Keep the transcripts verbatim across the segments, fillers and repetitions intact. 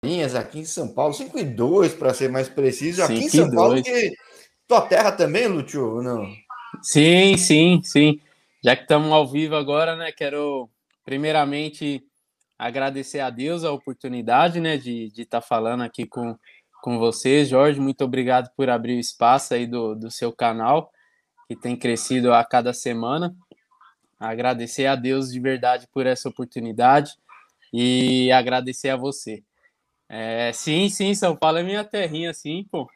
Linhas aqui em São Paulo, cinco e dois para ser mais preciso, aqui em cinco e São Paulo, dois. que tua terra também, Lúcio, ou não? Sim, sim, sim. Já que estamos ao vivo agora, né? Quero primeiramente agradecer a Deus a oportunidade, né, de estar falando aqui com, com vocês. Jorge, muito obrigado por abrir o espaço aí do, do seu canal, que tem crescido a cada semana. Agradecer a Deus de verdade por essa oportunidade e agradecer a você. É, sim, sim, São Paulo é minha terrinha, sim, pô.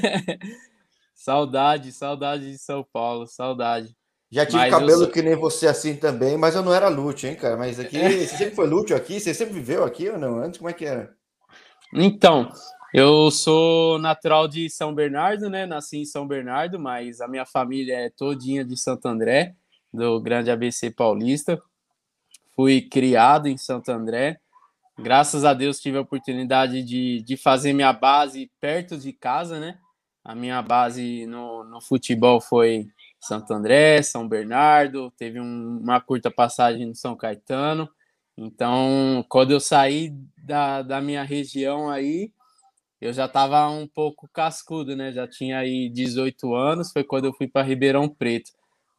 Saudade, saudade de São Paulo, saudade. Já tive Mas eu cabelo sou. que nem você assim também, mas eu não era Lúcio, hein, cara? Mas aqui, você sempre foi Lúcio aqui? Você sempre viveu aqui ou não? Antes, como é que era? Então, eu sou natural de São Bernardo, né? Nasci em São Bernardo, mas a minha família é todinha de Santo André, do grande A B C Paulista. Fui criado em Santo André. Graças a Deus tive a oportunidade de, de fazer minha base perto de casa, né? A minha base no, no futebol foi Santo André, São Bernardo, teve um, uma curta passagem no São Caetano. Então, quando eu saí da, da minha região aí, eu já estava um pouco cascudo, né? Já tinha aí dezoito anos, foi quando eu fui para Ribeirão Preto.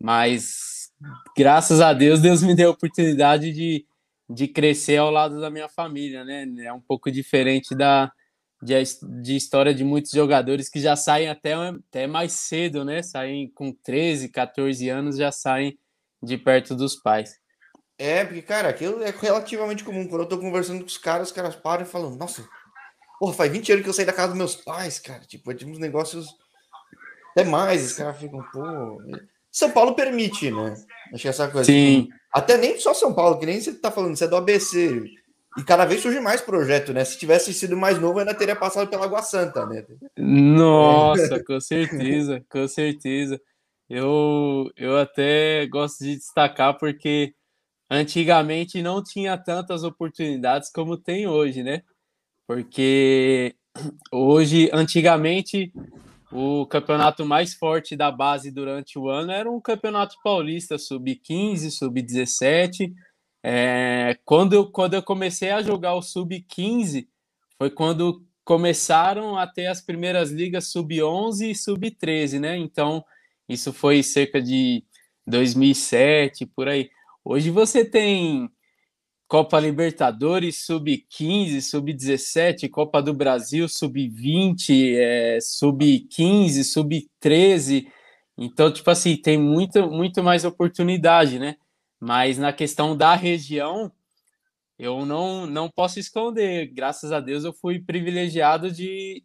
Mas, graças a Deus, Deus me deu a oportunidade de, de crescer ao lado da minha família, né? É um pouco diferente da, de, de história de muitos jogadores que já saem até, até mais cedo, né? Saem com treze, quatorze anos, já saem de perto dos pais. É, porque, cara, aquilo é relativamente comum. Quando eu tô conversando com os caras, os caras param e falam, nossa, porra, faz vinte anos que eu saí da casa dos meus pais, cara. Tipo, é tipo uns negócios até mais. Os caras ficam, pô. São Paulo permite, né? Acho que essa coisa, tipo, Sim, até nem só São Paulo, que nem você tá falando, você é do A B C. E cada vez surge mais projeto, né? Se tivesse sido mais novo, ainda teria passado pela Água Santa, né? nossa, com certeza, com certeza. Eu, eu até gosto de destacar porque antigamente não tinha tantas oportunidades como tem hoje, né? Porque hoje, antigamente, o campeonato mais forte da base durante o ano era um campeonato paulista, sub quinze, sub dezessete. É, quando, eu, quando eu comecei a jogar o sub quinze, foi quando começaram a ter as primeiras ligas sub onze e sub treze, né? Então, isso foi cerca de dois mil e sete, por aí. Hoje você tem Copa Libertadores sub quinze, sub dezessete, Copa do Brasil sub vinte, é, sub quinze, sub treze. Então, tipo assim, tem muito, muito mais oportunidade, né? Mas na questão da região, eu não, não posso esconder. Graças a Deus eu fui privilegiado de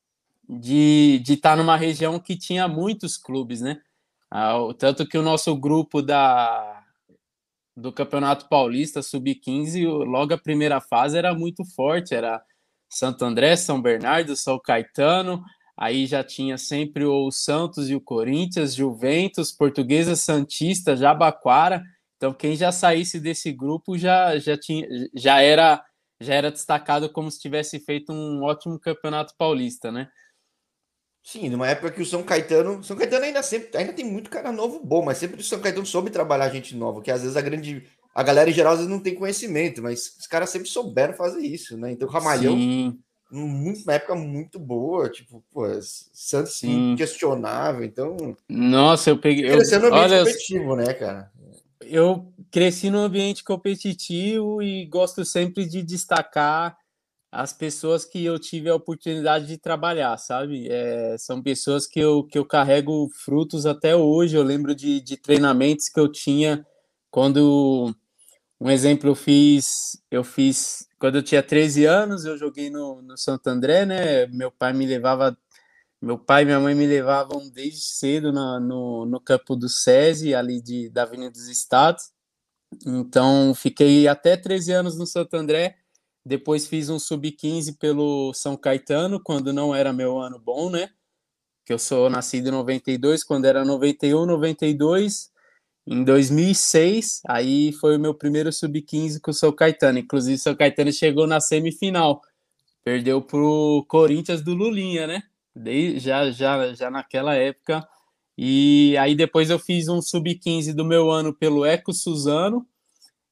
de de estar numa região que tinha muitos clubes, né? Ah, tanto que o nosso grupo da do Campeonato Paulista sub quinze, logo a primeira fase era muito forte, era Santo André, São Bernardo, São Caetano, aí já tinha sempre o Santos e o Corinthians, Juventus, Portuguesa, Santista, Jabaquara. Então quem já saísse desse grupo já já tinha já era já era destacado como se tivesse feito um ótimo Campeonato Paulista, né? Sim, numa época que o São Caetano. São Caetano ainda sempre. Ainda tem muito cara novo bom, mas sempre o São Caetano soube trabalhar gente nova, que às vezes a grande. A galera em geral às vezes não tem conhecimento, mas os caras sempre souberam fazer isso, né? Então o Ramalhão, Sim, muito, uma época muito boa, tipo, pô, Santos sim. inquestionável, então. Nossa, eu peguei, eu, Crescendo no ambiente olha, competitivo, né, cara? eu cresci num ambiente competitivo e gosto sempre de destacar as pessoas que eu tive a oportunidade de trabalhar, sabe? É, são pessoas que eu, que eu carrego frutos até hoje. Eu lembro de, de treinamentos que eu tinha quando, um exemplo, eu fiz, eu fiz quando eu tinha treze anos, eu joguei no, no Santo André, né? Meu pai me levava, meu pai e minha mãe me levavam desde cedo na, no, no campo do SESI, ali de, da Avenida dos Estados. Então, fiquei até treze anos no Santo André. Depois fiz um sub quinze pelo São Caetano, quando não era meu ano bom, né? Que eu sou nascido em noventa e dois, quando era noventa e um, noventa e dois. Em dois mil e seis, aí foi o meu primeiro sub quinze com o São Caetano. Inclusive, o São Caetano chegou na semifinal. Perdeu pro Corinthians do Lulinha, né? Desde, já, já, já naquela época. E aí depois eu fiz um sub quinze do meu ano pelo Eco Suzano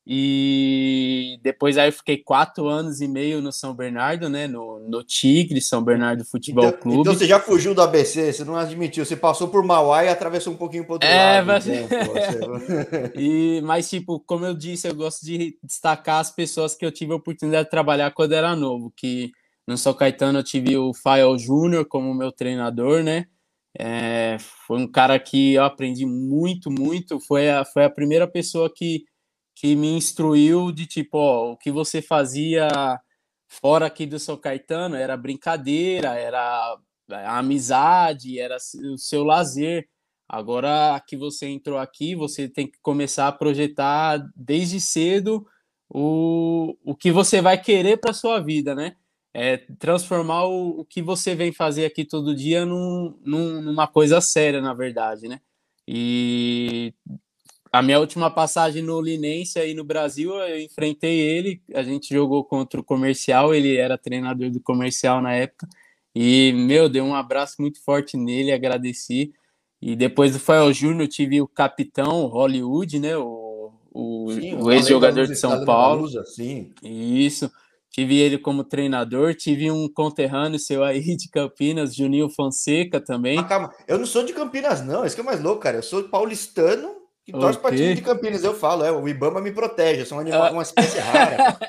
E depois aí eu fiquei quatro anos e meio no São Bernardo, né? No, no Tigre, São Bernardo Futebol Então, então Clube. você já fugiu do A B C, você não admitiu. Você passou por Mauá e atravessou um pouquinho para outro É, lado. mas... Então, pô, você... e, mas, tipo, como eu disse, eu gosto de destacar as pessoas que eu tive a oportunidade de trabalhar quando era novo. Que no São Caetano eu tive o Fael Júnior como meu treinador, né? É, foi um cara que eu aprendi muito, muito. Foi a, foi a primeira pessoa que, que me instruiu de tipo, ó, o que você fazia fora aqui do São Caetano era brincadeira, era a amizade, era o seu lazer. Agora que você entrou aqui, você tem que começar a projetar desde cedo o, o que você vai querer para sua vida, né? É transformar o, o que você vem fazer aqui todo dia num, num, numa coisa séria, na verdade, né? E a minha última passagem no Linense aí no Brasil, eu enfrentei ele, a gente jogou contra o Comercial, ele era treinador do Comercial na época, e, meu, dei um abraço muito forte nele, agradeci. E depois do Fael Júnior, tive o capitão Hollywood, né? O, o, Sim, o a lenda ex-jogador Luz de São está lenda da Paulo. Lusa, sim. Isso. Tive ele como treinador, tive um conterrâneo seu aí de Campinas, Juninho Fonseca Mas também. calma, eu não sou de Campinas, não. Isso que é mais louco, cara. Eu sou paulistano que torce para Ok. time de Campinas. Eu falo, é, o Ibama me protege. Eu sou um animal, Ah. uma espécie rara, cara.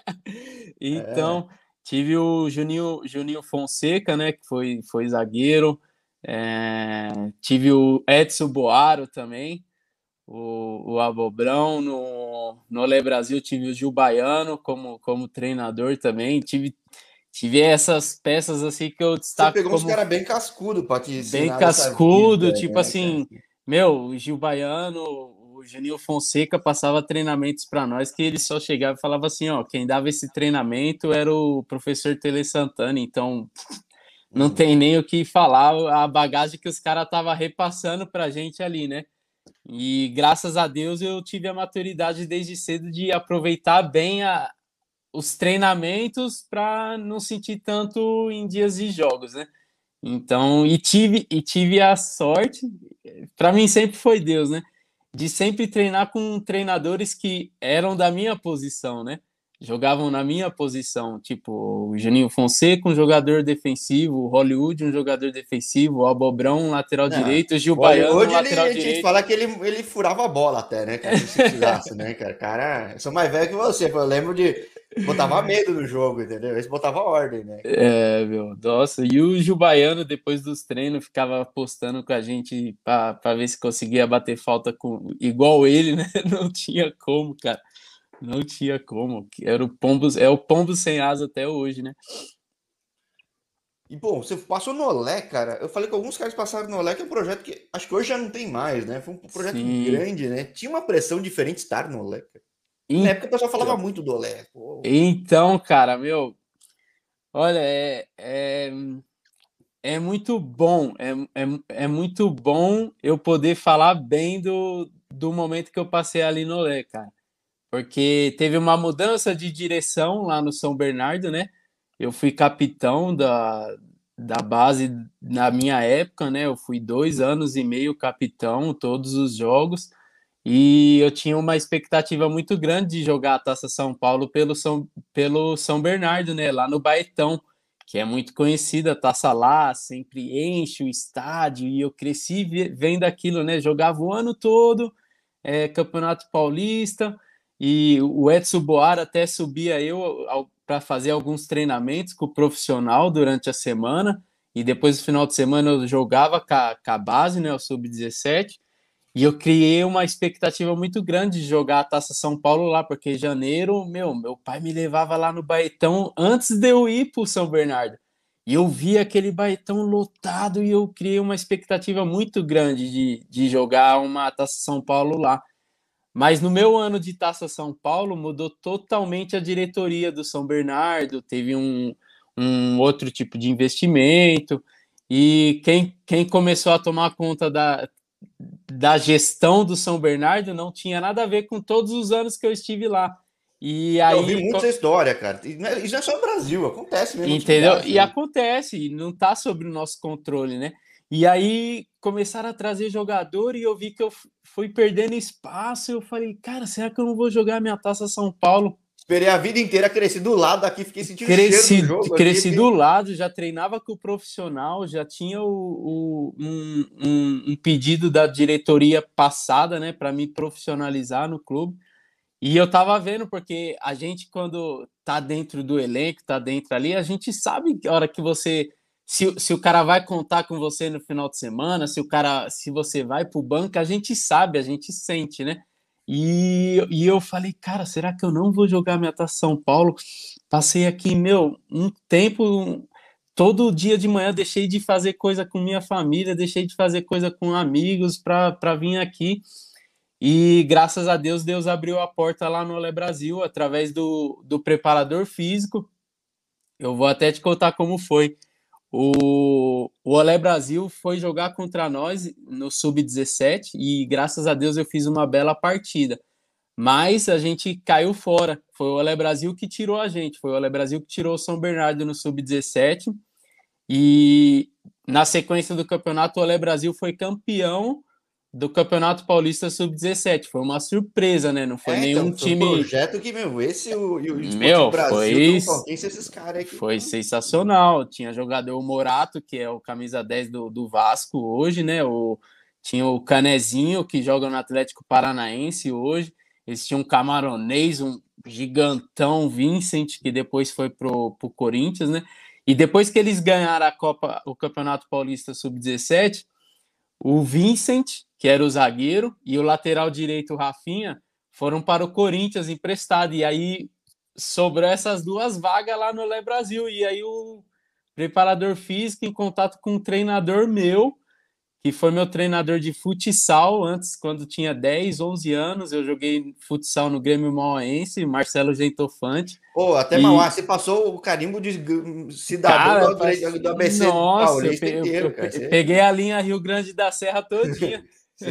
É. Então, tive o Juninho, Juninho Fonseca, né, que foi, foi zagueiro. É, tive o Edson Boaro também, o, o Abobrão. No, no Olé Brasil tive o Gil Baiano como, como treinador também. Tive, tive essas peças assim que eu Você destaco pegou uns como caras bem cascudo para te bem ensinar dessa vida, cascudo, tipo né, cara? assim, meu, o Gil Baiano, o Juninho Fonseca passava treinamentos para nós que ele só chegava e falava assim, ó, quem dava esse treinamento era o professor Tele Santana, então não Hum. tem nem o que falar, a bagagem que os caras estavam repassando pra gente ali, né? E graças a Deus eu tive a maturidade desde cedo de aproveitar bem a, os treinamentos para não sentir tanto em dias de jogos, né? Então, e tive, e tive a sorte, para mim sempre foi Deus, né? De sempre treinar com treinadores que eram da minha posição, né? Jogavam na minha posição, tipo o Juninho Fonseca, um jogador defensivo, o Hollywood, um jogador defensivo, o Abobrão, um lateral Não. direito, o Gil Olha, Baiano, um hoje ele, lateral a gente tinha que direito. falar que ele, ele furava a bola até, né, cara? Se precisasse, né, cara? Cara, eu sou mais velho que você, pô, eu lembro de. Botava medo no jogo, entendeu? Esse botava ordem, né? É, meu, nossa, e o Gil Baiano, depois dos treinos, ficava apostando com a gente para ver se conseguia bater falta com igual ele, né? Não tinha como, cara. Não tinha como. Era o pombo, é o pombo sem asa até hoje, né? E, bom, você passou no Olé, cara. Eu falei que alguns caras passaram no Olé, que é um projeto que acho que hoje já não tem mais, né? Foi um projeto Sim. grande, né? Tinha uma pressão diferente estar no Olé, cara. Na época o pessoal falava Então, muito do Olé. Pô. então, cara, meu, olha, é, é, é muito bom, é, é, é muito bom eu poder falar bem do, do momento que eu passei ali no Olé, cara. Porque teve uma mudança de direção lá no São Bernardo, né? Eu fui capitão da, da base na minha época, né? Eu fui dois anos e meio capitão, todos os jogos, e eu tinha uma expectativa muito grande de jogar a Taça São Paulo pelo São, pelo São Bernardo, né? Lá no Baetão, que é muito conhecida, a taça lá, sempre enche o estádio, e eu cresci vendo aquilo, né? Jogava o ano todo, é, Campeonato Paulista, e o Edson Boara até subia eu para fazer alguns treinamentos com o profissional durante a semana, e depois no final de semana eu jogava com a, com a base, né, o sub dezessete, e eu criei uma expectativa muito grande de jogar a Taça São Paulo lá, porque em janeiro, meu, meu pai me levava lá no Baetão antes de eu ir para o São Bernardo. E eu vi aquele Baetão lotado e eu criei uma expectativa muito grande de, de jogar uma Taça São Paulo lá. Mas no meu ano de Taça São Paulo mudou totalmente a diretoria do São Bernardo, teve um, um outro tipo de investimento, e quem, quem começou a tomar conta da, da gestão do São Bernardo não tinha nada a ver com todos os anos que eu estive lá. E Eu ouvi aí, muito essa história, cara. E não é- Isso não é só no Brasil, acontece mesmo em outros entendeu? lugares E aí. acontece, não está sob o nosso controle, né? E aí começaram a trazer jogador e eu vi que eu fui perdendo espaço. Eu falei, cara, será que eu não vou jogar minha Taça São Paulo? Esperei a vida inteira crescer do lado daqui, fiquei sentindo o cheiro do Cresci, jogo aqui. cresci do Fiquei... lado, já treinava com o profissional, já tinha o, o- um, um- um pedido da diretoria passada, né, para me profissionalizar no clube. E eu tava vendo, porque a gente, quando tá dentro do elenco, tá dentro ali, a gente sabe a hora que você. Se, se o cara vai contar com você no final de semana, se o cara, se você vai pro banco, a gente sabe, a gente sente, né? E, e eu falei, cara, será que eu não vou jogar minha Taça São Paulo? Passei aqui, meu, um tempo, todo dia de manhã deixei de fazer coisa com minha família, deixei de fazer coisa com amigos para vir aqui. E graças a Deus, Deus abriu a porta lá no Olé Brasil através do, do preparador físico. Eu vou até te contar como foi. O, o Olé Brasil foi jogar contra nós no sub dezessete e graças a Deus eu fiz uma bela partida. Mas a gente caiu fora. Foi o Olé Brasil que tirou a gente. Foi o Olé Brasil que tirou o São Bernardo no sub dezessete. E na sequência do campeonato, o Olé Brasil foi campeão do Campeonato Paulista sub dezessete. Foi uma surpresa, né? Não foi É, nenhum então, foi um time. projeto que, meu, esse o, e o Esportivo Meu, Brasil, foi, Tom Palmeiras, esses caras aqui. foi sensacional. Tinha jogador o Morato, que é o camisa dez do, do Vasco hoje, né? O, tinha o Canezinho, que joga no Atlético Paranaense hoje. Eles tinham um camaronês, um gigantão, Vincent, que depois foi pro, pro Corinthians, né? E depois que eles ganharam a Copa, o Campeonato Paulista sub dezessete, o Vincent, que era o zagueiro, e o lateral direito, o Rafinha, foram para o Corinthians emprestado. E aí sobrou essas duas vagas lá no Lé Brasil. E aí o preparador físico, em contato com um treinador meu, que foi meu treinador de futsal antes, quando tinha dez, onze anos. Eu joguei futsal no Grêmio Mauaense, Marcelo Gentofante. Pô, até Mauá, E, você passou o carimbo de cidadão cara, do, do A B C nossa, eu paulista inteiro, cara. Você... peguei a linha Rio Grande da Serra todinha. Sim.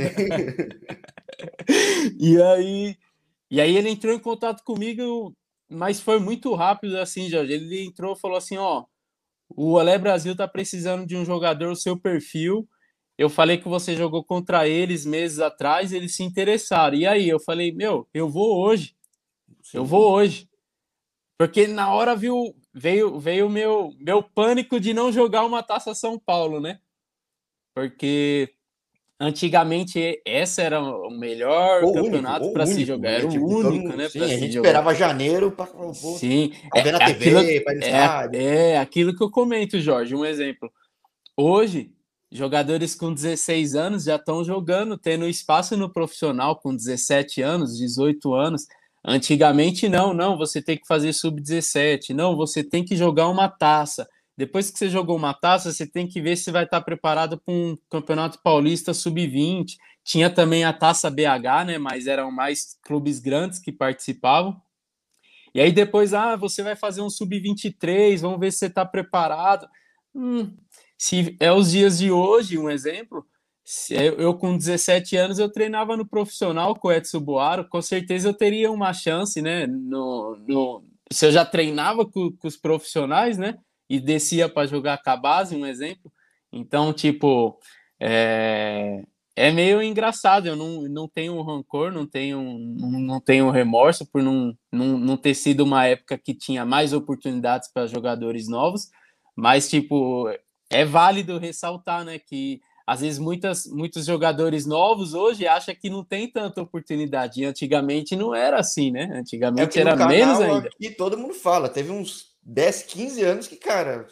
E aí, e aí ele entrou em contato comigo, mas foi muito rápido assim, Jorge. Ele entrou e falou assim, ó, o Olé Brasil tá precisando de um jogador, o seu perfil. Eu falei que você jogou contra eles meses atrás, eles se interessaram. E aí, eu falei, meu, eu vou hoje. Eu vou Sim. hoje. Porque na hora viu, veio veio o meu, meu pânico de não jogar uma Taça São Paulo, né? Porque antigamente esse era o melhor O único, campeonato para o se único, jogar, né? era o Tipo, todo único, mundo, né, para sim, a se gente jogar. esperava janeiro para Sim, ver é, na é aquilo T V, para ir no é, estádio. é aquilo que eu comento, Jorge. Um exemplo. Hoje, jogadores com dezesseis anos já estão jogando, tendo espaço no profissional com dezessete anos, dezoito anos. Antigamente, não, não, você tem que fazer sub dezessete, não, você tem que jogar uma taça. Depois que você jogou uma taça, você tem que ver se vai estar preparado para um campeonato paulista sub vinte. Tinha também a taça B H, né? Mas eram mais clubes grandes que participavam. E aí depois, ah, você vai fazer um sub vinte e três, vamos ver se você está preparado. Hum, se é os dias de hoje, um exemplo, se eu, eu com dezessete anos eu treinava no profissional com o Edson Boaro, com certeza eu teria uma chance, né? No, no, se eu já treinava com, com os profissionais, né? E descia para jogar com a base, um exemplo. Então, tipo, é, é meio engraçado, eu não, não tenho rancor, não tenho, não, não tenho remorso por não, não, não ter sido uma época que tinha mais oportunidades para jogadores novos, mas, tipo, é válido ressaltar, né, que às vezes muitas, muitos jogadores novos hoje acham que não tem tanta oportunidade, e antigamente não era assim, né? É o Antigamente que no era menos canal ainda. aqui todo mundo fala. Teve uns dez, quinze anos que, cara,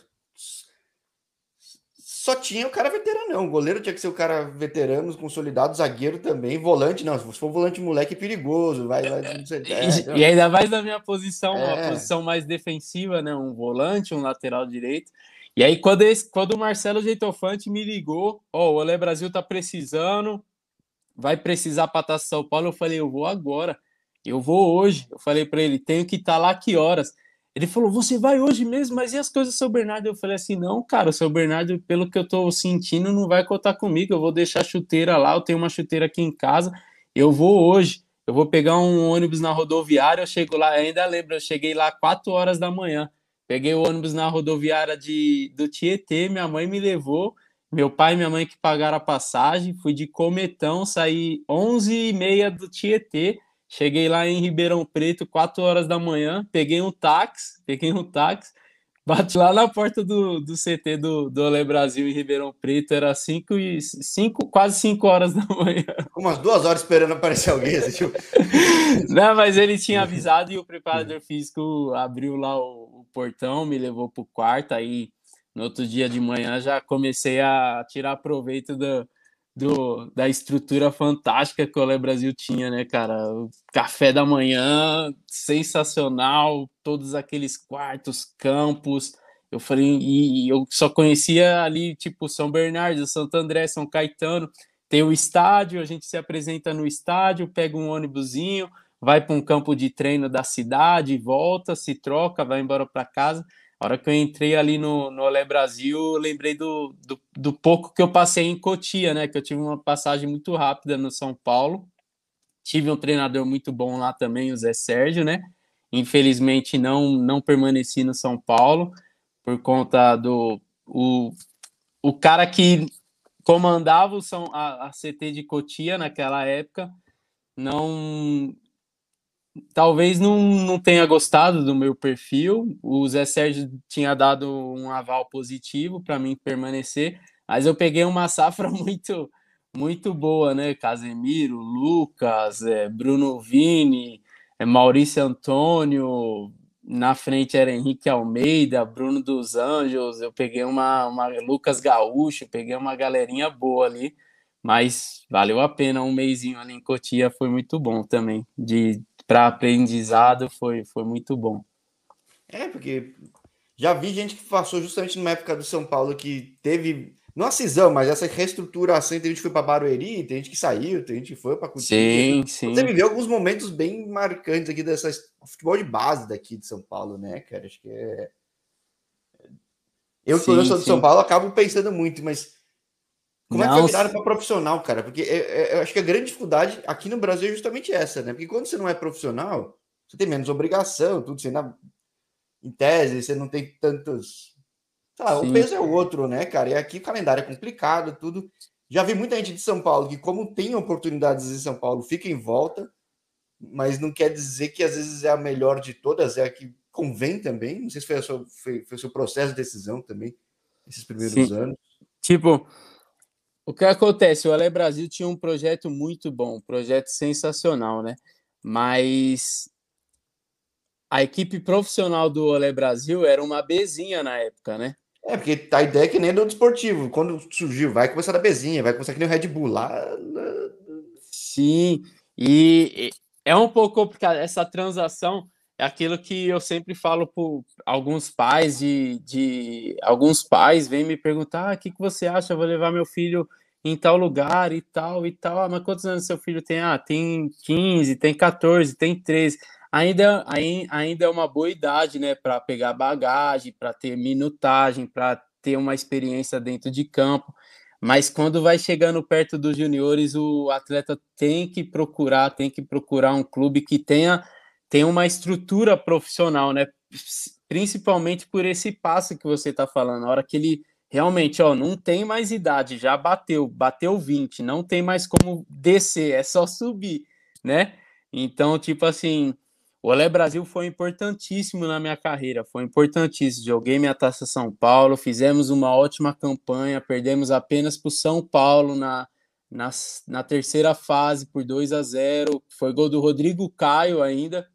só tinha o cara veteranão. O goleiro tinha que ser o cara veterano, consolidado, zagueiro também, volante, não. Se for volante moleque, é perigoso. Vai, vai, não sei. É, E, e não. ainda mais na minha posição, uma É. posição mais defensiva, né? Um volante, um lateral direito. E aí, quando, esse, quando o Marcelo Geitofante me ligou, ó, oh, o Olé Brasil tá precisando, vai precisar para Taça São Paulo, eu falei, eu vou agora, eu vou hoje. Eu falei para ele, tenho que estar tá lá que horas? Ele falou, você vai hoje mesmo, mas e as coisas do seu Bernardo? Eu falei assim, não, cara, o seu Bernardo, pelo que eu tô sentindo, não vai contar comigo, eu vou deixar a chuteira lá, eu tenho uma chuteira aqui em casa, eu vou hoje. Eu vou pegar um ônibus na rodoviária, eu chego lá, ainda lembro, eu cheguei lá quatro horas da manhã. Peguei o ônibus na rodoviária de, do Tietê, minha mãe me levou, meu pai e minha mãe que pagaram a passagem, fui de cometão, saí onze e meia do Tietê, cheguei lá em Ribeirão Preto, quatro horas da manhã, peguei um táxi, peguei um táxi, bati lá na porta do, do C T do, do Olé Brasil em Ribeirão Preto, era cinco e, cinco, quase cinco horas da manhã. Ficou umas duas horas esperando aparecer alguém, assim, tipo... Não, mas ele tinha avisado e o preparador físico abriu lá o, o portão, me levou pro quarto, aí no outro dia de manhã já comecei a tirar proveito do, do, da estrutura fantástica que o Olé Brasil tinha, né, cara? O café da manhã, sensacional, todos aqueles quartos, campos. Eu falei, e, e eu só conhecia ali, tipo, São Bernardo, Santo André, São Caetano. Tem o estádio, a gente se apresenta no estádio, pega um ônibusinho, vai para um campo de treino da cidade, volta, se troca, vai embora para casa. A hora que eu entrei ali no, no Olé Brasil, eu lembrei do, do, do pouco que eu passei em Cotia, né? Que eu tive uma passagem muito rápida no São Paulo. Tive um treinador muito bom lá também, o Zé Sérgio, né? Infelizmente não, não permaneci no São Paulo por conta do... O, o cara que comandava o São, a, a C T de Cotia naquela época não... Talvez não, não tenha gostado do meu perfil. O Zé Sérgio tinha dado um aval positivo para mim permanecer, mas eu peguei uma safra muito muito boa, né? Casemiro, Lucas, é, Bruno Vini, é, Maurício Antônio, na frente era Henrique Almeida, Bruno dos Anjos. Eu peguei uma, uma Lucas Gaúcho, peguei uma galerinha boa ali, mas valeu a pena um mesinho ali em Cotia, foi muito bom também de para aprendizado foi, foi muito bom. É, porque já vi gente que passou justamente numa época do São Paulo que teve, não a cisão, mas essa reestruturação. Tem gente que foi para Barueri, tem gente que saiu, tem gente que foi para Cotia. Sim, Você sim. viveu alguns momentos bem marcantes aqui dessa futebol de base daqui de São Paulo, né, cara? Acho que é. Eu, quando eu Sim, sou de São sim. Paulo, acabo pensando muito, mas como é que foi Não, virado para profissional, cara? Porque é, é, eu acho que a grande dificuldade aqui no Brasil é justamente essa, né? Porque quando você não é profissional, você tem menos obrigação, tudo, você ainda, em tese, você não tem tantos. Tá, o sim. peso é o outro, né, cara? E aqui o calendário é complicado, tudo. Já vi muita gente de São Paulo que, como tem oportunidades em São Paulo, fica em volta, mas não quer dizer que às vezes é a melhor de todas, é a que convém também. Não sei se foi, a sua, foi, foi o seu processo de decisão também, esses primeiros Sim. anos. Tipo, o que acontece? O Olé Brasil tinha um projeto muito bom, um projeto sensacional, né? Mas a equipe profissional do Olé Brasil era uma bezinha na época, né? É, porque a ideia é que nem do desportivo. Quando surgiu, vai começar da bezinha, vai começar que nem o Red Bull lá. Sim, e é um pouco complicado. Essa transação é aquilo que eu sempre falo para alguns pais de, de alguns pais vêm me perguntar: ah, o que, que você acha? Eu vou levar meu filho em tal lugar e tal e tal. Ah, mas quantos anos seu filho tem? Ah, tem quinze, tem quatorze, tem treze. Ainda, ainda é uma boa idade, né, para pegar bagagem, para ter minutagem, para ter uma experiência dentro de campo. Mas quando vai chegando perto dos juniores, o atleta tem que procurar, tem que procurar um clube que tenha, tenha uma estrutura profissional, né? Principalmente por esse passo que você está falando, a hora que ele realmente, ó, não tem mais idade, já bateu, bateu vinte, não tem mais como descer, é só subir, né? Então, tipo assim, o Olé Brasil foi importantíssimo na minha carreira, foi importantíssimo. Joguei minha Taça São Paulo, fizemos uma ótima campanha, perdemos apenas para o São Paulo na, na, na terceira fase por dois a zero. Foi gol do Rodrigo Caio ainda.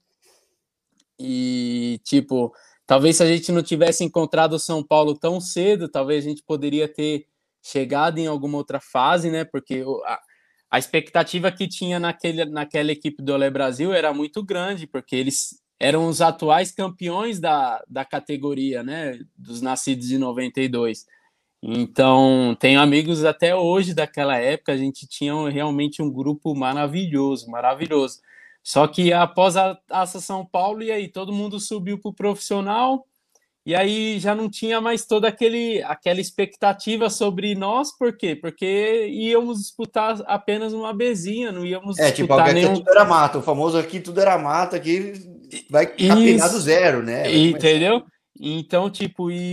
E, tipo, talvez se a gente não tivesse encontrado o São Paulo tão cedo, talvez a gente poderia ter chegado em alguma outra fase, né? Porque a, a expectativa que tinha naquele, naquela equipe do Olé Brasil era muito grande, porque eles eram os atuais campeões da, da categoria, né? Dos nascidos em noventa e dois. Então, tenho amigos até hoje daquela época, a gente tinha realmente um grupo maravilhoso, maravilhoso. Só que após a Taça São Paulo, e aí todo mundo subiu para o profissional, e aí já não tinha mais toda aquele, aquela expectativa sobre nós, por quê? Porque íamos disputar apenas uma bezinha, não íamos É, tipo, disputar aqui nenhum. tudo era mato. O famoso aqui tudo era mato, aqui vai capinar do Isso, zero, né? Vai começar. entendeu? Então, tipo, e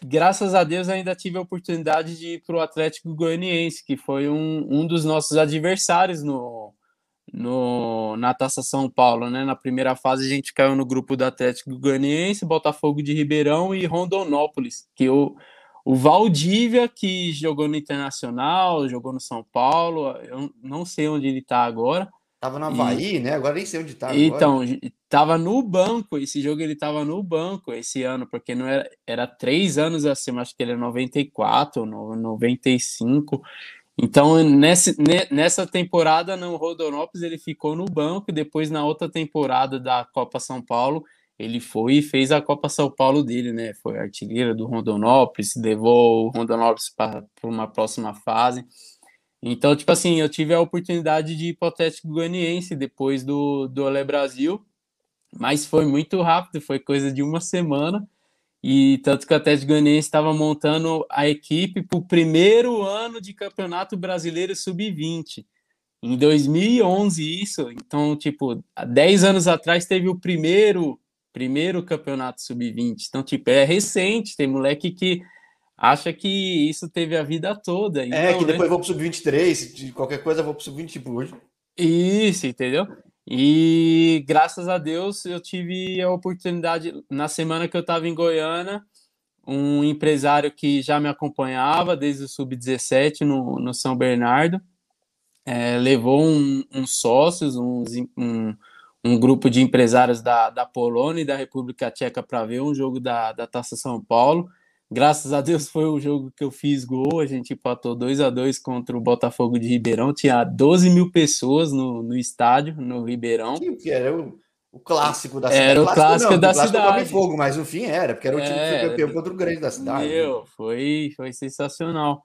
graças a Deus, ainda tive a oportunidade de ir para o Atlético Goianiense, que foi um, um dos nossos adversários no, no, na Taça São Paulo, né? Na primeira fase, a gente caiu no grupo do Atlético Goianiense, Botafogo de Ribeirão e Rondonópolis, que o, o Valdívia, que jogou no Internacional, jogou no São Paulo, eu não sei onde ele está agora. Tava no E, Havaí, né? Agora nem sei onde tá agora. então, tava no banco, esse jogo ele tava no banco esse ano, porque não era, era três anos acima, acho que ele é noventa e quatro, noventa e cinco. Então, nesse, nessa temporada no Rondonópolis ele ficou no banco, e depois na outra temporada da Copa São Paulo, ele foi e fez a Copa São Paulo dele, né? Foi artilheiro do Rondonópolis, levou o Rondonópolis para uma próxima fase. Então, tipo assim, eu tive a oportunidade de ir para o Atlético Goianiense depois do, do Olé Brasil, mas foi muito rápido, foi coisa de uma semana, e tanto que o Atlético Goianiense estava montando a equipe para o primeiro ano de Campeonato Brasileiro sub vinte, em dois mil e onze isso, então, tipo, há dez anos atrás teve o primeiro, primeiro Campeonato sub vinte, então, tipo, é recente, tem moleque que acha que isso teve a vida toda, e É, não, que né? depois vou pro sub vinte e três, de qualquer coisa eu vou pro sub vinte, tipo, hoje. Isso, entendeu? E graças a Deus eu tive a oportunidade, na semana que eu estava em Goiânia, um empresário que já me acompanhava desde o sub dezessete no, no São Bernardo, é, levou um, uns sócios, uns, um, um grupo de empresários da, da Polônia e da República Tcheca para ver um jogo da, da Taça São Paulo. Graças a Deus foi o jogo que eu fiz gol, a gente empatou dois a dois contra o Botafogo de Ribeirão, tinha doze mil pessoas no, no estádio, no Ribeirão. Que era o, o clássico da cidade. Era o Clássico clássico não, porque o da clássico come cidade. fogo, mas no fim era, porque era o time que foi É, campeão contra o grande da cidade, né? meu, foi, foi sensacional.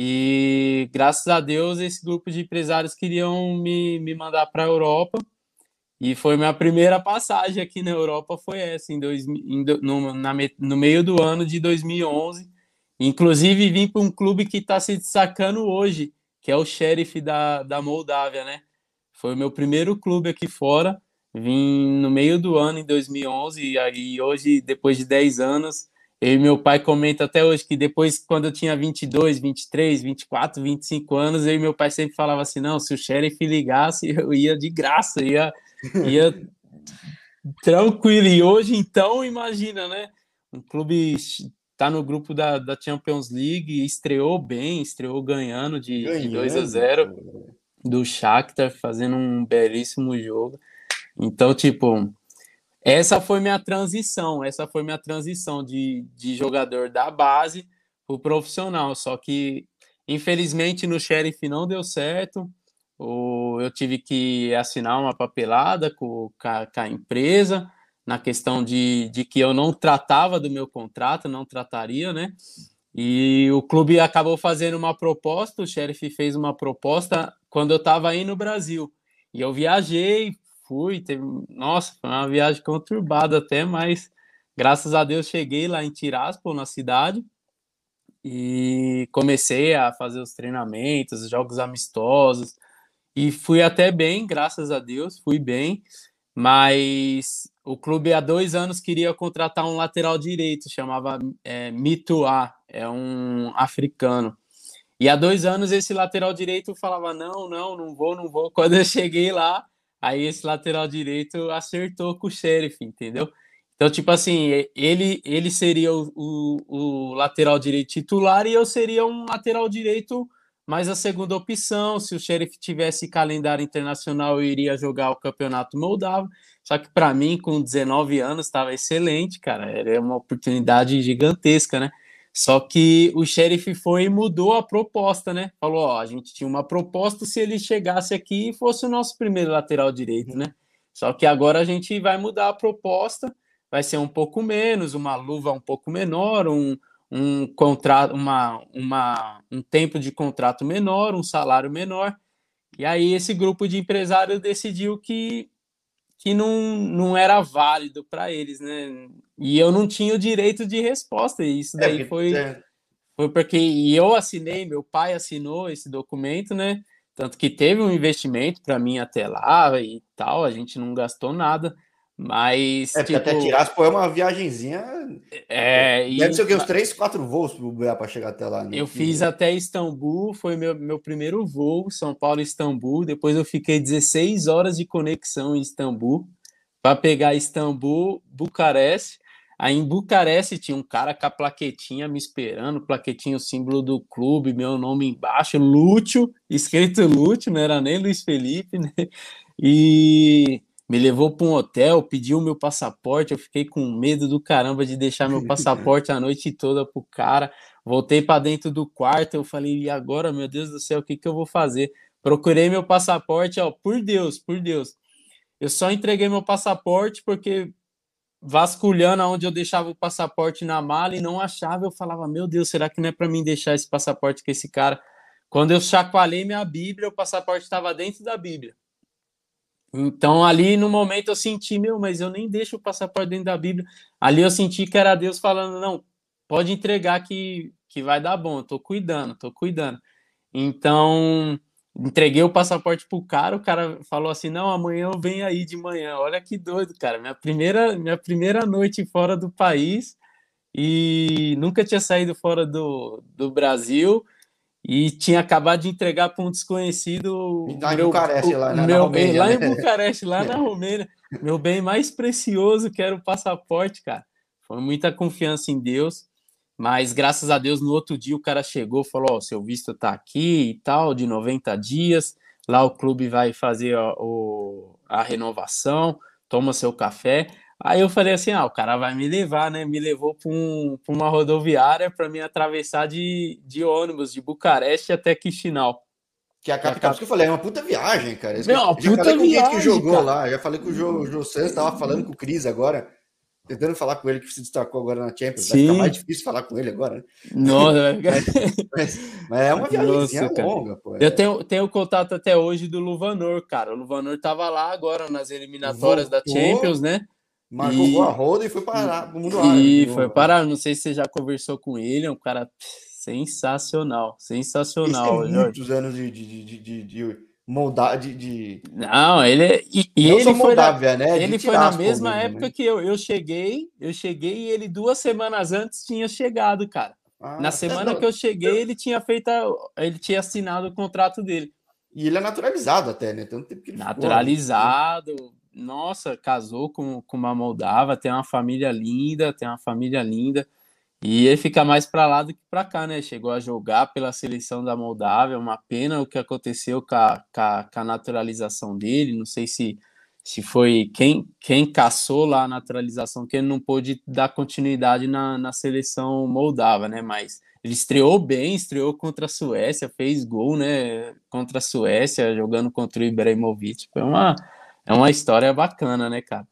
E graças a Deus esse grupo de empresários queriam me, me mandar para a Europa. E foi minha primeira passagem aqui na Europa, foi essa, em dois, em, no, na, no meio do ano de dois mil e onze. Inclusive, vim para um clube que está se destacando hoje, que é o Sheriff da, da Moldávia, né? Foi o meu primeiro clube aqui fora. Vim no meio do ano, em dois mil e onze, e aí hoje, depois de dez anos, eu e meu pai comenta até hoje que depois, quando eu tinha vinte e dois, vinte e três, vinte e quatro, vinte e cinco anos, eu e meu pai sempre falava assim, não, se o Sheriff ligasse, eu ia de graça, ia ia tranquilo. E hoje, então, imagina, né? Um clube tá no grupo da, da Champions League, estreou bem, estreou ganhando de, de dois a Ganhando, zero pô. do Shakhtar, fazendo um belíssimo jogo. Então, tipo, essa foi minha transição, essa foi minha transição de, de jogador da base pro profissional. Só que, infelizmente, no Sheriff não deu certo. O, eu tive que assinar uma papelada com, com, a, com a empresa na questão de, de que eu não tratava do meu contrato, não trataria, né? E o clube acabou fazendo uma proposta, o Sheriff fez uma proposta quando eu estava aí no Brasil. E eu viajei, fui, teve, nossa, foi uma viagem conturbada até, mas graças a Deus cheguei lá em Tiraspol, na cidade, e comecei a fazer os treinamentos, jogos amistosos, e fui até bem, graças a Deus, fui bem, mas o clube há dois anos queria contratar um lateral direito, chamava é, Mitua, é um africano. E há dois anos esse lateral direito falava, não, não, não vou, não vou. Quando eu cheguei lá, aí esse lateral direito acertou com o Sheriff, entendeu? Então, tipo assim, ele, ele seria o, o, o lateral direito titular e eu seria um lateral direito mais a segunda opção. Se o Sheriff tivesse calendário internacional, eu iria jogar o Campeonato Moldavo. Só que para mim, com dezenove anos, estava excelente, cara. Era uma oportunidade gigantesca, né? Só que o Sheriff foi e mudou a proposta, né? Falou, ó, a gente tinha uma proposta se ele chegasse aqui e fosse o nosso primeiro lateral direito, né? Só que agora a gente vai mudar a proposta, vai ser um pouco menos, uma luva um pouco menor, um, um contrato, uma, uma, um tempo de contrato menor, um salário menor. E aí esse grupo de empresários decidiu que que não, não era válido para eles, né? E eu não tinha o direito de resposta, e isso É, daí porque foi, é, foi porque e eu assinei, meu pai assinou esse documento, né? Tanto que teve um investimento para mim até lá e tal, a gente não gastou nada, Mas, É, porque até tipo, Tiraspol é uma viagenzinha. é, Deve e ser o quê? Uns três, quatro voos para chegar até lá, né? eu fiz até Istambul, foi meu, meu primeiro voo, São Paulo-Istambul. Depois eu fiquei dezesseis horas de conexão em Istambul para pegar Istambul, Bucareste. Aí em Bucareste tinha um cara com a plaquetinha me esperando, plaquetinha, o símbolo do clube, meu nome embaixo, Lúcio, escrito Lúcio, não era nem Luiz Felipe, né? E me levou para um hotel, pediu meu passaporte, eu fiquei com medo do caramba de deixar meu passaporte a noite toda pro cara. Voltei para dentro do quarto, eu falei, e agora, meu Deus do céu, o que que eu vou fazer? Procurei meu passaporte, ó, por Deus, por Deus. Eu só entreguei meu passaporte porque vasculhando aonde eu deixava o passaporte na mala e não achava, eu falava, meu Deus, será que não é para mim deixar esse passaporte com esse cara? Quando eu chacoalhei minha Bíblia, o passaporte estava dentro da Bíblia. Então, ali no momento eu senti, meu, mas eu nem deixo o passaporte dentro da Bíblia. Ali eu senti que era Deus falando, não, pode entregar que, que vai dar bom, eu tô cuidando, tô cuidando. Então, entreguei o passaporte pro cara, o cara falou assim, não, amanhã eu venho aí de manhã. Olha que doido, cara, minha primeira, minha primeira noite fora do país e nunca tinha saído fora do, do Brasil. E tinha acabado de entregar para um desconhecido o Lá em meu, Bucareste, o lá na, na meu bem, Romênia, lá né? em Bucareste, lá na Romênia, meu bem mais precioso, que era o passaporte, cara. Foi muita confiança em Deus, mas graças a Deus, no outro dia o cara chegou e falou: Ó, seu visto tá aqui e tal, de noventa dias. Lá o clube vai fazer ó, o, a renovação, toma seu café. Aí eu falei assim: ah, o cara vai me levar, né? Me levou para um, uma rodoviária para me atravessar de, de ônibus de Bucareste até Chisinau. Que é a Que é a capital. Por isso cap... que eu falei, é uma puta viagem, cara. Isso que Meu, eu, uma eu já falei puta com gente que viagem, jogou cara. lá. Já falei com o Jô, o Jô Santos, tava falando com o Cris agora. Tentando falar com ele que se destacou agora na Champions. Vai ficar mais Sim. difícil falar com ele agora, né? Nossa, Mas, mas, mas é uma viagemzinha Nossa, cara. longa, pô. Eu É. tenho, tenho contato até hoje do Luvanor, cara. O Luvanor tava lá agora nas eliminatórias da Champions, Voltou, né? marcou gol a E, roda e foi parar pro mundo árabe de e foi novo, né? parar. Não sei se você já conversou com ele, é um cara sensacional, Isso tem sensacional, Jorge. muitos anos de, de, de, de, de moldar, de, de- Não, ele é- e, e não só ele foi na Moldávia, né? De ele foi na Tiraspol mesma mesmo, época né? que eu. Eu cheguei, eu cheguei e ele duas semanas antes tinha chegado, cara. Na Ah, é, semana que não, eu cheguei, ele tinha feito, a- ele tinha assinado o contrato dele. e ele é naturalizado até, né? Tanto tempo que ele ficou ali. Naturalizado, nossa, casou com, com uma moldava, tem uma família linda, tem uma família linda. E ele fica mais para lá do que para cá, né? Chegou a jogar pela seleção da Moldávia, uma pena o que aconteceu com a, com a, com a naturalização dele. Não sei se, se foi quem, quem caçou lá a naturalização, que ele não pôde dar continuidade na, na seleção moldava, né? Mas ele estreou bem, estreou contra a Suécia, fez gol, né? Contra a Suécia, jogando contra o Ibrahimovic. Foi uma, é uma história bacana, né, cara?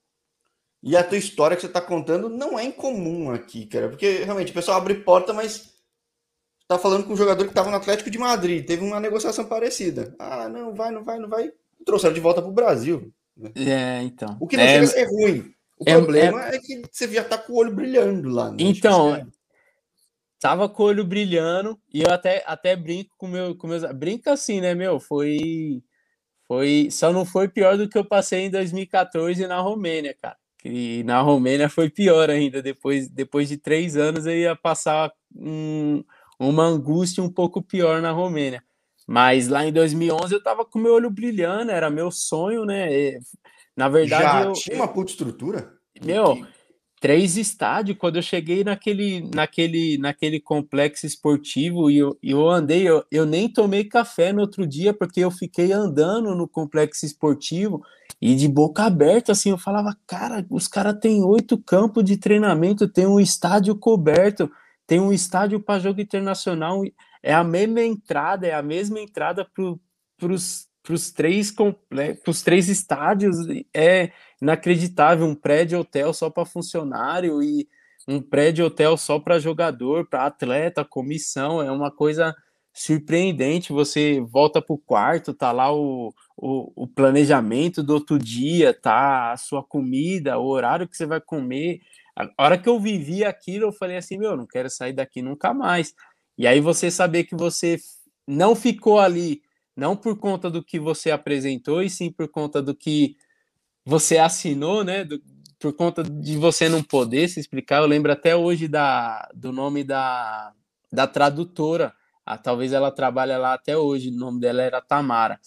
E a tua história que você tá contando não é incomum aqui, cara. Porque realmente o pessoal abre porta, mas tá falando com um jogador que tava no Atlético de Madrid. Teve uma negociação parecida. Ah, não, vai, não vai, não vai. Trouxeram de volta pro Brasil, né? É, então. O que não É, chega a ser ruim. O é, problema é, é que você já tá com o olho brilhando lá, né? Acho que isso então, é... tava com o olho brilhando e eu até, até brinco com, meu, com meus. Brinca assim, né, meu? Foi. Foi. Só não foi pior do que eu passei em dois mil e quatorze na Romênia, cara. Que na Romênia foi pior ainda. Depois, depois de três anos eu ia passar um, uma angústia um pouco pior na Romênia. Mas lá em dois mil e onze eu tava com meu olho brilhando, era meu sonho, né? E, na verdade, Já eu, tinha eu uma puta estrutura? Que, meu, que... três estádios. Quando eu cheguei naquele, naquele, naquele complexo esportivo e eu, eu andei, eu, eu nem tomei café no outro dia porque eu fiquei andando no complexo esportivo e de boca aberta, assim, eu falava, cara, os caras têm oito campos de treinamento, tem um estádio coberto, tem um estádio para jogo internacional, é a mesma entrada, é a mesma entrada para os três, comple- pros três estádios, é inacreditável, um prédio hotel só para funcionário e um prédio hotel só para jogador, para atleta, comissão, é uma coisa surpreendente. Você volta para o quarto, tá lá o, o, o planejamento do outro dia, tá a sua comida, o horário que você vai comer. A hora que eu vivi aquilo, eu falei assim, meu, não quero sair daqui nunca mais. E aí você saber que você não ficou ali, não por conta do que você apresentou, e sim por conta do que você assinou, né? Do, por conta de você não poder se explicar. Eu lembro até hoje da, do nome da, da tradutora. Ah, talvez ela trabalhe lá até hoje. O nome dela era Tamara.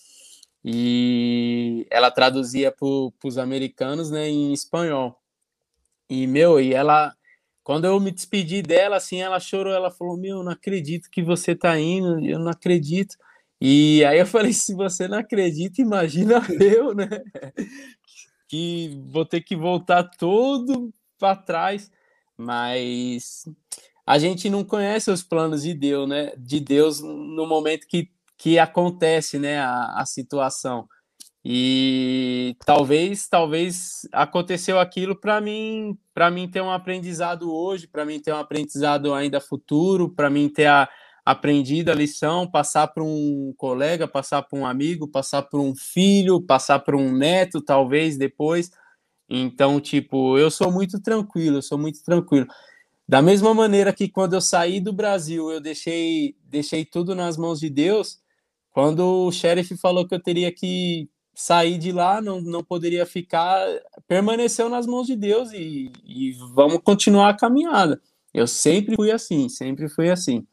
E ela traduzia para os americanos, né, em espanhol. E, meu, e ela, quando eu me despedi dela, assim, ela chorou, ela falou, meu, não acredito que você tá indo, eu não acredito. E aí eu falei, se você não acredita, imagina eu, né? Que vou ter que voltar todo para trás. Mas a gente não conhece os planos de Deus, né? De Deus no momento que, que acontece, né, a, a situação. E talvez, talvez aconteceu aquilo para mim, para mim ter um aprendizado hoje, para mim ter um aprendizado ainda futuro, para mim ter a, aprendido a lição, passar para um colega, passar para um amigo, passar para um filho, passar para um neto, talvez depois. Então, tipo, eu sou muito tranquilo, eu sou muito tranquilo. Da mesma maneira que quando eu saí do Brasil, eu deixei, deixei tudo nas mãos de Deus. Quando o xerife falou que eu teria que sair de lá, não, não poderia ficar, permaneceu nas mãos de Deus e, e vamos continuar a caminhada. Eu sempre fui assim, sempre fui assim.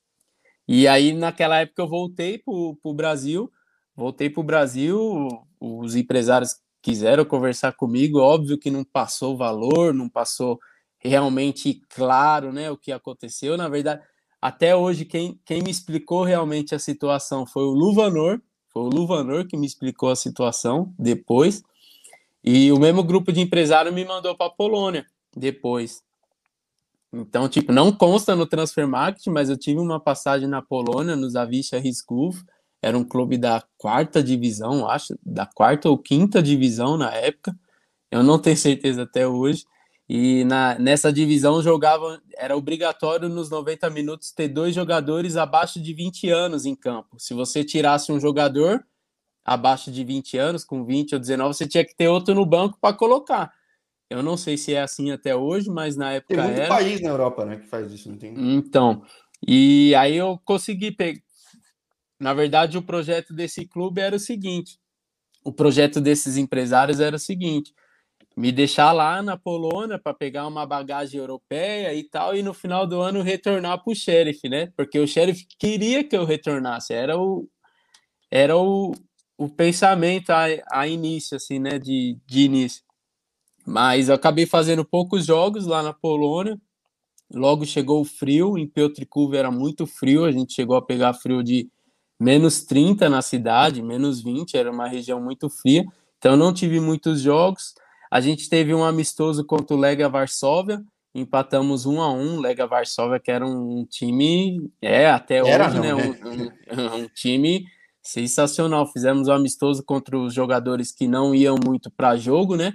E aí, naquela época, eu voltei para o Brasil, voltei para o Brasil, os empresários quiseram conversar comigo, óbvio que não passou valor, não passou realmente claro, né, o que aconteceu. Na verdade, até hoje, quem, quem me explicou realmente a situação foi o Luvanor, foi o Luvanor que me explicou a situação depois, e o mesmo grupo de empresário me mandou para a Polônia depois. Então, tipo, não consta no Transfer Market, mas eu tive uma passagem na Polônia, no Zawisza Ryszków, era um clube da quarta divisão, acho, da quarta ou quinta divisão na época, eu não tenho certeza até hoje, e na, nessa divisão jogava, era obrigatório nos noventa minutos ter dois jogadores abaixo de vinte anos em campo. Se você tirasse um jogador abaixo de vinte anos, com vinte ou dezenove, você tinha que ter outro no banco para colocar. Eu não sei se é assim até hoje, mas na Tem época muito era. país na Europa, né, que faz isso, não tem? Então, e aí eu consegui pegar. Na verdade, o projeto desse clube era o seguinte: o projeto desses empresários era o seguinte: me deixar lá na Polônia para pegar uma bagagem europeia e tal, e no final do ano retornar para o Sheriff, né? Porque o Sheriff queria que eu retornasse, era o, era o, o pensamento a, a início, assim, né? De, de início. Mas eu acabei fazendo poucos jogos lá na Polônia. Logo chegou o frio, em Piotrków era muito frio, a gente chegou a pegar frio de menos trinta na cidade, menos vinte, era uma região muito fria, então não tive muitos jogos. A gente teve um amistoso contra o Legia Varsóvia, empatamos um a um, Legia Varsóvia que era um time, é, até Era hoje, não, né, um, né? um, um time sensacional. Fizemos um amistoso contra os jogadores que não iam muito para jogo, né,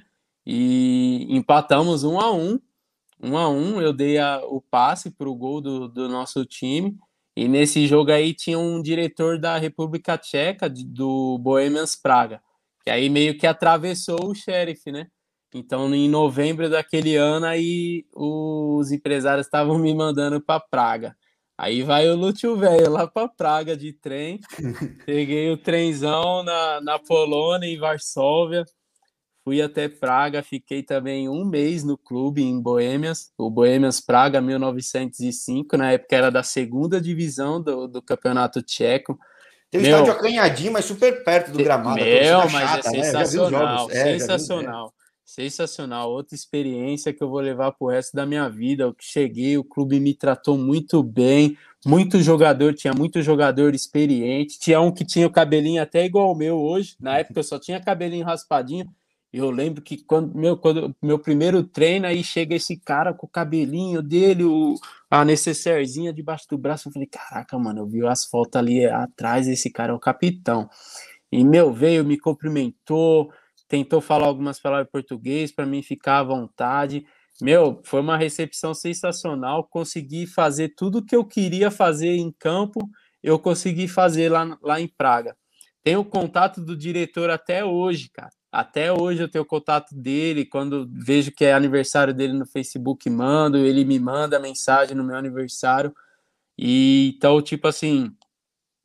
e empatamos um a um, um a um, eu dei a, o passe para o gol do, do nosso time. E nesse jogo aí tinha um diretor da República Tcheca, de, do Bohemians Praga, que aí meio que atravessou o Sheriff, né? Então, em novembro daquele ano, aí os empresários estavam me mandando para Praga. Aí vai o Lúcio Velho lá para Praga de trem. Peguei o trenzão na, na Polônia, em Varsóvia. Fui até Praga, fiquei também um mês no clube em Boêmias, o Boêmias Praga mil novecentos e cinco, na época era da segunda divisão do, do campeonato tcheco. Tem um estádio Meu, acanhadinho, mas super perto do gramado, a torcida meu, mas é chata, né? Eu já vi os jogos. sensacional, É, já vi. É. sensacional, sensacional. Outra experiência que eu vou levar pro resto da minha vida. Eu cheguei, o clube me tratou muito bem, muito jogador, tinha muito jogador experiente. Tinha um que tinha o cabelinho até igual ao meu hoje. Na época eu só tinha cabelinho raspadinho. E eu lembro que quando meu, quando meu primeiro treino, aí chega esse cara com o cabelinho dele, o, a necessairezinha debaixo do braço. Eu falei, caraca, mano, eu vi as fotos ali atrás, esse cara é o capitão. E, meu, veio, me cumprimentou, tentou falar algumas palavras em português para mim ficar à vontade. Meu, foi uma recepção sensacional. Consegui fazer tudo que eu queria fazer em campo, eu consegui fazer lá, lá em Praga. Tenho o contato do diretor até hoje, cara. Até hoje eu tenho o contato dele. Quando vejo que é aniversário dele no Facebook, mando, ele me manda mensagem no meu aniversário. E então, tipo assim,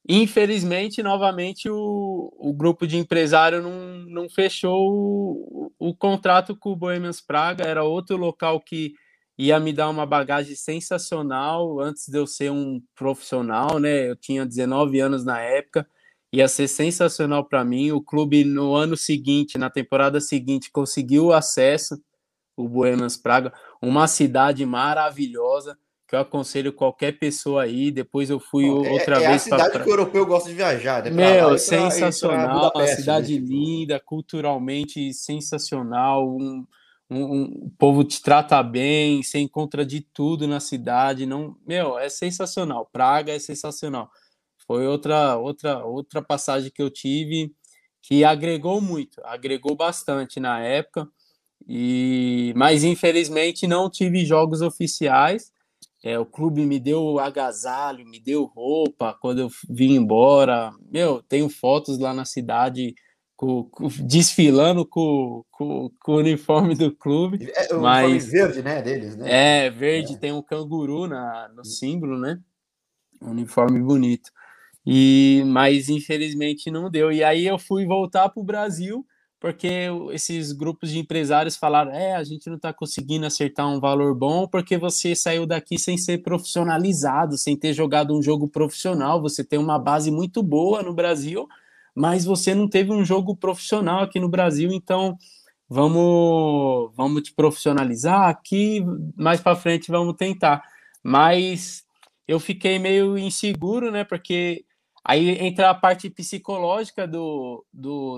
Infelizmente, novamente, o, o grupo de empresário não, não fechou o, o contrato com o Bohemians Praga. Era outro local que ia me dar uma bagagem sensacional antes de eu ser um profissional, né? Eu tinha dezenove anos na época, ia ser sensacional para mim. O clube, no ano seguinte, na temporada seguinte, conseguiu o acesso, o Bohemians Praga, uma cidade maravilhosa que eu aconselho qualquer pessoa aí. Depois eu fui Bom, outra é, é a vez para cidade que o europeu gosta de viajar, né? Para lá meu, e para e para sensacional, uma Budapeste, né? cidade Tipo, linda, culturalmente sensacional, um, um, um- o povo te trata bem, você encontra de tudo na cidade, não, meu, é sensacional. Praga é sensacional. Foi outra outra outra passagem que eu tive que agregou muito, agregou bastante na época. E mas infelizmente não tive jogos oficiais. É, o clube me deu agasalho, me deu roupa quando eu vim embora. Meu, tenho fotos lá na cidade com, com- desfilando com, com, com o uniforme do clube, é o uniforme mas verde, né, deles, né? é verde, É. tem um canguru na, no símbolo, né? Um uniforme bonito. E mas infelizmente não deu. E aí eu fui voltar para o Brasil porque esses grupos de empresários falaram: é, a gente não está conseguindo acertar um valor bom porque você saiu daqui sem ser profissionalizado, sem ter jogado um jogo profissional. Você tem uma base muito boa no Brasil, mas você não teve um jogo profissional aqui no Brasil, então vamos, vamos te profissionalizar aqui, mais para frente vamos tentar. Mas eu fiquei meio inseguro, né? Porque aí entra a parte psicológica do, do,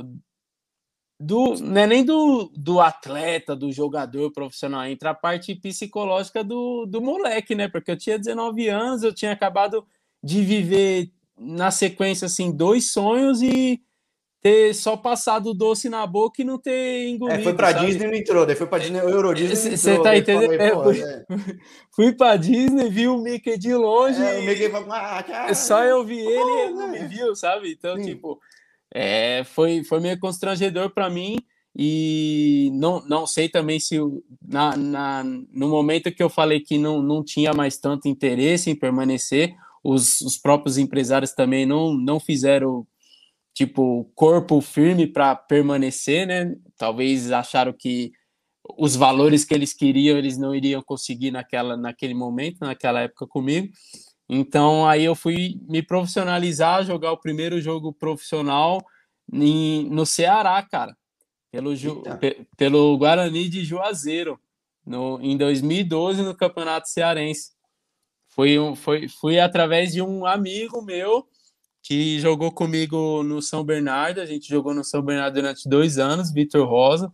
do não é nem do, do atleta, do jogador profissional, entra a parte psicológica do, do moleque, né? Porque eu tinha dezenove anos, eu tinha acabado de viver na sequência assim dois sonhos e ter só passado o doce na boca e não ter É, foi engolido, pra sabe? Disney e não entrou, daí foi pra Disney, o Euro Disney não Você entrou, tá daí entendendo? falei, É, pô, fui, é, fui pra Disney, vi o Mickey de longe é, o Miguel e falou, ah, cara, só é, eu vi ele e ele oh, não me é. viu, sabe? Então, Sim. tipo, é, foi, foi meio constrangedor para mim e não, não sei também se o- na, na, no momento que eu falei que não, não tinha mais tanto interesse em permanecer, os, os próprios empresários também não, não fizeram tipo corpo firme para permanecer, né? Talvez acharam que os valores que eles queriam eles não iriam conseguir naquela, naquele momento, naquela época comigo. Então aí eu fui me profissionalizar, jogar o primeiro jogo profissional em, no Ceará, cara, pelo, Eita. pe, pelo Guarani de Juazeiro, no, em dois mil e doze no Campeonato Cearense. Foi um, foi, fui através de um amigo meu que jogou comigo no São Bernardo. A gente jogou no São Bernardo durante dois anos, Vitor Rosa.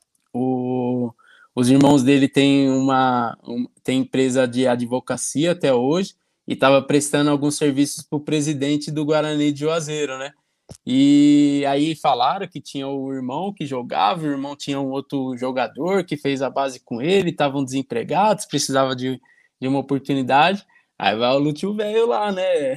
O, os irmãos dele têm uma um, tem empresa de advocacia até hoje e estava prestando alguns serviços para o presidente do Guarani de Juazeiro, né? E aí falaram que tinha o irmão que jogava, o irmão tinha um outro jogador que fez a base com ele, estavam desempregados, precisava de, de uma oportunidade. Aí vai o Lúcio Velho lá, né?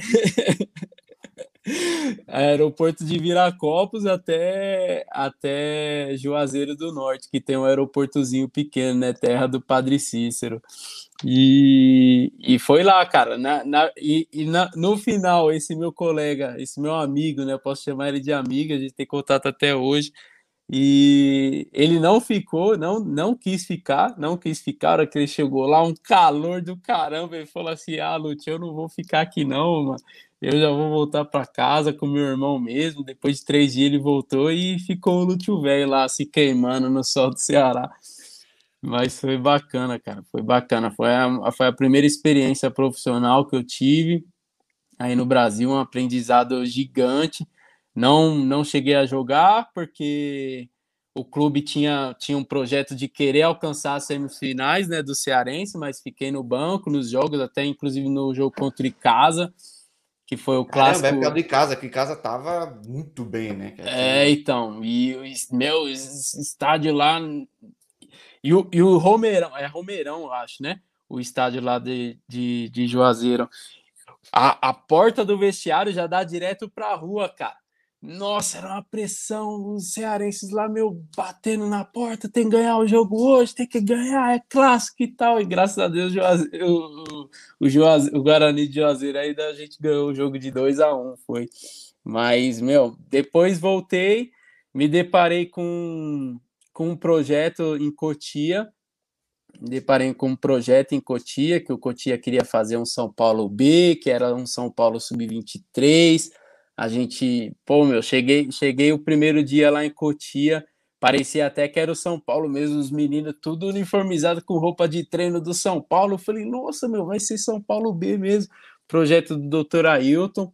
Aeroporto de Viracopos até, até Juazeiro do Norte, que tem um aeroportozinho pequeno, né? Terra do Padre Cícero. E, e foi lá, cara. Na, na, e e na, no final, esse meu colega, esse meu amigo, né? Eu posso chamar ele de amigo, a gente tem contato até hoje. E ele não ficou, não, não quis ficar, não quis ficar. A hora que ele chegou lá, um calor do caramba. Ele falou assim: Ah, Lute, eu não vou ficar aqui, não, mano. Eu já vou voltar para casa com meu irmão mesmo. Depois de três dias ele voltou e ficou o Lúcio velho lá se queimando no sol do Ceará. Mas foi bacana, cara. Foi bacana. Foi a, foi a primeira experiência profissional que eu tive aí no Brasil, um aprendizado gigante. Não, não cheguei a jogar porque o clube tinha, tinha um projeto de querer alcançar as semifinais, né, do Cearense, mas fiquei no banco nos jogos, até inclusive no jogo contra o Icasa, que foi o Caramba, é época clássico. do Icasa, que o Icasa tava muito bem, né? cara? É, Tinha... então, e o es- meu es- estádio lá. E o, e o Romeirão, é Romeirão, eu acho, né? O estádio lá de, de, de Juazeiro. A, a porta do vestiário já dá direto pra rua, cara. Nossa, era uma pressão, os cearenses lá, meu, batendo na porta, tem que ganhar o jogo hoje, tem que ganhar, é clássico e tal. E graças a Deus, o, Juazeiro, o, o, Juazeiro, o Guarani de Juazeiro ainda a gente ganhou o jogo de dois a um, foi. Mas, meu, depois voltei, me deparei com, com um projeto em Cotia, me deparei com um projeto em Cotia, que o Cotia queria fazer um São Paulo B, que era um São Paulo sub vinte e três. A gente, pô, meu, cheguei, cheguei o primeiro dia lá em Cotia, parecia até que era o São Paulo mesmo, os meninos tudo uniformizado com roupa de treino do São Paulo. Eu falei, nossa, meu, vai ser São Paulo B mesmo. Projeto do doutor Ailton.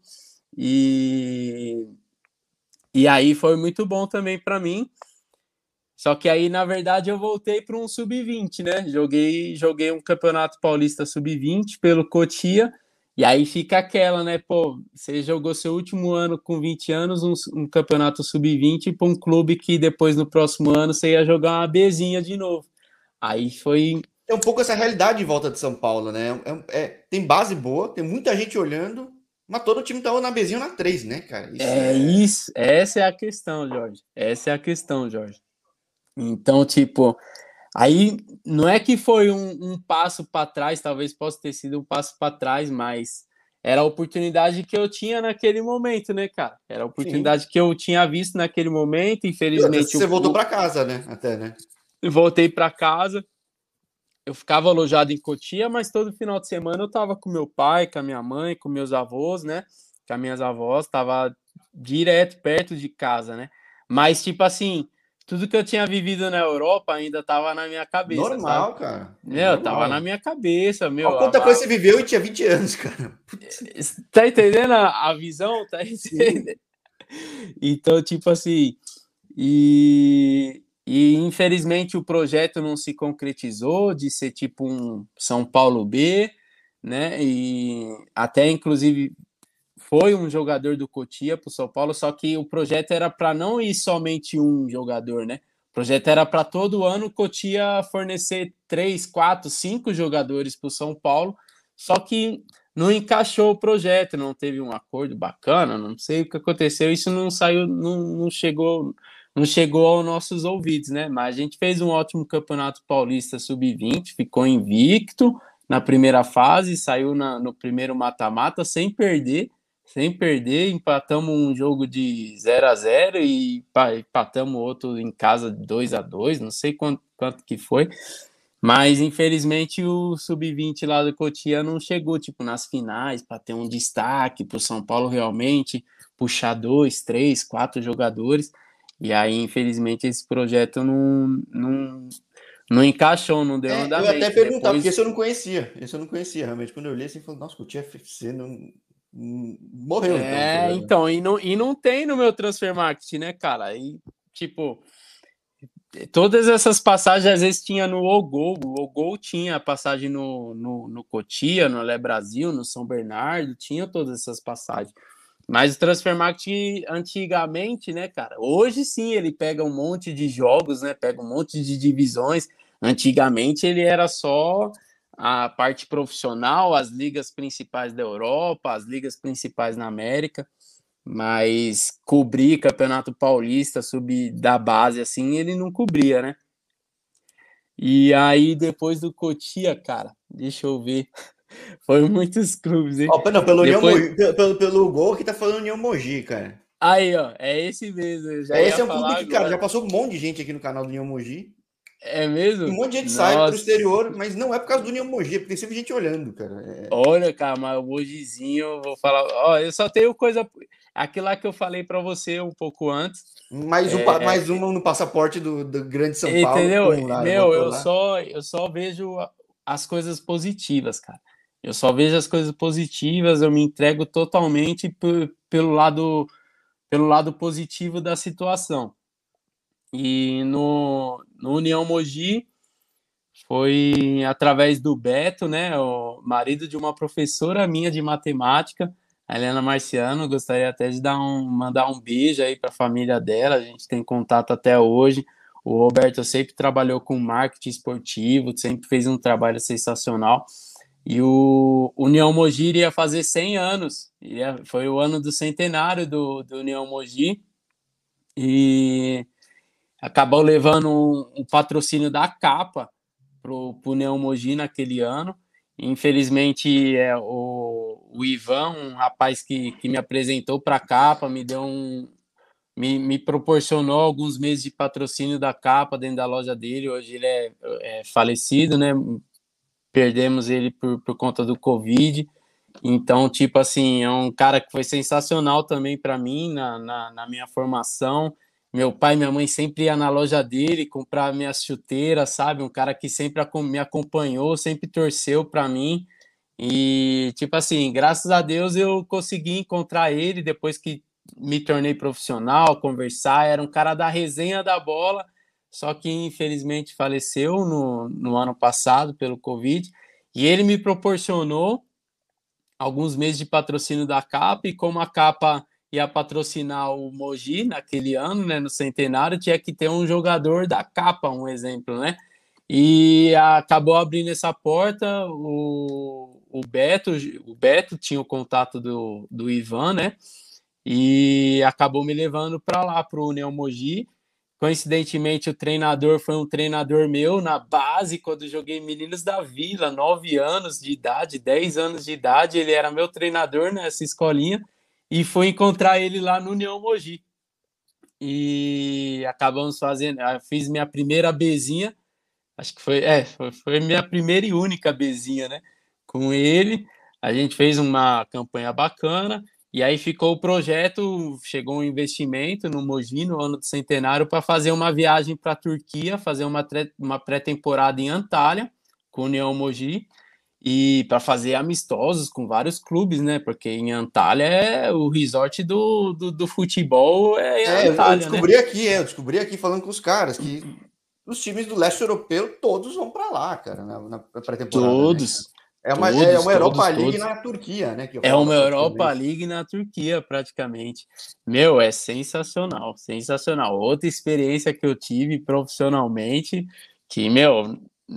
E, e aí foi muito bom também para mim. Só que aí, na verdade, eu voltei para um sub vinte, né? Joguei, joguei um Campeonato Paulista sub vinte pelo Cotia, e aí fica aquela, né? Pô, você jogou seu último ano com vinte anos, um, um Campeonato sub vinte para um clube que depois, no próximo ano, você ia jogar uma Bzinha de novo. Aí foi... É um pouco essa realidade em volta de São Paulo, né? É, é, tem base boa, tem muita gente olhando, mas todo time tá ou na Bzinha ou na três, né, cara? Isso é, é isso, essa é a questão, Jorge. Essa é a questão, Jorge. Então, tipo, aí não é que foi um, um passo para trás, talvez possa ter sido um passo para trás, mas era a oportunidade que eu tinha naquele momento, né, cara? Era a oportunidade Sim. que eu tinha visto naquele momento, infelizmente. Você eu, voltou para casa, né? Até, né? Voltei para casa. Eu ficava alojado em Cotia, mas todo final de semana eu tava com meu pai, com a minha mãe, com meus avós, né? Com as minhas avós, tava direto perto de casa, né? Mas, tipo assim, tudo que eu tinha vivido na Europa ainda tava na minha cabeça, normal, sabe? cara. Meu, normal. tava na minha cabeça, meu. Olha quanta a... coisa você viveu e tinha vinte anos, cara. Putz. Tá entendendo a, a visão? Tá entendendo? Então, tipo assim, e, e infelizmente o projeto não se concretizou de ser tipo um São Paulo B, né? E até inclusive foi um jogador do Cotia para o São Paulo, só que o projeto era para não ir somente um jogador, né? O projeto era para todo ano o Cotia fornecer três, quatro, cinco jogadores para o São Paulo, só que não encaixou o projeto, não teve um acordo bacana, não sei o que aconteceu, isso não saiu, não, não chegou, não chegou aos nossos ouvidos, né? Mas a gente fez um ótimo campeonato paulista sub vinte, ficou invicto na primeira fase, saiu na, no primeiro mata-mata sem perder. Sem perder, empatamos um jogo de zero a zero e empatamos outro em casa de dois a dois, não sei quanto, quanto que foi, mas infelizmente o sub vinte lá do Cotia não chegou tipo nas finais para ter um destaque para o São Paulo realmente puxar dois, três, quatro jogadores, e aí infelizmente esse projeto não, não, não encaixou, não deu é, andamento. Eu até perguntar, Depois... porque esse eu não conhecia, esse eu não conhecia realmente, quando eu li assim, falei, nossa, Cotia F C não... morreu, é, então. então, e não, e não tem no meu Transfer Market, né, cara? E, tipo, todas essas passagens às vezes tinha no Ogol, o Ogol tinha a passagem no, no, no Cotia, no Alé Brasil, no São Bernardo, tinha todas essas passagens. Mas o Transfer Market antigamente, né, cara? Hoje sim ele pega um monte de jogos, né? Pega um monte de divisões. Antigamente ele era só a parte profissional, as ligas principais da Europa, as ligas principais na América, mas cobrir Campeonato Paulista, subir da base assim, ele não cobria, né? E aí depois do Cotia, cara, deixa eu ver, foi muitos clubes, hein? Oh, não, pelo, depois... União Mogi, pelo, pelo gol que tá falando União Mogi, cara. Aí, ó, é esse mesmo, eu já é, ia esse é um falar clube que, agora. cara, já passou um monte de gente aqui no canal do União Mogi. É mesmo? E um monte de gente Nossa. sai pro exterior, mas não é por causa do União Mogi, é porque tem sempre gente olhando, cara. É... Olha, cara, mas o Mogizinho, eu vou falar. Ó, eu só tenho coisa. Aquilo lá que eu falei para você um pouco antes. Mais, um, é... mais um no passaporte do, do Grande São Paulo. Entendeu? Pum, lá, Meu, eu lá. só, eu só vejo as coisas positivas, cara. Eu só vejo as coisas positivas, eu me entrego totalmente pelo lado, pelo lado positivo da situação. E no, no União Mogi foi através do Beto, né, o marido de uma professora minha de matemática, a Helena Marciano. Gostaria até de dar um, mandar um beijo aí para a família dela, a gente tem contato até hoje. O Roberto sempre trabalhou com marketing esportivo, sempre fez um trabalho sensacional. E o União Mogi iria fazer cem anos. Iria, foi o ano do centenário do, do União Mogi. E acabou levando um, um patrocínio da capa para o União Mogi naquele ano. Infelizmente, é, o, o Ivan, um rapaz que, que me apresentou para a capa, me deu um, me, me proporcionou alguns meses de patrocínio da capa dentro da loja dele. Hoje ele é, é falecido, né? Perdemos ele por, por conta do Covid. Então, tipo assim, é um cara que foi sensacional também para mim na, na, na minha formação. Meu pai e minha mãe sempre iam na loja dele comprar minhas chuteiras, sabe? Um cara que sempre me acompanhou, sempre torceu para mim. E, tipo assim, graças a Deus eu consegui encontrar ele depois que me tornei profissional, conversar. Era um cara da resenha da bola, só que infelizmente faleceu no, no ano passado pelo Covid. E ele me proporcionou alguns meses de patrocínio da capa, e como a capa ia patrocinar o Mogi naquele ano, né, no centenário, tinha que ter um jogador da capa, um exemplo, né? E acabou abrindo essa porta, o, o Beto, o Beto tinha o contato do, do Ivan, né? E acabou me levando para lá, para o União Mogi. Coincidentemente, o treinador foi um treinador meu na base, quando joguei Meninos da Vila, nove anos de idade, dez anos de idade, ele era meu treinador nessa escolinha, e fui encontrar ele lá no União Mogi. E acabamos fazendo, fiz minha primeira bezinha, acho que foi, é, foi, foi minha primeira e única bezinha, né? Com ele, a gente fez uma campanha bacana, e aí ficou o projeto, chegou um investimento no Mogi, no ano do centenário, para fazer uma viagem para a Turquia, fazer uma, uma pré-temporada em Antalya, com o União Mogi, e para fazer amistosos com vários clubes, né? Porque em Antalya é o resort do, do, do futebol, é em É, eu, eu Antalya, né? descobri aqui, é, eu descobri aqui falando com os caras que os times do leste europeu todos vão para lá, cara, na, na pré-temporada, né? Todos, É uma, é todos, uma Europa todos, League todos. na Turquia, né? Que É rola uma Europa praticamente. League na Turquia, praticamente. Meu, é sensacional, sensacional. Outra experiência que eu tive profissionalmente, que, meu,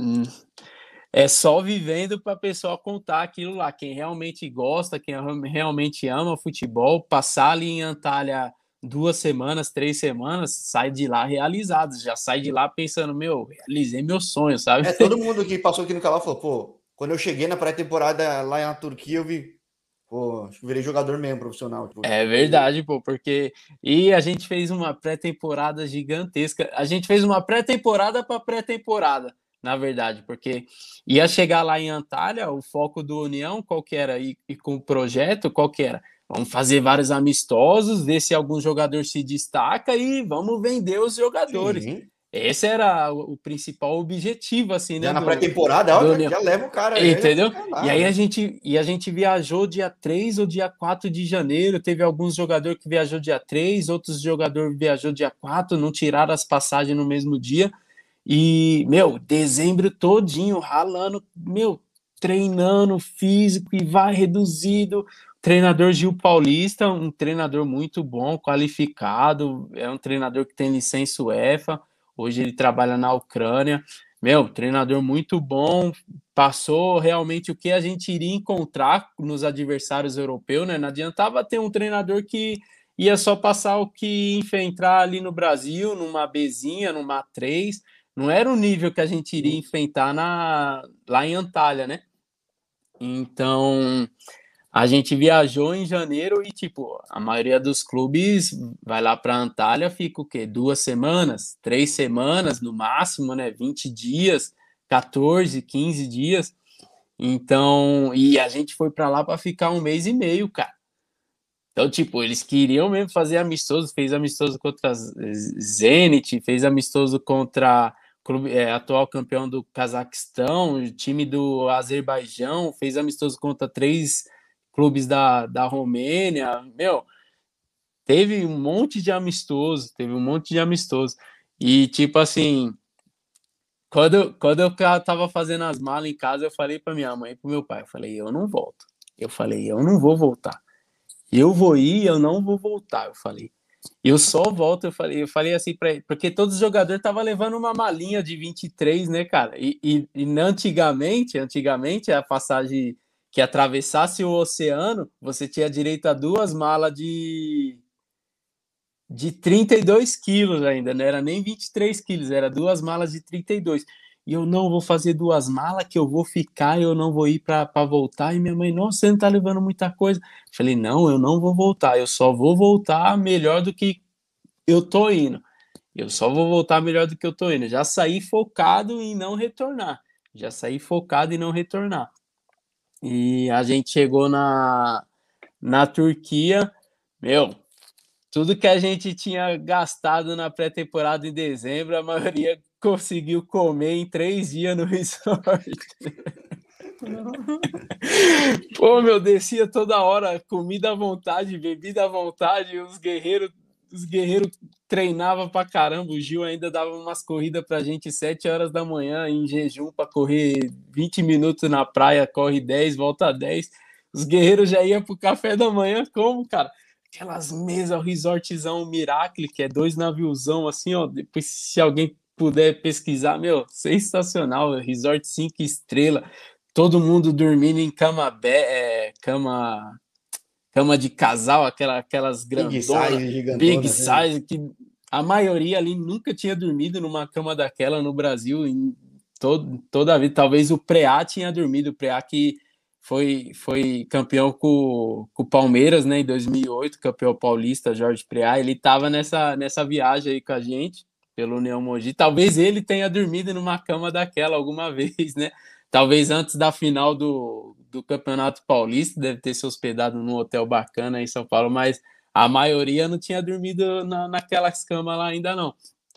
é só vivendo para a pessoa contar aquilo lá. Quem realmente gosta, quem realmente ama futebol, passar ali em Antalya duas semanas, três semanas, sai de lá realizado. Já sai de lá pensando, meu, realizei meu sonho, sabe? É, todo mundo que passou aqui no canal falou, pô, quando eu cheguei na pré-temporada lá na Turquia, eu vi, pô, acho que virei jogador mesmo, profissional. Tipo, É verdade, pô, porque. E a gente fez uma pré-temporada gigantesca. A gente fez uma pré-temporada para pré-temporada, na verdade, porque ia chegar lá em Antalya, o foco do União, qual que era? E, e com o projeto, qual que era? Vamos fazer vários amistosos, ver se algum jogador se destaca e vamos vender os jogadores. sim. Esse era o, o principal objetivo, assim, né, Já na do, pré-temporada, ó, do já, União. já leva o cara, já, já Entendeu? fica E lá, aí a né? gente, e a gente viajou dia três ou dia quatro de janeiro. Teve alguns jogadores que viajou dia três, outros jogadores viajou dia quatro, não tiraram as passagens no mesmo dia. E, meu, dezembro todinho ralando, meu, treinando físico e vai reduzido. Treinador Gil Paulista, um treinador muito bom, qualificado, é um treinador que tem licença UEFA. Hoje ele trabalha na Ucrânia. Meu, treinador muito bom, passou realmente o que a gente iria encontrar nos adversários europeus, né? Não adiantava ter um treinador que ia só passar o que entrar ali no Brasil, numa Bzinha, numa três. Não era o nível que a gente iria enfrentar na, lá em Antalya, né? Então, a gente viajou em janeiro e, tipo, a maioria dos clubes vai lá para Antalya, fica o quê? Duas semanas, três semanas no máximo, né? Vinte dias, quatorze, quinze dias. Então, e a gente foi para lá para ficar um mês e meio, cara. Então, tipo, eles queriam mesmo fazer amistoso, fez amistoso contra Zenit, fez amistoso contra o é, atual campeão do Cazaquistão, o time do Azerbaijão, fez amistoso contra três clubes da, da Romênia. Meu, teve um monte de amistoso, teve um monte de amistoso. E, tipo assim, quando, quando eu tava fazendo as malas em casa, eu falei pra minha mãe e pro meu pai, eu falei, eu não volto. Eu falei, eu não vou voltar. Eu vou ir, eu não vou voltar, eu falei. eu só volto, eu falei, eu falei assim para ele, porque todos os jogadores estavam levando uma malinha de vinte e três, né, cara? E, e, e antigamente, antigamente, a passagem que atravessasse o oceano, você tinha direito a duas malas de, de trinta e dois quilos ainda, não era nem vinte e três quilos, era duas malas de trinta e dois. E eu não vou fazer duas malas, que eu vou ficar, eu não vou ir para voltar. E minha mãe, nossa, você não tá levando muita coisa. Eu falei, não, eu não vou voltar, eu só vou voltar melhor do que eu tô indo. Eu só vou voltar melhor do que eu tô indo. Já saí focado em não retornar. Já saí focado em não retornar. E a gente chegou na, na Turquia, meu, tudo que a gente tinha gastado na pré-temporada em dezembro, a maioria conseguiu comer em três dias no resort. Pô, meu, descia toda hora, comida à vontade, bebida à vontade, os guerreiros os guerreiros treinavam pra caramba, o Gil ainda dava umas corridas pra gente sete horas da manhã em jejum pra correr vinte minutos na praia, corre dez, volta dez. Os guerreiros já iam pro café da manhã, como, cara? Aquelas mesas, o resortzão Miracle, que é dois naviozão assim, ó, depois se alguém puder pesquisar, meu, sensacional, resort cinco estrelas, todo mundo dormindo em cama, é, cama cama de casal, aquela, aquelas Big grandonas, size, big gigantona, né? size, que a maioria ali nunca tinha dormido numa cama daquela no Brasil, em todo, toda a vida. Talvez o Preá tinha dormido, o Preá que foi, foi campeão com, com o Palmeiras, né, em dois mil e oito, campeão paulista, Jorge Preá, ele estava nessa, nessa viagem aí com a gente, pelo União Mogi. Talvez ele tenha dormido numa cama daquela alguma vez, né? Talvez antes da final do, do Campeonato Paulista, deve ter se hospedado num hotel bacana em São Paulo, mas a maioria não tinha dormido na, naquelas camas lá ainda não.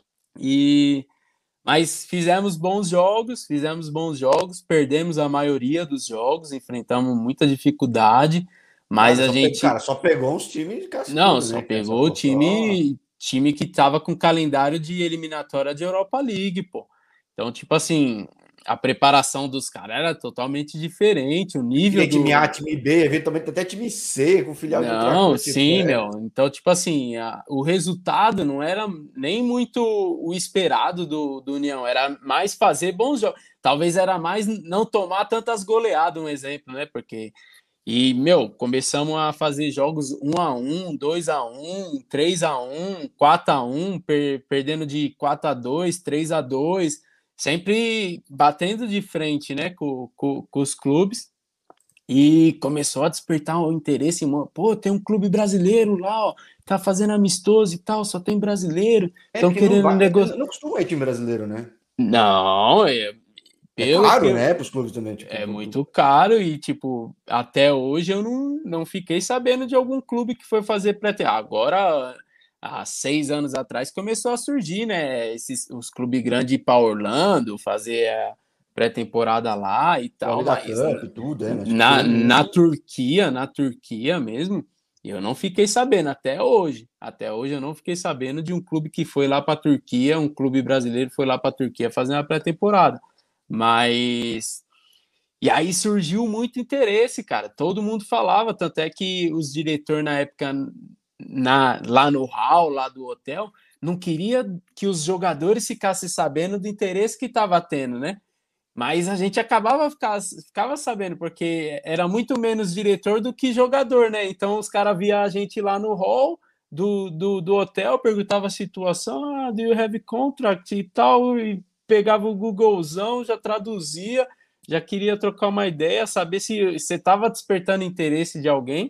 E, mas fizemos bons jogos, fizemos bons jogos, perdemos a maioria dos jogos, enfrentamos muita dificuldade, mas Nada, a só pe... gente... cara, só pegou uns times Não, cascudo, só né, cara? Só, pegou o pô, só... time, time que tava com calendário de eliminatória de Europa League, pô. Então, tipo assim, a preparação dos caras era totalmente diferente, o Que nível nem time A, do... time B, eventualmente até time C, com filial de outra Não, coisa. Tipo, sim, é... meu. Então, tipo assim, a- o resultado não era nem muito o esperado do, do União, era mais fazer bons jogos. Talvez era mais não tomar tantas goleadas, um exemplo, né? Porque e, meu, começamos a fazer jogos um a um, dois a um, três a um, quatro a um, per, perdendo de quatro a dois, três a dois, sempre batendo de frente, né, com, com, com os clubes. E começou a despertar o interesse, mano. Pô, tem um clube brasileiro lá, ó, tá fazendo amistoso e tal, só tem brasileiro, é estão porque não querendo vai, negociar. não costuma ir time brasileiro, né? Não, é, É pelo caro, que né, para os clubes também, tipo, é pro- pro- muito caro e, tipo, até hoje eu não, não fiquei sabendo de algum clube que foi fazer pré Agora, há seis anos atrás, começou a surgir, né? Esses, os clubes grandes ir para Orlando, fazer a pré-temporada lá e tal, Florida mas Cup e tudo, é, mas tipo, na, não, na não- Turquia, na Turquia mesmo, eu não fiquei sabendo até hoje. Até hoje eu não fiquei sabendo de um clube que foi lá para a Turquia, um clube brasileiro foi lá para a Turquia fazer uma pré-temporada. Mas e aí surgiu muito interesse, cara. Todo mundo falava, tanto é que os diretores na época, na, lá no hall, lá do hotel, não queria que os jogadores ficassem sabendo do interesse que estava tendo, né? Mas a gente acabava ficar, ficava sabendo, porque era muito menos diretor do que jogador, né? Então os caras via a gente lá no hall do, do, do hotel, perguntava a situação, ah, do you have contract e tal, e pegava o Googlezão, já traduzia, já queria trocar uma ideia, saber se você estava despertando interesse de alguém.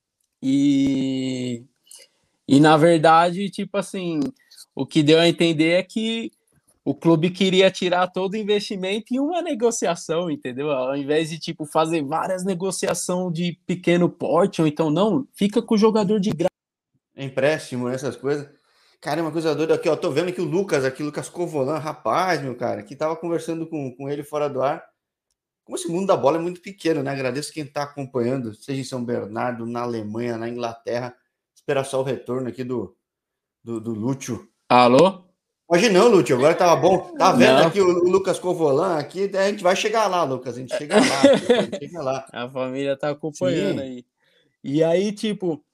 E, e na verdade, tipo assim, o que deu a entender é que o clube queria tirar todo o investimento em uma negociação, entendeu? Ao invés de tipo fazer várias negociações de pequeno porte, ou então não, fica com o jogador de graça. é empréstimo, essas coisas. Cara, é uma coisa doida aqui, ó. Tô vendo que o Lucas, aqui, Lucas Covolan, rapaz, meu cara, que tava conversando com, com ele fora do ar. Como esse mundo da bola é muito pequeno, né? Agradeço quem tá acompanhando, seja em São Bernardo, na Alemanha, na Inglaterra. Esperar só o retorno aqui do, do, do Lúcio. Alô? Hoje não, Lúcio, agora tava bom. Tá vendo Não. aqui o, o Lucas Covolan aqui? A gente vai chegar lá, Lucas, a gente chega lá, a gente chega lá. A família tá acompanhando Sim, aí. E aí, tipo,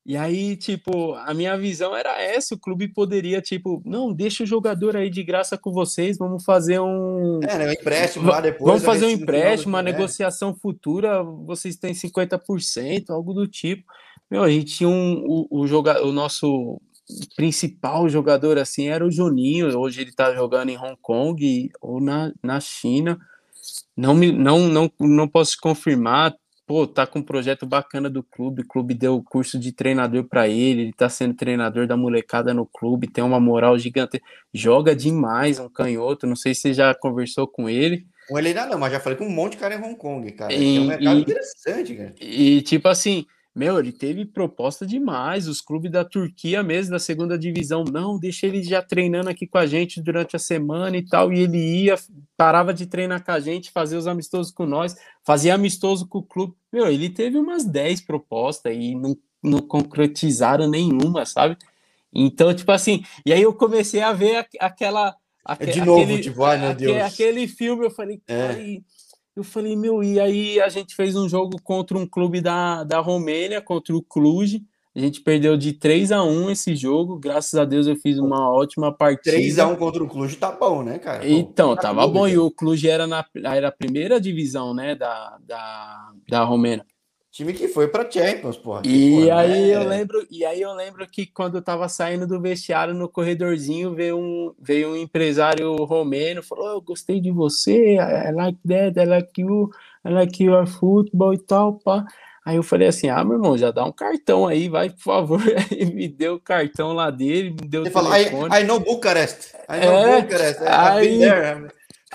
E aí, tipo, a minha visão era essa, o clube poderia, tipo, não, deixa o jogador aí de graça com vocês, vamos fazer um... É, né? Um empréstimo lá va- depois, Vamos a fazer um gente no final empréstimo, uma do. É. negociação futura, vocês têm cinquenta por cento, algo do tipo. Meu, a gente tinha um, o, o, joga, o nosso principal jogador, assim, era o Juninho, hoje ele tá jogando em Hong Kong ou na, na China, não, me, não, não, não posso confirmar. Pô, tá com um projeto bacana do clube. O clube deu curso de treinador para ele. Ele tá sendo treinador da molecada no clube. Tem uma moral gigante. Joga demais, um canhoto. Não sei se você já conversou com ele. Com ele ainda não, mas já falei com um monte de cara em Hong Kong, cara. Aqui é um mercado E, interessante, cara. e, tipo assim, meu, ele teve proposta demais. Os clubes da Turquia mesmo, da segunda divisão, não, deixa ele já treinando aqui com a gente durante a semana e tal. E ele ia, parava de treinar com a gente, fazia os amistosos com nós, fazia amistoso com o clube. Meu, ele teve umas dez propostas e não, não concretizaram nenhuma, sabe? Então, tipo assim, e aí eu comecei a ver a- aquela. É aque- de novo, Aquele, tipo, ai meu aque- Deus. aquele filme, eu falei, cara, É. e eu falei, meu, e aí a gente fez um jogo contra um clube da, da Romênia, contra o Cluj. A gente perdeu de três a um esse jogo. Graças a Deus eu fiz uma ótima três a partida. um contra o Cluj tá bom, né, cara? Pô, Então, puta tava clube, bom. E cara. o Cluj era, na, era a primeira divisão, né, da, da, da Romênia. Time que foi pra Champions, porra. Que, porra, E não aí eu é. lembro, e aí eu lembro que quando eu tava saindo do vestiário no corredorzinho, veio um, veio um empresário romeno, falou: "Oh, eu gostei de você, I, I like that, I like you, I like your football e tal, pá." Aí eu falei assim: "Ah, meu irmão, já dá um cartão aí, vai, por favor." Aí me deu o cartão lá dele, me deu o Você fala, I, telefone. I know Bucharest. I know É, Bucharest. I've been aí there.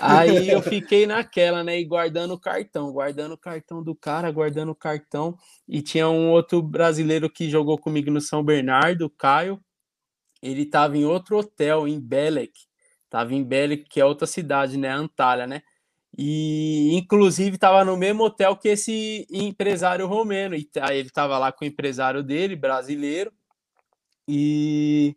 Aí eu fiquei naquela, né? E guardando o cartão, guardando o cartão do cara, guardando o cartão. E tinha um outro brasileiro que jogou comigo no São Bernardo, o Caio. Ele tava em outro hotel, em Belek. Tava em Belek, que é outra cidade, né? Antalya, né? E inclusive tava no mesmo hotel que esse empresário romeno. E aí ele tava lá com o empresário dele, brasileiro. E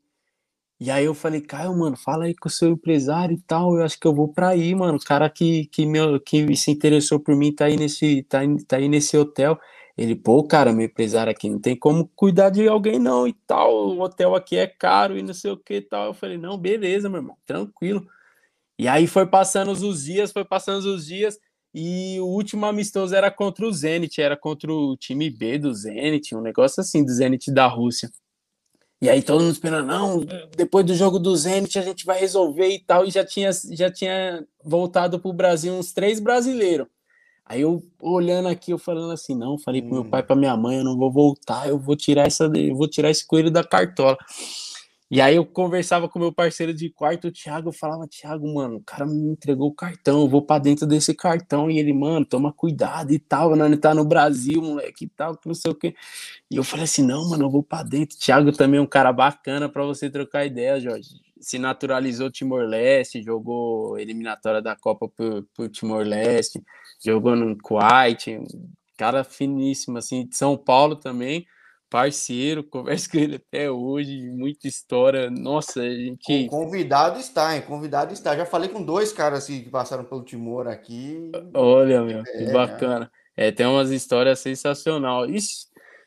e aí eu falei, Caio, mano, fala aí com o seu empresário e tal, eu acho que eu vou pra aí, mano. O cara que, que, meu, que se interessou por mim tá aí nesse, tá, aí- tá aí nesse hotel. Ele, pô, cara, meu empresário aqui não tem como cuidar de alguém não e tal. O hotel aqui é caro e não sei o que e tal. Eu falei, não, beleza, meu irmão, tranquilo. E aí foi passando os dias, foi passando os dias. E o último amistoso era contra o Zenit, era contra o time B do Zenit, um negócio assim, do Zenit da Rússia. E aí todo mundo esperando, não, depois do jogo do Zenit a gente vai resolver e tal, e já tinha, já tinha voltado para o Brasil uns três brasileiros. Aí eu olhando aqui, eu falando assim, não, falei pro meu pai, Hum. pra minha mãe, eu não vou voltar, eu vou tirar essa, eu vou tirar esse coelho da cartola. E aí eu conversava com meu parceiro de quarto, o Thiago, eu falava, Thiago, mano, o cara me entregou o cartão, eu vou pra dentro desse cartão, e ele, mano, toma cuidado e tal, né, ele tá no Brasil, moleque, e tal, que não sei o quê. E eu falei assim, não, mano, eu vou pra dentro. Thiago também é um cara bacana pra você trocar ideia, Jorge. Se naturalizou Timor-Leste, jogou eliminatória da Copa por, por Timor-Leste, jogou no Kuwait, um cara finíssimo, assim, de São Paulo também, parceiro, converso com ele até hoje, muita história. Nossa, a Com- gente, Convidado está, hein? Convidado está. Já falei com dois caras assim, que passaram pelo Timor aqui. olha, meu, que É, já. bacana. É, tem umas histórias sensacionais.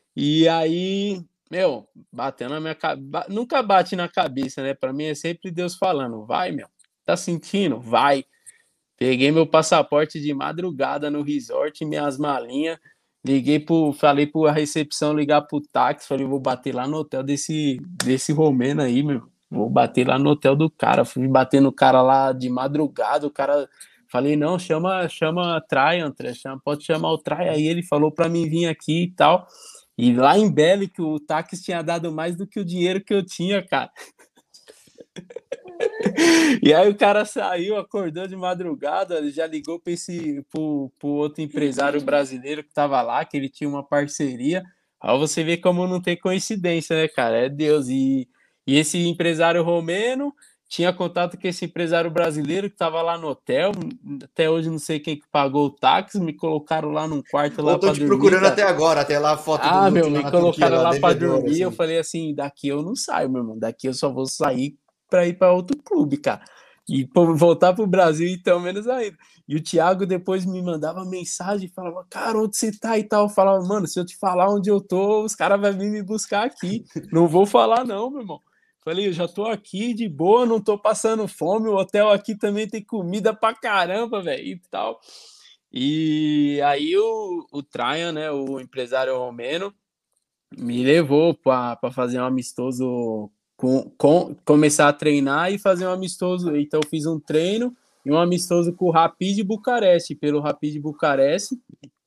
E aí, meu, bateu na minha cabeça. Nunca bate na cabeça, né? Pra mim é sempre Deus falando: vai, meu, tá sentindo? Vai. Peguei meu passaporte de madrugada no resort, minhas malinhas. Liguei pro. Falei pra recepção ligar pro táxi. Falei, vou bater lá no hotel desse, desse romeno aí, meu. Vou bater lá no hotel do cara. Fui bater no cara lá de madrugada. O cara. Falei, não, chama, chama Trai, André. Chama, pode chamar o Trai. Aí ele falou pra mim vir aqui e tal. E lá em Belly, que o táxi tinha dado mais do que o dinheiro que eu tinha, cara. E aí o cara saiu, acordou de madrugada, já ligou para esse pro, pro outro empresário brasileiro que tava lá, que ele tinha uma parceria. Aí você vê como não tem coincidência, né, cara? É Deus. E, e esse empresário romeno tinha contato com esse empresário brasileiro que tava lá no hotel. Até hoje não sei quem que pagou o táxi, me colocaram lá num quarto Ou lá tô para te dormir, procurando cara. até agora, até lá a foto do Ah, Luke meu, lá me na Turquia, colocaram lá, lá para devedor, dormir. Eu assim. falei assim: daqui eu não saio, meu irmão. Daqui eu só vou sair para ir para outro clube, cara. E pô, voltar pro Brasil, então, menos ainda. E o Thiago depois me mandava mensagem, falava, cara, onde você tá e tal? Eu falava, mano, se eu te falar onde eu tô, os caras vão vir me buscar aqui. Não vou falar, não, meu irmão. Falei, eu já tô aqui de boa, não tô passando fome, o hotel aqui também tem comida pra caramba, velho, e tal. E aí o, o Traian, né, o empresário romeno, me levou para fazer um amistoso, com, com, começar a treinar e fazer um amistoso. Então, eu fiz um treino e um amistoso com o Rapid Bucareste, pelo Rapid Bucareste.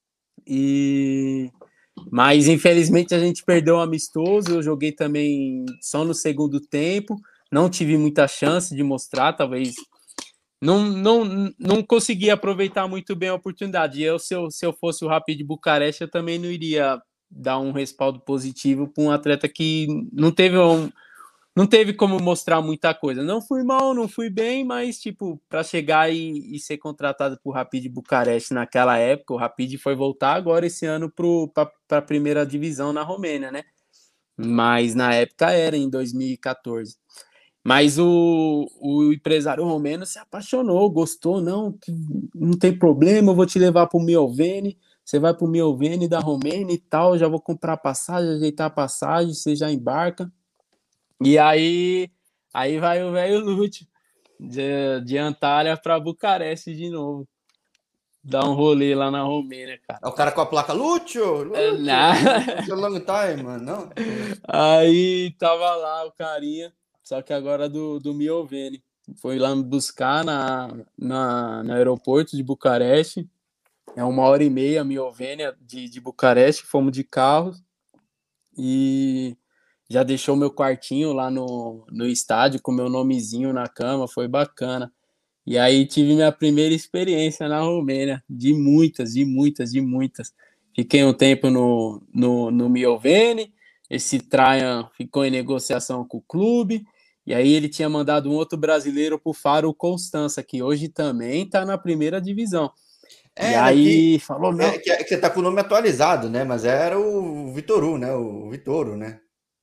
E... Mas, infelizmente, a gente perdeu o amistoso. Eu joguei também só no segundo tempo. Não tive muita chance de mostrar, talvez. Não, não, não consegui aproveitar muito bem a oportunidade. Eu, se eu, se eu fosse o Rapid Bucareste, eu também não iria dar um respaldo positivo para um atleta que não teve um, não teve como mostrar muita coisa. Não fui mal, não fui bem, mas tipo, para chegar e, e ser contratado por Rapid Bucareste naquela época, o Rapid foi voltar agora esse ano para a primeira divisão na Romênia, né? Mas na época era em dois mil e quatorze. Mas o, o empresário romeno se apaixonou, gostou, não, não tem problema, eu vou te levar para o Mioveni, você vai para o Mioveni da Romênia e tal, já vou comprar passagem, ajeitar a passagem, você já embarca. E aí, aí vai o velho Lúcio, de, de Antalya para Bucareste de novo, dar um rolê lá na Romênia, cara. É o cara com a placa, Lúcio, Lúcio, É, long time, mano, não? aí tava lá o carinha, só que agora do, do Mioveni. Foi lá me buscar na, na, no aeroporto de Bucareste. É uma hora e meia, Miovênia, de, de Bucareste. Fomos de carro e já deixou meu quartinho lá no, no estádio com meu nomezinho na cama. Foi bacana. E aí tive minha primeira experiência na Romênia, de muitas, de muitas, de muitas. Fiquei um tempo no, no, no Mioveni, esse Traian ficou em negociação com o clube, e aí ele tinha mandado um outro brasileiro para o Faro Constança, que hoje também está na primeira divisão. E É, daqui. aí falou, não. É, que, é que você tá com o nome atualizado, né? Mas era o Vitoru, né? O Vitoro, né?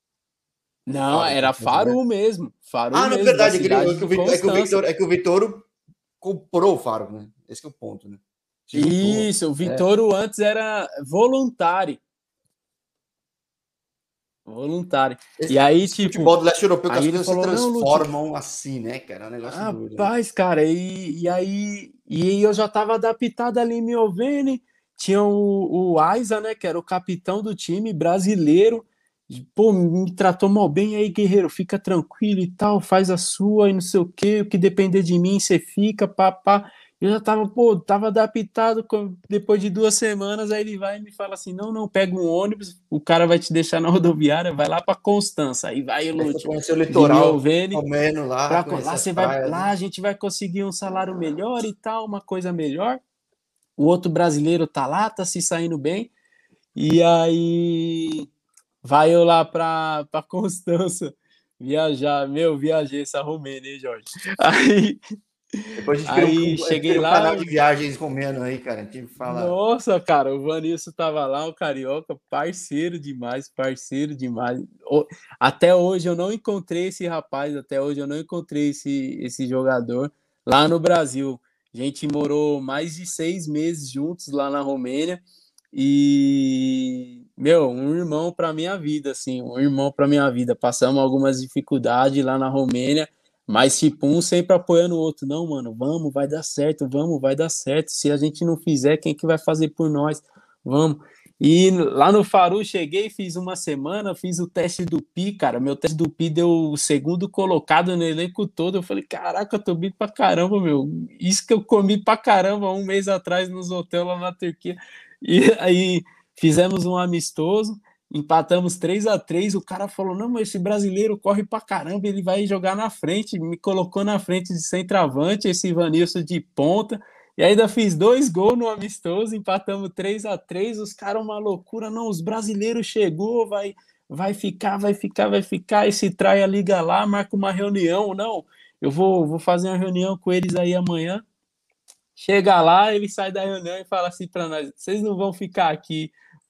O Não, Faro, era né? Faru mesmo, Faru Ah, não, é mesmo, da verdade. É que, ele- é cidade que o de Vitor, é que o Constança. Victor, é que o Vitoro comprou o Faro, né? Esse é o ponto, né? Se juntou. Isso, o É. Vitoro antes era voluntário. Voluntário. E Esse, aí, esse tipo, futebol do leste europeu que aí as ele coisas se falou, não, Lúcio, transformam assim, né, cara? É um negócio doido, né? rapaz, cara, e, e aí e eu já tava adaptado ali em Mioveni, tinha o, o Aiza, né, que era o capitão do time brasileiro, e, pô, me tratou mal bem aí, guerreiro, fica tranquilo e tal, faz a sua e não sei o que, o que depender de mim, você fica, pá, pá. Eu já tava, pô, tava adaptado, com- depois de duas semanas, aí ele vai e me fala assim, não, não, pega um ônibus, o cara vai te deixar na rodoviária, vai lá pra Constança, aí vai o Aí foi Lúcio, conhecer o de litoral Mioveni, romeno lá, Pra, conhecer lá as você vai, praias, lá né? a gente vai conseguir um salário melhor e tal, uma coisa melhor. O outro brasileiro tá lá, tá se saindo bem. E aí vai eu lá pra, pra Constança viajar. Meu, viajei essa Romênia, hein, Jorge? Aí, Depois a gente cria aí um, a gente cheguei cria um lá, canal de viagens romeno aí, cara. A gente fala. nossa, cara, o Vanilson tava lá, o Carioca, parceiro demais, parceiro demais. O- Até hoje eu não encontrei esse rapaz, até hoje eu não encontrei esse, esse jogador lá no Brasil. A gente morou mais de seis meses juntos lá na Romênia e, meu, um irmão para minha vida, assim, um irmão para minha vida. Passamos algumas dificuldades lá na Romênia, mas, tipo, um sempre apoiando o outro. Não, mano, vamos, vai dar certo, vamos, vai dar certo. Se a gente não fizer, quem que vai fazer por nós? Vamos. E lá no Faru, cheguei, fiz uma semana, fiz o teste do Pi, cara. Meu teste do Pi deu o segundo colocado no elenco todo. Eu falei, caraca, eu tô bem pra caramba, meu. Isso que eu comi pra caramba um mês atrás nos hotéis lá na Turquia. E aí fizemos um amistoso. Empatamos três a três. O cara falou: não, mas esse brasileiro corre pra caramba, ele vai jogar na frente. Me colocou na frente de centroavante, esse Ivanilson de ponta. E ainda fiz dois gols no amistoso, empatamos três a três. Os caras, uma loucura. Não, os brasileiros chegou, vai, vai ficar, vai ficar, vai ficar. Esse trai a liga lá, marca uma reunião. Não, eu vou, vou fazer uma reunião com eles aí amanhã. Chega lá, ele sai da reunião e fala assim para nós: vocês não vão ficar aqui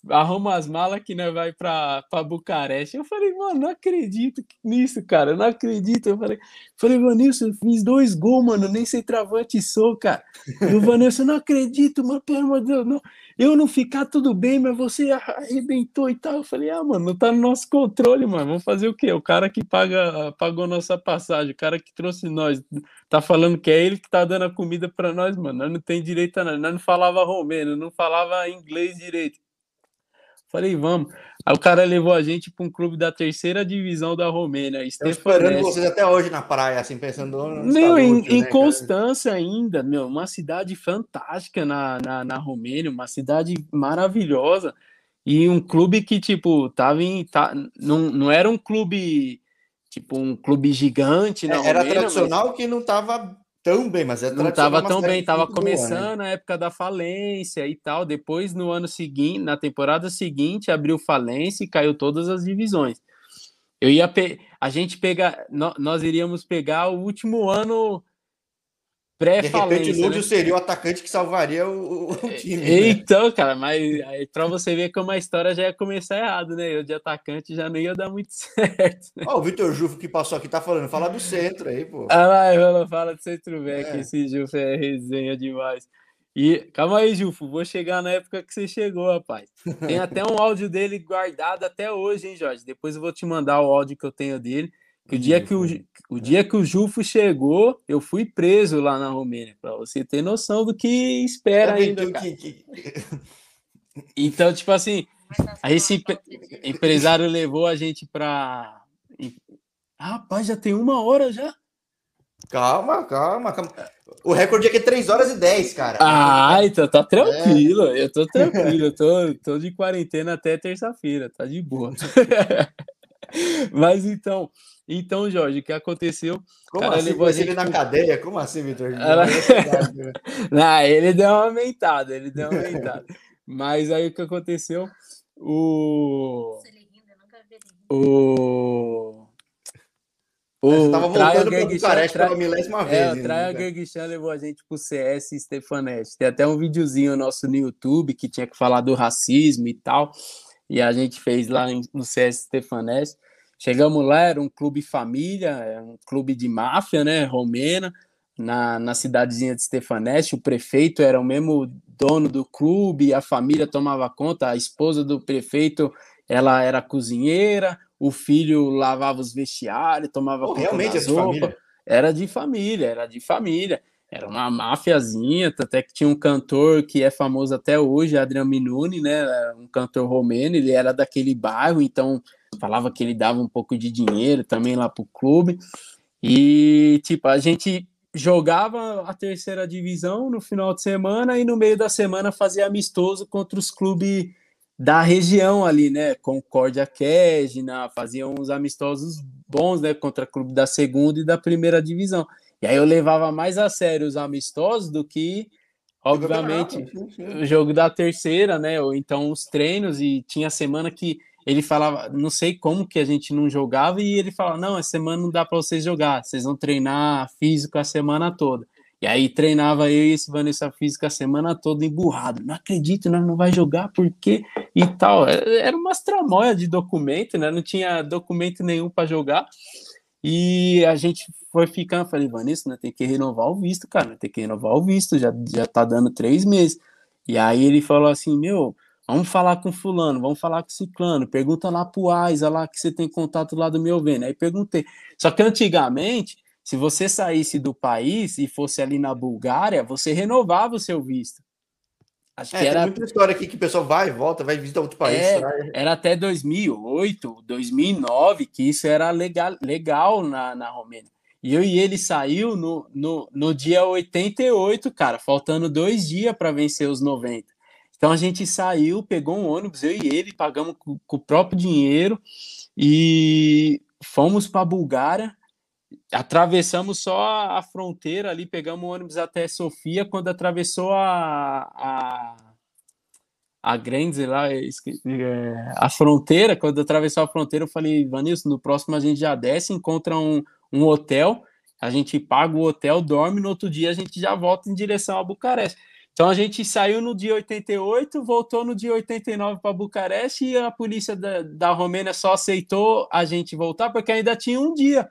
arruma as malas que nós vai pra, pra Bucareste. Eu falei, mano, não acredito nisso, cara, eu não acredito. Eu falei, falei, Vanilson, eu fiz dois gols, mano, nem sei travante sou, cara. E o Vanilson, eu não acredito, mano, pelo amor de Deus, não. Eu não ficar tudo bem, mas você arrebentou e tal. Eu falei, ah, mano, não tá no nosso controle, mano, vamos fazer o quê? O cara que paga, pagou nossa passagem, o cara que trouxe nós, tá falando que é ele que tá dando a comida pra nós, mano, nós não tem direito a nada, nós não falava romeno, não falava inglês direito. Falei, vamos. Aí o cara levou a gente para um clube da terceira divisão da Romênia, Estão esperando Stefanés. vocês até hoje na praia, assim, pensando onde está Meu, em, Lúcio, em né, cara? Constância ainda, meu, uma cidade fantástica na, na, na Romênia, uma cidade maravilhosa. E um clube que, tipo, tava em. Tá, não, não era um clube, tipo, um clube gigante na É, era Romênia, mas tradicional que não estava tão bem, mas é não tradicional estava uma tão bem, cidade estava muito boa, né? começando a época da falência e tal. Depois, no ano seguinte, na temporada seguinte, abriu falência e caiu todas as divisões. Eu ia pe... A gente pegar, nós iríamos pegar o último ano De repente, o pré-falência, Lúcio né? seria o atacante que salvaria o, o time, né? Então, cara, mas para você ver como a história já ia começar errado, né? Eu de atacante já não ia dar muito certo. Né? Ó, o Vitor Jufo que passou aqui tá falando, fala do centro aí, pô. Ah, vai, fala, fala do Centro-Back, É. esse Jufo é resenha demais. E calma aí, Jufo, vou chegar na época que você chegou, rapaz. Tem até um áudio dele guardado até hoje, hein, Jorge? Depois eu vou te mandar o áudio que eu tenho dele. Que o dia que o, o dia que o Jufo chegou, eu fui preso lá na Romênia, para você ter noção do que espera ainda, cara. Que, que... Então, tipo assim, aí esse empresário levou a gente para. Ah, rapaz, já tem uma hora já. Calma, calma, calma. O recorde aqui é três horas e dez, cara. Ah, então tá tranquilo. É. Eu tô tranquilo. Eu tô, tô de quarentena até terça-feira. Tá de boa. Mas então, então, Jorge, o que aconteceu? Como cara assim? levou a gente gente na pro... cadeia? Como assim, Vitor? Ela... Não, ele deu uma aumentada. Ele deu uma aumentada. Mas aí o que aconteceu? O... O... O Você O tava voltando para Bucareste pela milésima vez. É, o Traia Gergishan levou a gente pro C S Stefanés. Tem até um videozinho nosso no YouTube que tinha que falar do racismo e tal. E a gente fez lá no C S Stefanés. Chegamos lá, era um clube família, um clube de máfia, né, romena, na, na cidadezinha de Stefanés. O prefeito era o mesmo dono do clube, a família tomava conta, a esposa do prefeito, ela era cozinheira, o filho lavava os vestiários, tomava Pô, conta realmente das é de roupas. família? Era de família, era de família. Era uma máfiazinha, até que tinha um cantor que é famoso até hoje, Adriano Minuni, né? Um cantor romeno, ele era daquele bairro, então falava que ele dava um pouco de dinheiro também lá pro clube. E, tipo, a gente jogava a terceira divisão no final de semana e no meio da semana fazia amistoso contra os clubes da região ali, né? Concórdia Kejna, faziam uns amistosos bons, né? Contra clube da segunda e da primeira divisão. E aí eu levava mais a sério os amistosos do que, obviamente, o jogo da terceira, né? Ou então os treinos, e tinha semana que ele falava, não sei como que a gente não jogava, e ele falava, não, essa semana não dá para vocês jogar, vocês vão treinar físico a semana toda. E aí treinava eu e esse Vanessa física a semana toda emburrado. Não acredito, nós não vai jogar, por quê? E tal. Era umas tramóias de documento, né? Não tinha documento nenhum para jogar. E a gente foi ficando, falei, Vanessa, né, tem que renovar o visto, cara, tem que renovar o visto, já, já tá dando três meses. E aí ele falou assim, meu, vamos falar com fulano, vamos falar com ciclano, pergunta lá pro Aiza lá que você tem contato lá do meu vendo. Aí perguntei. Só que antigamente, se você saísse do país e fosse ali na Bulgária, você renovava o seu visto. Acho é, que era... tem muita história aqui que o pessoal vai, volta, vai visitar outro país. É, era até dois mil e oito, dois mil e nove que isso era legal, legal na, na Romênia. E eu e ele saiu no, no, no dia oitenta e oito, cara, faltando dois dias para vencer os noventa. Então a gente saiu, pegou um ônibus, eu e ele, pagamos com, com o próprio dinheiro e fomos para a Bulgária. Atravessamos só a fronteira ali, pegamos o ônibus até Sofia. Quando atravessou a, a, a Grenze lá, a fronteira, quando atravessou a fronteira, eu falei, Vanilson, no próximo a gente já desce, encontra um, um hotel, a gente paga o hotel, dorme, no outro dia a gente já volta em direção a Bucareste. Então a gente saiu no dia oitenta e oito, voltou no dia oitenta e nove para Bucareste e a polícia da, da Romênia só aceitou a gente voltar porque ainda tinha um dia.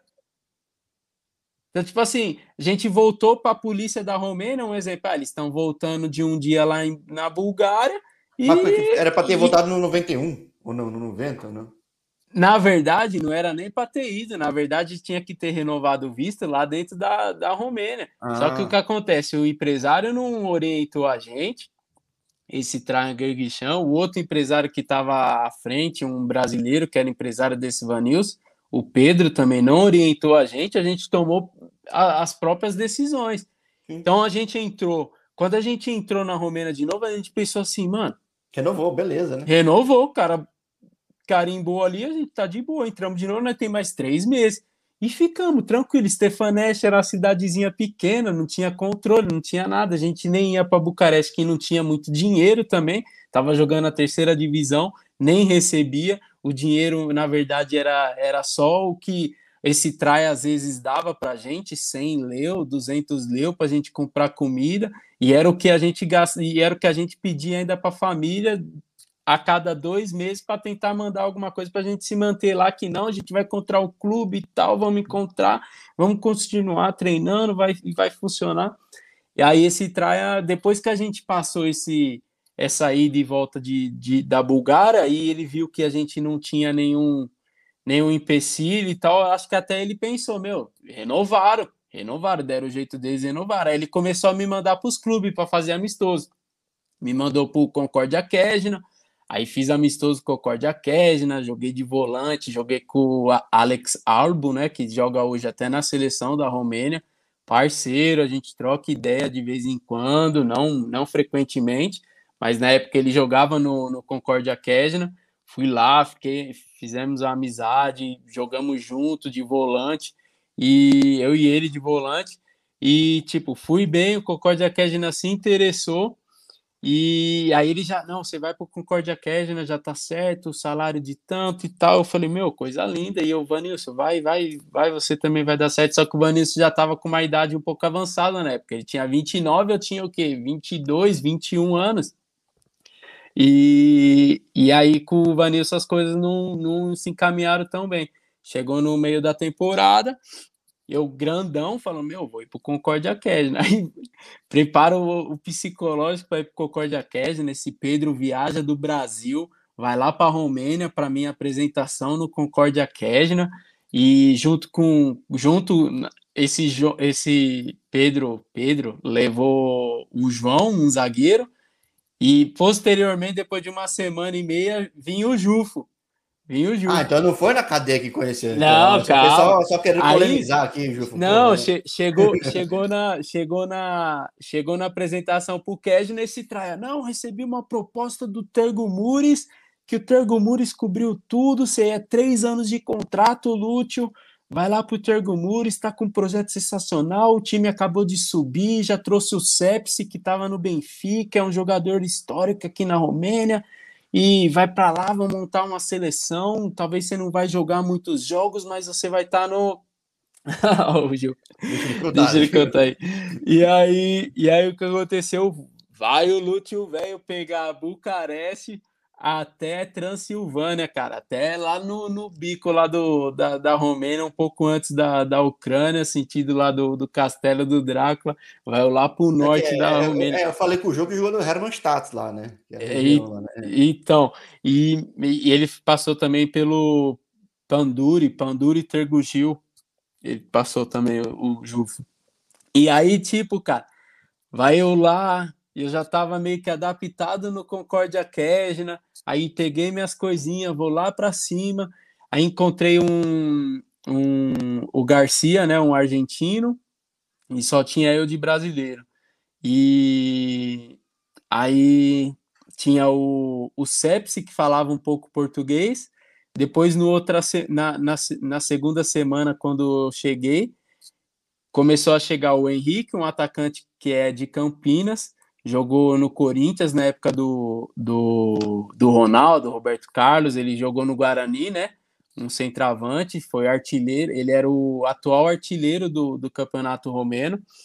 Então, tipo assim, a gente voltou para a polícia da Romênia, um exemplo, ah, eles estão voltando de um dia lá em, na Bulgária Mas e, era para ter e, voltado no noventa e um, ou no, no noventa, não? na verdade, não era nem para ter ido, na verdade tinha que ter renovado o visto lá dentro da, da Romênia. Só que o que Ah, acontece, o empresário não orientou a gente, esse Traian Gergichão, o outro empresário que estava à frente, um brasileiro que era empresário desse Vanils, o Pedro também não orientou a gente, a gente tomou a, as próprias decisões. sim. Então a gente entrou, quando a gente entrou na Romênia de novo, a gente pensou assim, mano, Renovou, beleza, né? renovou, cara, carimbou ali, a gente tá de boa, entramos de novo, nós tem mais três meses. E ficamos tranquilo. Stefaneste era uma cidadezinha pequena, não tinha controle, não tinha nada. A gente nem ia para Bucareste, que não tinha muito dinheiro também. Tava jogando a terceira divisão, nem recebia. O dinheiro, na verdade, era, era só o que esse trai às vezes dava para gente, cem leu, duzentos leu para a gente comprar comida. E era o que a gente gasta, e era o que a gente pedia ainda para a família a cada dois meses para tentar mandar alguma coisa para a gente se manter lá, que não, a gente vai encontrar o clube e tal, vamos encontrar, vamos continuar treinando, vai, vai funcionar. E aí esse traia, depois que a gente passou esse essa ida e volta de, de, da Bulgária, aí ele viu que a gente não tinha nenhum, nenhum empecilho e tal, acho que até ele pensou, meu, renovaram, renovaram, deram o jeito deles, renovaram. Aí ele começou a me mandar para os clubes para fazer amistoso. Me mandou para o Concórdia Kejna, aí fiz amistoso com o Concórdia Kejna, joguei de volante, joguei com o Alex Albo, né, que joga hoje até na seleção da Romênia, parceiro, a gente troca ideia de vez em quando, não, não frequentemente, mas na época ele jogava no, no Concórdia Kejna, fui lá, fiquei, fizemos a amizade, jogamos junto de volante, e eu e ele de volante, e tipo, fui bem, o Concórdia Kejna se interessou, e aí ele já, não, você vai pro Concórdia Kejna, já tá certo, o salário de tanto e tal. Eu falei, meu, coisa linda. E eu, Vanilson, vai, vai, vai, você também vai dar certo. Só que o Vanilson já tava com uma idade um pouco avançada na época. Ele tinha vinte e nove, eu tinha o quê? vinte e dois, vinte e um anos. E, e aí com o Vanilson as coisas não, não se encaminharam tão bem. Chegou no meio da temporada, eu grandão, falando, meu, vou ir pro Concórdia Kejna. Aí prepara o, o psicológico para ir pro Concórdia Kejna. Esse Pedro viaja do Brasil, vai lá para a Romênia para minha apresentação no Concórdia Kejna. E junto com junto esse esse Pedro Pedro levou o João, um zagueiro, e posteriormente, depois de uma semana e meia, vinha o Jufo. Vinha o Ah, Jufo. então não foi na cadeia que conheceu, então. Não, Só foi calma. só, só querendo Aí, polemizar aqui, Jufo. não, Porra. che chegou, chegou na, chegou na, chegou na apresentação pro Kej nesse traia. Não, recebi uma proposta do Tergo Mures, que o Tergo Mures cobriu tudo. Você é três anos de contrato, Lúcio. Vai lá pro Tergo Mures, está com um projeto sensacional. O time acabou de subir, já trouxe o Sepsi, que estava no Benfica, é um jogador histórico aqui na Romênia. E vai para lá, vão montar uma seleção. Talvez você não vai jogar muitos jogos, mas você vai estar tá no. O Gil. Deixa ele contar, Deixa ele deixa ele contar contar. aí. E aí, e aí o que aconteceu? Vai o Lúcio velho pegar Bucareste até Transilvânia, cara, até lá no, no bico lá do, da, da Romênia, um pouco antes da, da Ucrânia, sentido lá do, do Castelo do Drácula, vai lá pro É que norte da é, Romênia. é, é, eu falei com o jogo que jogou no Hermannstadt lá, né? Que é a região E, lá, né? então, e, e ele passou também pelo Panduri, Panduri Tergugil, ele passou também o, o Jufo. E aí, tipo, cara, vai eu lá, eu já tava meio que adaptado no Concórdia Kejna, aí peguei minhas coisinhas, vou lá para cima, aí encontrei um, um o Garcia, né, um argentino, e só tinha eu de brasileiro. E aí tinha o, o Sepsi, que falava um pouco português. Depois, no outra, na, na, na segunda semana, quando eu cheguei, começou a chegar o Henrique, um atacante que é de Campinas, jogou no Corinthians na época do, do, do Ronaldo, Roberto Carlos, ele jogou no Guarani, né? Um centroavante, foi artilheiro, ele era o atual artilheiro do, do Campeonato Romeno.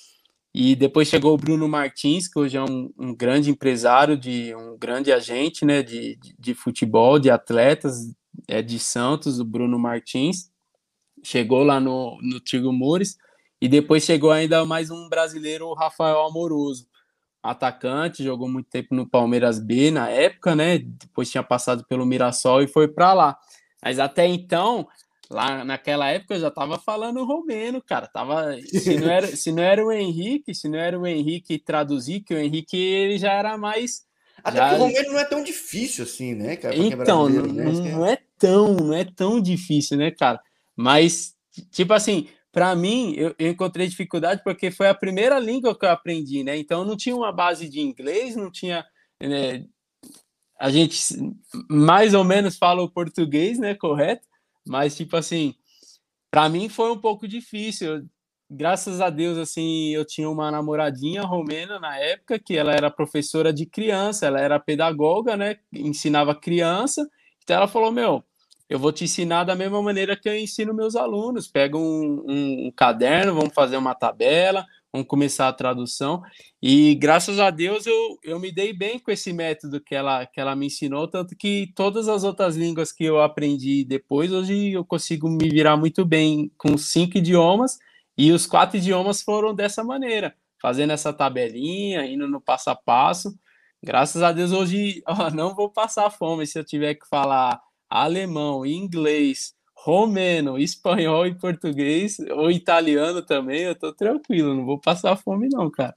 E depois chegou o Bruno Martins, que hoje é um, um grande empresário, de um grande agente, né, de, de, de futebol, de atletas, é de Santos, o Bruno Martins. Chegou lá no, no Tigo Mures. E depois chegou ainda mais um brasileiro, o Rafael Amoroso, atacante, jogou muito tempo no Palmeiras B na época, né? Depois tinha passado pelo Mirassol e foi para lá. Mas até então, lá naquela época eu já tava falando romeno, cara. Tava, se não era, se não era o Henrique, se não era o Henrique traduzir, que o Henrique ele já era mais Até porque já o Romero não é tão difícil assim, né, cara, pra quem é então, brasileiro, não, né? Isso que não é... é tão, não é tão difícil, né, cara? Mas, tipo assim, para mim, eu, eu encontrei dificuldade porque foi a primeira língua que eu aprendi, né? Então, eu não tinha uma base de inglês, não tinha, né, a gente mais ou menos fala o português, né, correto? Mas, tipo assim, para mim foi um pouco difícil. Graças a Deus, assim, eu tinha uma namoradinha romena na época, que ela era professora de criança, ela era pedagoga, né? Ensinava criança. Então ela falou: Meu, eu vou te ensinar da mesma maneira que eu ensino meus alunos. Pega um, um, um caderno, vamos fazer uma tabela, vamos começar a tradução. E graças a Deus eu, eu me dei bem com esse método que ela, que ela me ensinou, tanto que todas as outras línguas que eu aprendi depois, hoje eu consigo me virar muito bem com cinco idiomas, e os quatro idiomas foram dessa maneira, fazendo essa tabelinha, indo no passo a passo. Graças a Deus hoje ó, não vou passar fome se eu tiver que falar alemão, inglês, romeno, espanhol e português, ou italiano também, eu tô tranquilo, não vou passar fome não, cara.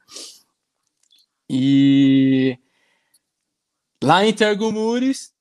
E lá em Tergumures,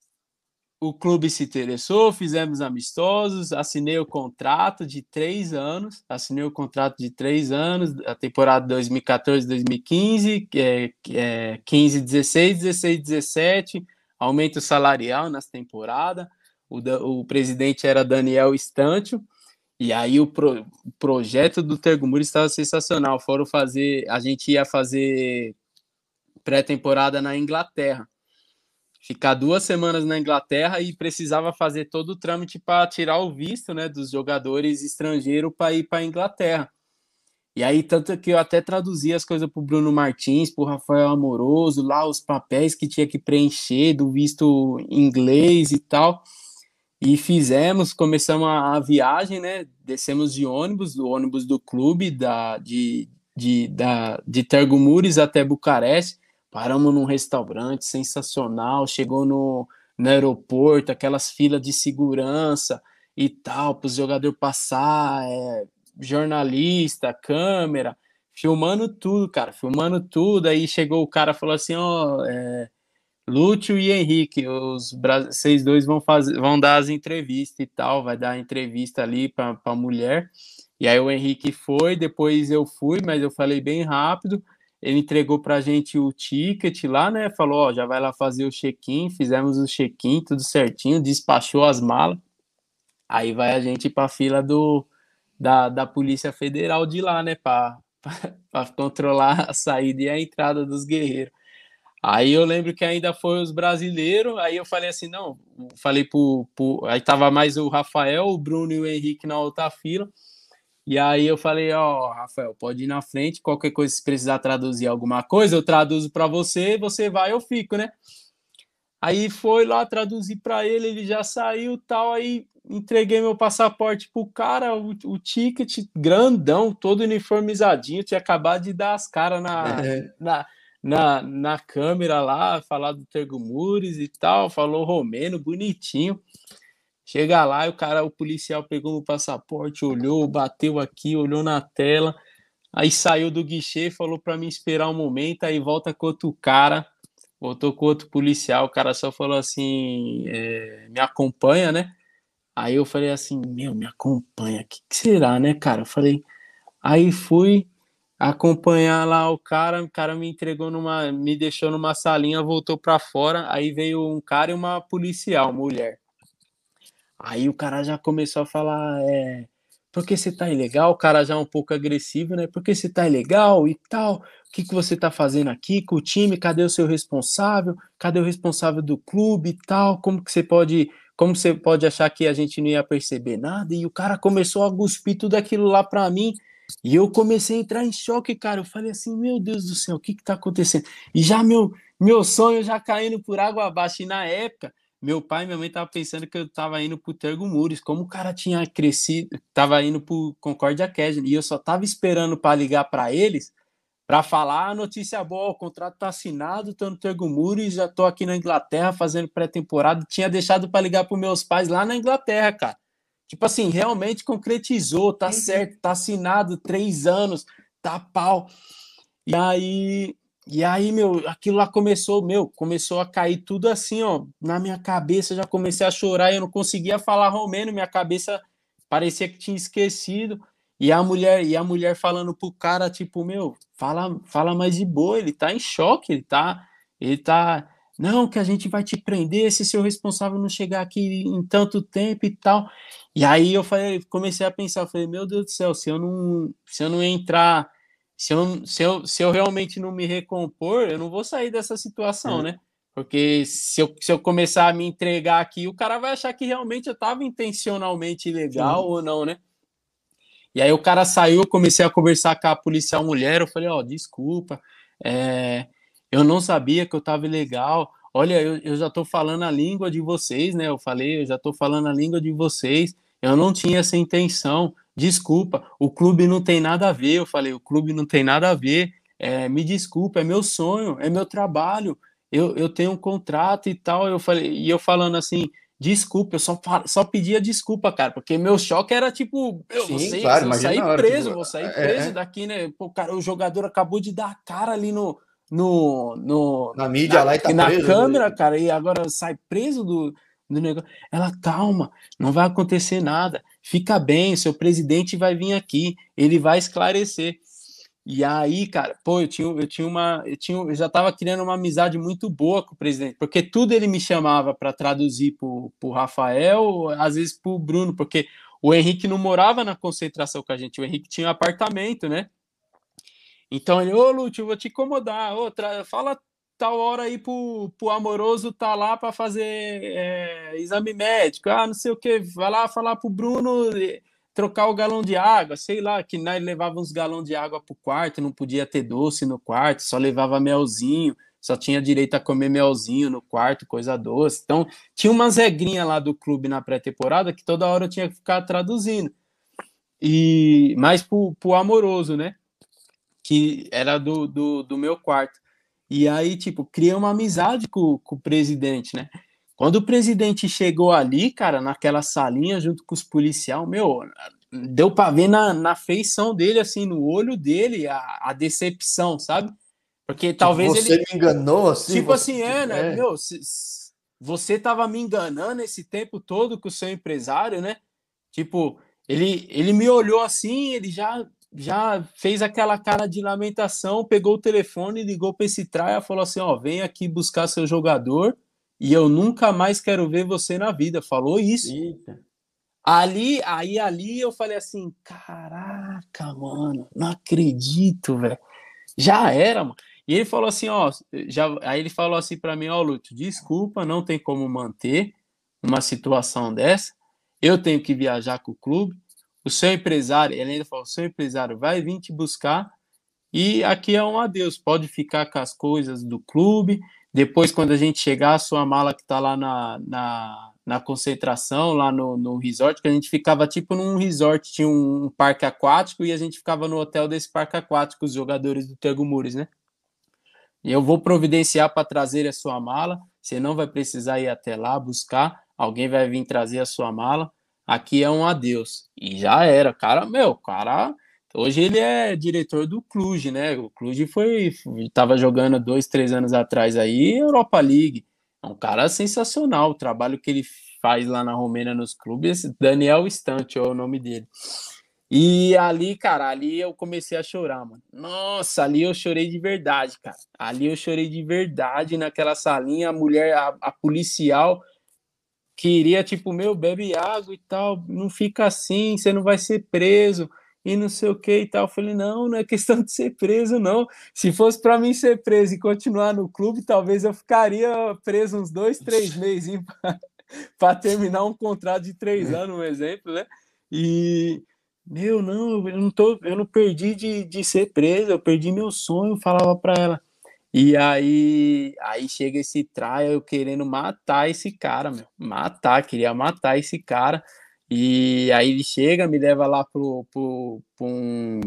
o clube se interessou, fizemos amistosos, assinei o contrato de três anos, assinei o contrato de três anos, a temporada dois mil e quatorze, dois mil e quinze, que é, que é quinze, dezesseis, dezesseis, dezessete, aumento salarial nas temporadas, o, o presidente era Daniel Stantio, e aí o, pro, o projeto do Tergumures estava sensacional, foram fazer, a gente ia fazer pré-temporada na Inglaterra, ficar duas semanas na Inglaterra e precisava fazer todo o trâmite para tirar o visto, né, dos jogadores estrangeiros para ir para a Inglaterra. E aí, tanto que eu até traduzi as coisas para o Bruno Martins, para o Rafael Amoroso, lá os papéis que tinha que preencher do visto inglês e tal. E fizemos, começamos a, a viagem, né? Descemos de ônibus, do ônibus do clube, da, de, de, da, de Tergumures até Bucareste. Paramos num restaurante sensacional, chegou no, no aeroporto, aquelas filas de segurança e tal, para os jogadores passar, é, jornalista, câmera, filmando tudo, cara, filmando tudo. Aí chegou o cara e falou assim: Ó, oh, é, Lúcio e Henrique, os vocês dois vão fazer, vão dar as entrevistas e tal, vai dar a entrevista ali para a mulher. E aí o Henrique foi, depois eu fui, mas eu falei bem rápido. Ele entregou para a gente o ticket lá, né? Falou, ó, já vai lá fazer o check-in. Fizemos o check-in, tudo certinho, despachou as malas. Aí vai a gente para a fila do, da, da Polícia Federal de lá, né? Para controlar a saída e a entrada dos guerreiros. Aí eu lembro que ainda foi os brasileiros, aí eu falei assim, não, falei pro, pro aí tava mais o Rafael, o Bruno e o Henrique na outra fila, e aí eu falei, ó, Rafael, pode ir na frente, qualquer coisa, se precisar traduzir alguma coisa, eu traduzo para você, você vai, eu fico, né? Aí foi lá, traduzi para ele, ele já saiu tal, aí entreguei meu passaporte pro cara, o, o ticket grandão, todo uniformizadinho, tinha acabado de dar as caras na, na, na, na câmera lá, falar do Tergumures e tal, falou romeno, bonitinho. Chega lá e o cara, o policial pegou o passaporte, olhou, bateu aqui, olhou na tela, aí saiu do guichê, falou para mim esperar um momento, aí volta com outro cara, voltou com outro policial, o cara só falou assim, é, me acompanha, né? Aí eu falei assim, meu, me acompanha, o que, que será, né, cara? Eu falei, aí fui acompanhar lá o cara, o cara me entregou numa, me deixou numa salinha, voltou pra fora, aí veio um cara e uma policial, mulher. Aí o cara já começou a falar, é, porque você tá ilegal, o cara já um pouco agressivo, né? Porque você tá ilegal e tal, o que, que você tá fazendo aqui com o time? Cadê o seu responsável? Cadê o responsável do clube e tal? Como que você pode, como você pode achar que a gente não ia perceber nada? E o cara começou a cuspir tudo aquilo lá pra mim. E eu comecei a entrar em choque, cara. Eu falei assim, meu Deus do céu, o que que tá acontecendo? E já meu, meu sonho já caindo por água abaixo. E na época, meu pai e minha mãe estavam pensando que eu tava indo pro Tergo Mures. Como o cara tinha crescido, tava indo pro Concórdia Academy. E eu só tava esperando para ligar para eles para falar a notícia boa, o contrato tá assinado, tô no Tergo Mures, já tô aqui na Inglaterra fazendo pré-temporada. Tinha deixado para ligar para meus pais lá na Inglaterra, cara. Tipo assim, realmente concretizou, tá Sim, sim. certo, tá assinado, três anos, tá pau. E aí, e aí, meu, aquilo lá começou, meu, começou a cair tudo assim, ó, na minha cabeça, eu já comecei a chorar, eu não conseguia falar romeno, minha cabeça parecia que tinha esquecido. E a mulher, e a mulher falando pro cara, tipo, meu, fala, fala mais de boa, ele tá em choque, ele tá, ele tá, não, que a gente vai te prender se seu responsável não chegar aqui em tanto tempo e tal. E aí eu falei, comecei a pensar, eu falei, meu Deus do céu, se eu não, se eu não entrar, se eu, se eu, se eu realmente não me recompor, eu não vou sair dessa situação, Hum, né? Porque se eu, se eu começar a me entregar aqui, o cara vai achar que realmente eu estava intencionalmente ilegal sim. ou não, né? E aí o cara saiu, eu comecei a conversar com a policial mulher, eu falei, ó, oh, desculpa, é, eu não sabia que eu estava ilegal, olha, eu, eu já estou falando a língua de vocês, né? Eu falei, eu já estou falando a língua de vocês, eu não tinha essa intenção, desculpa, o clube não tem nada a ver, eu falei, o clube não tem nada a ver, é, me desculpa, é meu sonho, é meu trabalho, eu, eu tenho um contrato e tal, eu falei, e eu falando assim, desculpa, eu só, só pedia desculpa, cara, porque meu choque era tipo, eu vou, Sim, sair, claro, vou imagina sair na hora, tipo, preso, vou sair é, preso é, daqui, né? Pô, cara, o jogador acabou de dar a cara ali no, no, no, na mídia na, lá e tá na preso. câmera, cara, e agora sai preso do, do negócio. Ela, calma, não vai acontecer nada, fica bem, seu presidente vai vir aqui, ele vai esclarecer. E aí, cara, pô, eu tinha, eu tinha uma, eu tinha, eu já estava criando uma amizade muito boa com o presidente, porque tudo ele me chamava para traduzir pro, pro Rafael, às vezes pro Bruno, porque o Henrique não morava na concentração com a gente, o Henrique tinha um apartamento, né? Então ele, ô Lúcio, eu vou te incomodar, outra, fala tal hora aí pro, pro Amoroso tá lá para fazer é, exame médico, ah, não sei o que, vai lá falar pro Bruno trocar o galão de água, sei lá, que nós levava uns galão de água pro quarto, não podia ter doce no quarto, só levava melzinho, só tinha direito a comer melzinho no quarto, coisa doce. Então, tinha umas regrinhas lá do clube na pré-temporada que toda hora eu tinha que ficar traduzindo. E mais pro, pro Amoroso, né? Que era do, do, do meu quarto. E aí, tipo, criei uma amizade com, com o presidente, né? Quando o presidente chegou ali, cara, naquela salinha junto com os policiais, meu, deu pra ver na, na feição dele, assim, no olho dele, a, a decepção, sabe? Porque Tipo, talvez você ele, me enganou assim, tipo você, assim, é, tipo, né? é. Meu, se, você tava me enganando esse tempo todo com o seu empresário, né? Tipo, ele, ele me olhou assim, ele já já fez aquela cara de lamentação, pegou o telefone, ligou para esse traia, falou assim, ó, vem aqui buscar seu jogador e eu nunca mais quero ver você na vida. Falou isso. Eita. Ali, aí ali eu falei assim, caraca, mano, não acredito, velho. Já era, mano. E ele falou assim, ó, já, aí ele falou assim para mim, ó, Lúcio, desculpa, não tem como manter uma situação dessa. Eu tenho que viajar com o clube. O seu empresário, ele ainda falou, o seu empresário vai vir te buscar e aqui é um adeus. Pode ficar com as coisas do clube. Depois, quando a gente chegar, a sua mala que tá lá na, na, na concentração, lá no, no resort, que a gente ficava tipo num resort, tinha um, um parque aquático e a gente ficava no hotel desse parque aquático, os jogadores do Tergo Mures, né? E eu vou providenciar para trazer a sua mala. Você não vai precisar ir até lá buscar. Alguém vai vir trazer a sua mala. Aqui é um adeus. E já era. Cara, meu, cara. Hoje ele é diretor do Cluj, né? O Cluj foi. Estava jogando dois, três anos atrás aí, Europa League. É um cara sensacional. O trabalho que ele faz lá na Romênia nos clubes. Daniel Stante é o nome dele. E ali, cara, ali eu comecei a chorar, mano. Nossa, ali eu chorei de verdade, cara. Ali eu chorei de verdade naquela salinha. A mulher, a, a policial, queria, tipo, meu, bebe água e tal. Não fica assim, você não vai ser preso. E não sei o que e tal. Eu falei, não, não é questão de ser preso, não. Se fosse para mim ser preso e continuar no clube, talvez eu ficaria preso uns dois, três meses para terminar um contrato de três anos, um exemplo, né? E, meu, não, eu não tô, eu não perdi de, de ser preso, eu perdi meu sonho, falava pra ela. E aí, aí chega esse traia, eu querendo matar esse cara, meu, matar, queria matar esse cara. E aí ele chega, me leva lá pro, pro, pro, um,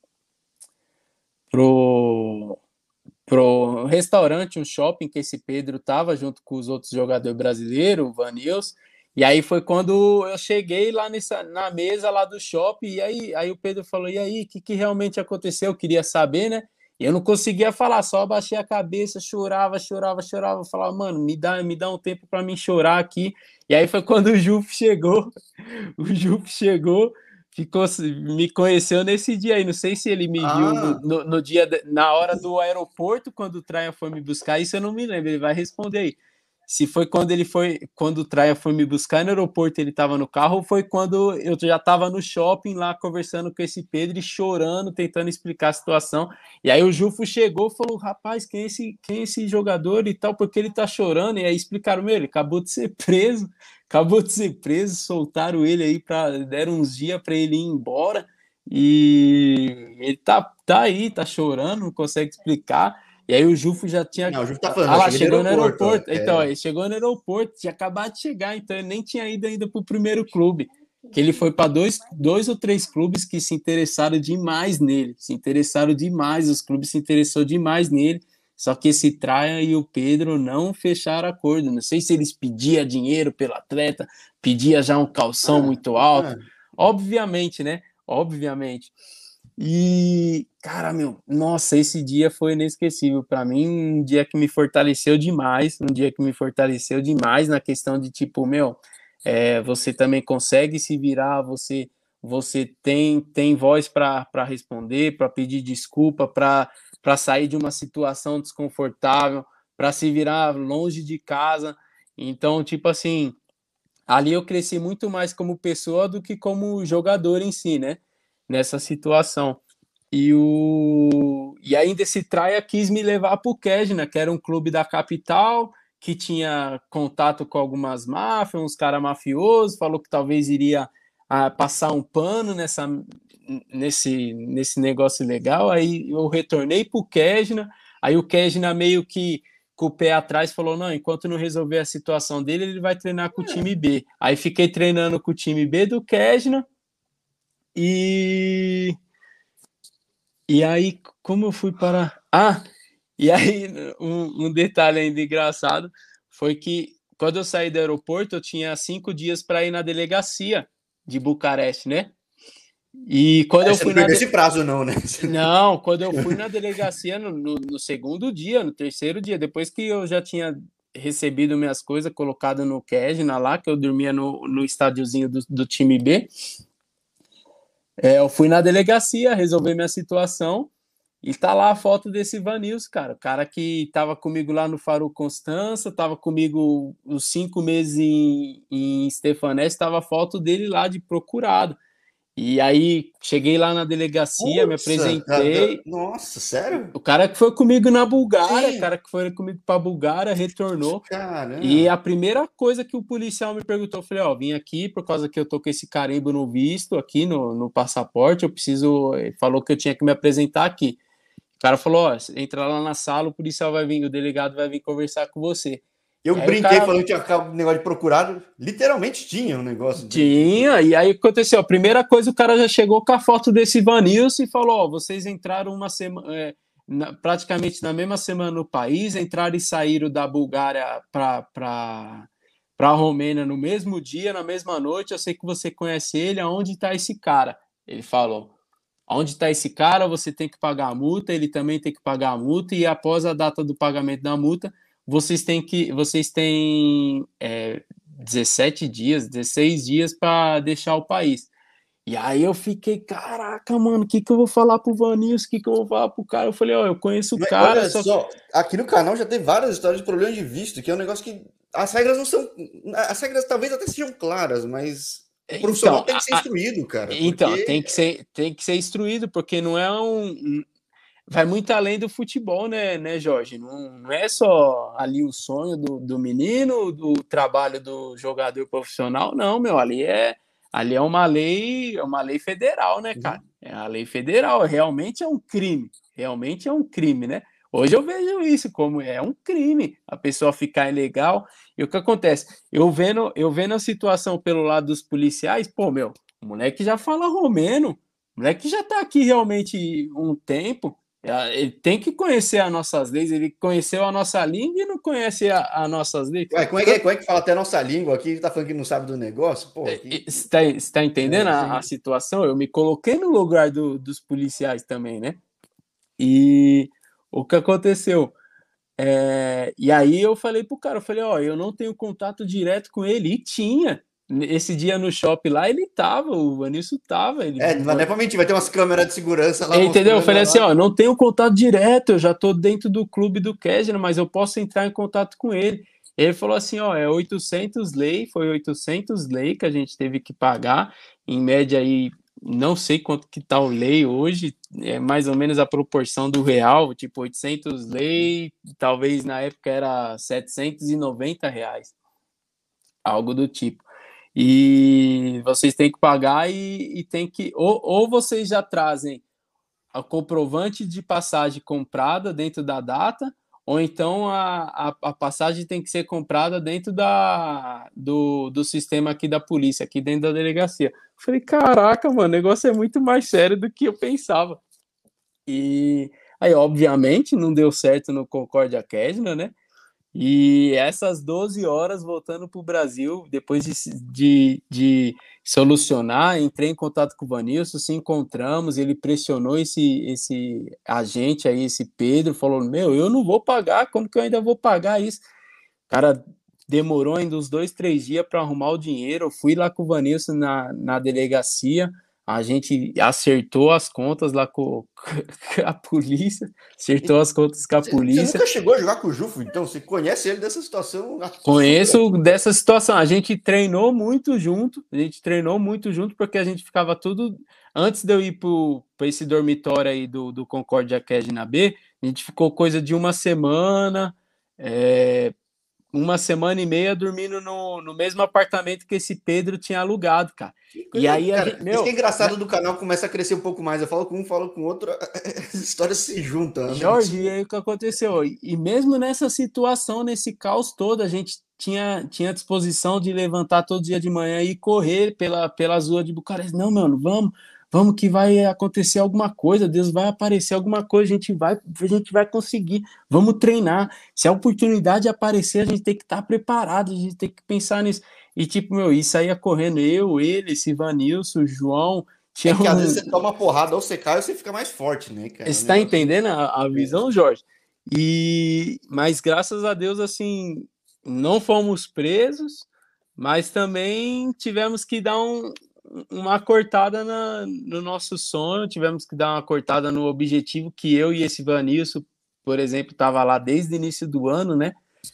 pro, pro restaurante, um shopping que esse Pedro tava junto com os outros jogadores brasileiros, o Vanils. E aí foi quando eu cheguei lá nessa, na mesa lá do shopping, e aí, aí o Pedro falou, e aí, o que, que realmente aconteceu? Eu queria saber, né? E eu não conseguia falar, só abaixei a cabeça, chorava, chorava, chorava, falava, mano, me dá, me dá um tempo para mim chorar aqui. E aí foi quando o Juf chegou, o Juf chegou, ficou, me conheceu nesse dia aí. Não sei se ele me viu no, Ah, no, no dia, na hora do aeroporto, quando o Traia foi me buscar, isso eu não me lembro, ele vai responder aí. Se foi quando ele foi, quando o Traia foi me buscar no aeroporto, ele estava no carro, ou foi quando eu já estava no shopping lá conversando com esse Pedro e chorando, tentando explicar a situação. E aí o Jufo chegou e falou: rapaz, quem é esse, quem é esse jogador e tal, porque ele tá chorando? E aí explicaram: meu, ele acabou de ser preso, acabou de ser preso, soltaram ele aí, pra, deram uns dias para ele ir embora. E ele tá, tá aí, tá chorando, não consegue explicar. E aí o Jufo já tinha. não, o Ju tá Ah falando, já lá, cheguei no chegou no aeroporto. Ó. aeroporto. Então, É, ele chegou no aeroporto, tinha acabado de chegar, então ele nem tinha ido ainda pro primeiro clube. Que ele foi para dois, dois ou três clubes que se interessaram demais nele. Se interessaram demais, os clubes se interessou demais nele. Só que esse Traia e o Pedro não fecharam acordo. Não sei se eles pediam dinheiro pelo atleta, pedia já um calção ah, muito alto. ah, Obviamente, né? Obviamente. E, cara, meu, nossa, esse dia foi inesquecível para mim, um dia que me fortaleceu demais, um dia que me fortaleceu demais na questão de tipo, meu, é, você também consegue se virar, você você tem tem voz para responder, para pedir desculpa, para para sair de uma situação desconfortável, para se virar longe de casa. Então, tipo assim, ali eu cresci muito mais como pessoa do que como jogador em si, né? Nessa situação. E, o... e ainda esse Traia quis me levar para o Kejna, que era um clube da capital, que tinha contato com algumas máfias, uns caras mafiosos, falou que talvez iria ah, passar um pano nessa, nesse, nesse negócio legal. Aí eu retornei para o Kejna, aí o Kejna meio que com o pé atrás falou, não, enquanto não resolver a situação dele, ele vai treinar com o time B. Aí fiquei treinando com o time B do Kejna e e aí, como eu fui para. Ah, e aí, um, um detalhe ainda engraçado foi que quando eu saí do aeroporto, eu tinha cinco dias para ir na delegacia de Bucareste, né? E quando é, eu você não fui na. perdeu De... esse prazo, não, né? Não, quando eu fui na delegacia no, no, no segundo dia, no terceiro dia, depois que eu já tinha recebido minhas coisas, colocado no Kejna lá, que eu dormia no, no estádiozinho do, do time B, é, eu fui na delegacia resolver minha situação. E tá lá a foto desse Vanils, cara. O cara que tava comigo lá no Faro Constança, tava comigo os cinco meses em, em Stefanés, tava a foto dele lá de procurado. E aí cheguei lá na delegacia, me Putz, da- da- apresentei. nossa, sério? O cara que foi comigo na Bulgária, o Sim, cara que foi comigo para Bulgária, retornou. E caramba. a primeira coisa que o policial me perguntou, eu falei, ó, vim aqui por causa que eu tô com esse carimbo no visto aqui no, no passaporte, eu preciso, ele falou que eu tinha que me apresentar aqui. O cara falou, ó, entra lá na sala, o policial vai vir, o delegado vai vir conversar com você. E Eu aí o brinquei cara falando que tinha um negócio de procurado. Literalmente tinha um negócio. tinha, e aí aconteceu, a primeira coisa, o cara já chegou com a foto desse Vanilson e falou, ó, vocês entraram uma semana, é, na, praticamente na mesma semana no país, entraram e saíram da Bulgária para para a Romênia no mesmo dia, na mesma noite, eu sei que você conhece ele, aonde está esse cara? Ele falou. Onde está esse cara, você tem que pagar a multa, ele também tem que pagar a multa, e após a data do pagamento da multa, vocês têm que vocês têm é, dezessete dias, dezesseis dias para deixar o país. E aí eu fiquei, caraca, mano, o que, que eu vou falar pro Vanilson? O que, que eu vou falar pro cara? Eu falei, ó, eu conheço o Mas cara, olha só. só, aqui no canal já tem várias histórias de problema de visto, que é um negócio que as regras não são. As regras talvez até sejam claras, mas o profissional Então, tem que ser a, a, instruído, cara, então porque. tem que ser tem que ser instruído, porque não é um, vai muito além do futebol, né, né, Jorge? Não, não é só ali o sonho do, do menino, do trabalho do jogador profissional, não, meu. Ali é, ali é uma lei, é uma lei federal, né, cara? É a lei federal, realmente é um crime, realmente é um crime, né? Hoje eu vejo isso como é um crime a pessoa ficar ilegal. E o que acontece? Eu vendo, eu vendo a situação pelo lado dos policiais, pô, meu, o moleque já fala romeno, o moleque já tá aqui realmente um tempo, ele tem que conhecer as nossas leis, ele conheceu a nossa língua e não conhece as nossas leis. Ué, como é que, é, como é que fala até a nossa língua aqui? Tá falando que não sabe do negócio? Pô, que... Você tá, você tá entendendo é, a, a situação? Eu me coloquei no lugar do, dos policiais também, né? E o que aconteceu? É, e aí eu falei pro cara, eu falei, ó, eu não tenho contato direto com ele. E tinha. Esse dia no shopping lá, ele tava, o Vanilson tava. Ele, é, não é pra mentir, vai ter umas câmeras de segurança lá entendeu? Eu falei mostrando assim, lá. ó, não tenho contato direto, eu já tô dentro do clube do Kesner, mas eu posso entrar em contato com ele. Ele falou assim, ó, é oitocentos lei, foi oitocentos lei que a gente teve que pagar, em média aí, não sei quanto que tá o lei hoje, é mais ou menos a proporção do real, tipo oitocentos lei, talvez na época era setecentos e noventa reais, algo do tipo. E vocês têm que pagar e, e tem que, ou, ou vocês já trazem a comprovante de passagem comprada dentro da data, ou então a, a, a passagem tem que ser comprada dentro da, do, do sistema aqui da polícia, aqui dentro da delegacia. Eu falei, caraca, mano, o negócio é muito mais sério do que eu pensava. E aí, obviamente, não deu certo no Concórdia Kesner, né? E essas doze horas voltando para o Brasil, depois de, de, de solucionar, entrei em contato com o Vanilson, se encontramos, ele pressionou esse, esse agente aí, esse Pedro, falou, meu, eu não vou pagar, como que eu ainda vou pagar isso? Cara, demorou ainda uns dois, três dias para arrumar o dinheiro, eu fui lá com o Vanilson na, na delegacia, a gente acertou as contas lá com, com a polícia, acertou as contas com a Você polícia. nunca chegou a jogar com o Jufo, então? Você conhece ele dessa situação? Conheço dessa situação. A gente treinou muito junto, a gente treinou muito junto porque a gente ficava tudo. Antes de eu ir para esse dormitório aí do, do Concórdia Acad na B, a gente ficou coisa de uma semana, é, uma semana e meia dormindo no, no mesmo apartamento que esse Pedro tinha alugado, cara. E aí a Cara, gente, isso que meu, é engraçado do canal, começa a crescer um pouco mais. Eu falo com um, falo com outro, as histórias se juntam. Né? Jorge, e aí o que aconteceu? E mesmo nessa situação, nesse caos todo, a gente tinha, tinha disposição de levantar todo dia de manhã e correr pela, pelas ruas de Bucareste. Não, mano, vamos, vamos que vai acontecer alguma coisa, Deus vai aparecer alguma coisa, a gente vai, a gente vai conseguir, vamos treinar. Se a oportunidade aparecer, a gente tem que estar preparado, a gente tem que pensar nisso. E tipo, meu, isso saía correndo eu, ele, esse Vanilson, o João. É Tinha que às um, vezes você toma porrada ou você cai ou você fica mais forte, né, cara? O está negócio... entendendo a, a visão, Jorge? E mas graças a Deus assim não fomos presos, mas também tivemos que dar um, uma cortada na, no nosso sonho, tivemos que dar uma cortada no objetivo que eu e esse Vanilson, por exemplo, estava lá desde o início do ano, né?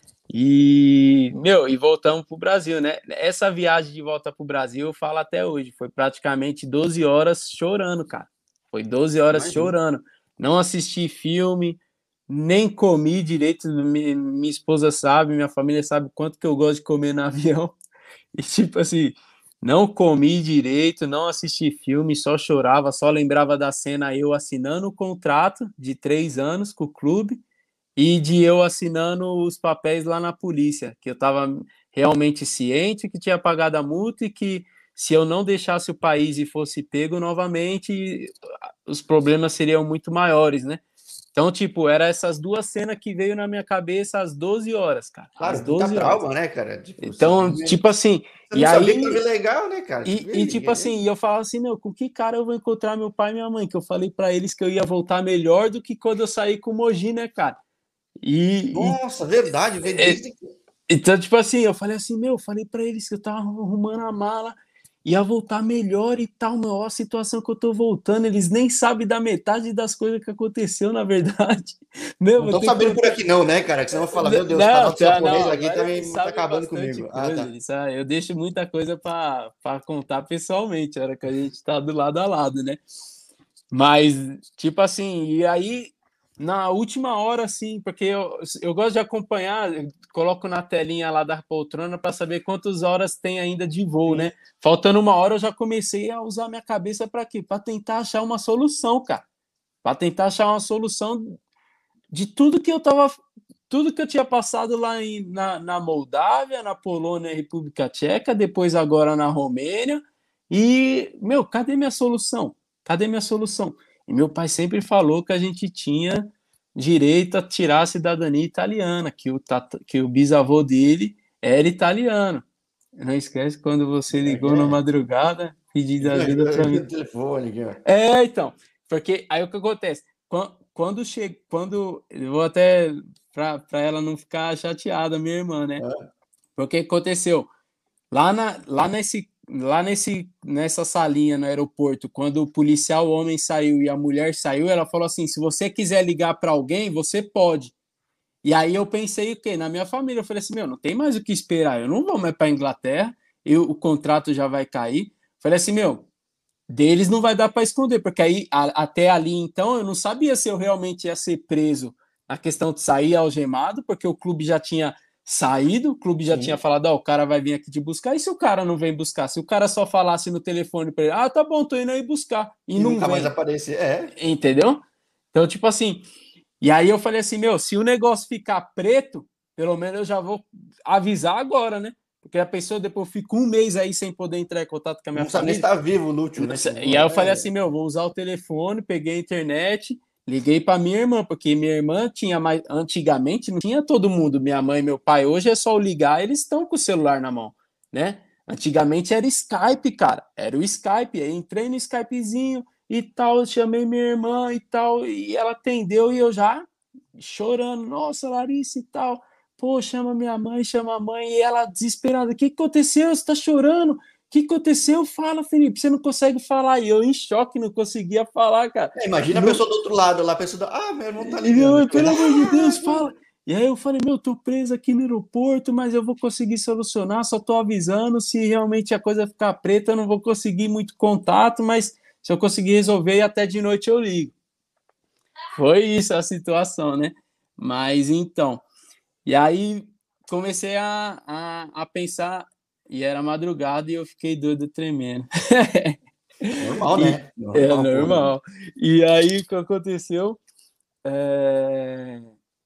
E, meu, e voltamos para o Brasil, né? Essa viagem de volta para o Brasil, eu falo até hoje, foi praticamente doze horas chorando, cara. Foi doze horas Imagina. chorando. Não assisti filme, nem comi direito. Mi- Minha esposa sabe, minha família sabe quanto que eu gosto de comer no avião. E, tipo assim, não comi direito, não assisti filme, só chorava, só lembrava da cena eu assinando o contrato de três anos com o clube e de eu assinando os papéis lá na polícia, que eu estava realmente ciente que tinha pagado a multa e que se eu não deixasse o país e fosse pego novamente, os problemas seriam muito maiores, né? Então, tipo, era essas duas cenas que veio na minha cabeça às doze horas, cara. Às Claro, puta doze horas. trauma, né, cara? Tipo, você, Então, você tipo assim, e não sabia que aí tava legal, né, cara? e, Tipo, e, tipo assim, e eu falava assim, meu, com que cara eu vou encontrar meu pai e minha mãe? Que eu falei para eles que eu ia voltar melhor do que quando eu saí com o Mogi, né, cara? E, e nossa, verdade, veio é, desde que... então, tipo assim, eu falei assim, meu, falei pra eles que eu tava arrumando a mala, ia voltar melhor e tal, meu, ó, a situação que eu tô voltando, eles nem sabem da metade das coisas que aconteceu, na verdade. Meu, Não vou estão ter que sabendo por contar. aqui não, né, cara? Que senão fala, meu Deus, o Não, canal do tá, japonês não, aqui agora tá, eles me, tá sabem acabando bastante comigo. Ah, coisa, tá. eles sabem, eu deixo muita coisa pra, pra contar pessoalmente, a hora que a gente tá do lado a lado, né? Mas, tipo assim, e aí Na última hora, sim, porque eu, eu gosto de acompanhar, eu coloco na telinha lá da poltrona para saber quantas horas tem ainda de voo, Sim. né? Faltando uma hora, eu já comecei a usar minha cabeça para quê? Para tentar achar uma solução, cara. Para tentar achar uma solução de tudo que eu tava, tudo que eu tinha passado lá em, na, na Moldávia, na Polônia e República Tcheca, depois agora na Romênia. E, meu, cadê minha solução? Cadê minha solução? E meu pai sempre falou que a gente tinha direito a tirar a cidadania italiana, que o, que o bisavô dele era italiano. Não esquece quando você É, ligou na é. madrugada pedindo ajuda para mim. O telefone aqui, ó. É, então, porque aí o que acontece? Quando, quando chega, quando eu vou até para ela não ficar chateada, minha irmã, né? Ah, Porque aconteceu lá na, lá nesse lá nesse nessa salinha no aeroporto, quando o policial homem saiu e a mulher saiu, ela falou assim: se você quiser ligar para alguém, você pode. E aí eu pensei o quê? Na minha família, eu falei assim: meu, não tem mais o que esperar, eu não vou mais para Inglaterra, eu, o contrato já vai cair. Falei assim: meu, deles não vai dar para esconder, porque aí a, até ali então eu não sabia se eu realmente ia ser preso na questão de sair algemado, porque o clube já tinha saído, o clube já tinha sim. falado, ó, oh, o cara vai vir aqui te buscar, e se o cara não vem buscar? Se o cara só falasse no telefone para ele, ah, tá bom, tô indo aí buscar, e E não nunca mais vem, aparecer. É. entendeu? Então, tipo assim, e aí eu falei assim, meu, se o negócio ficar preto, pelo menos eu já vou avisar agora, né? Porque a pessoa depois fica um mês aí sem poder entrar em contato com a minha Não sabe nem se família. tá vivo, Lúcio, né? Tipo, E aí eu falei é. assim, meu, vou usar o telefone, peguei a internet, liguei para minha irmã, porque minha irmã tinha mais, antigamente não tinha todo mundo, minha mãe e meu pai, hoje é só o ligar, eles estão com o celular na mão, né? Antigamente era Skype, cara, era o Skype, aí entrei no Skypezinho e tal, chamei minha irmã e tal, e ela atendeu e eu já chorando, nossa, Larissa e tal, pô, chama minha mãe, chama a mãe, e ela desesperada, o que aconteceu? Você tá chorando? O que aconteceu? Fala, Felipe, você não consegue falar. E eu em choque, não conseguia falar, cara. É, imagina a Não... pessoa do outro lado lá, a pessoa, ah, meu irmão tá E minha ligando. mãe, pelo amor de Deus, Ah, fala. E aí eu falei, meu, tô preso aqui no aeroporto, mas eu vou conseguir solucionar, só tô avisando, se realmente a coisa ficar preta, eu não vou conseguir muito contato, mas se eu conseguir resolver, até de noite eu ligo. Foi isso a situação, né? Mas então, e aí comecei a, a, a pensar, e era madrugada e eu fiquei doido tremendo. normal, E né? é Normal, pô. normal. E aí o que aconteceu? É...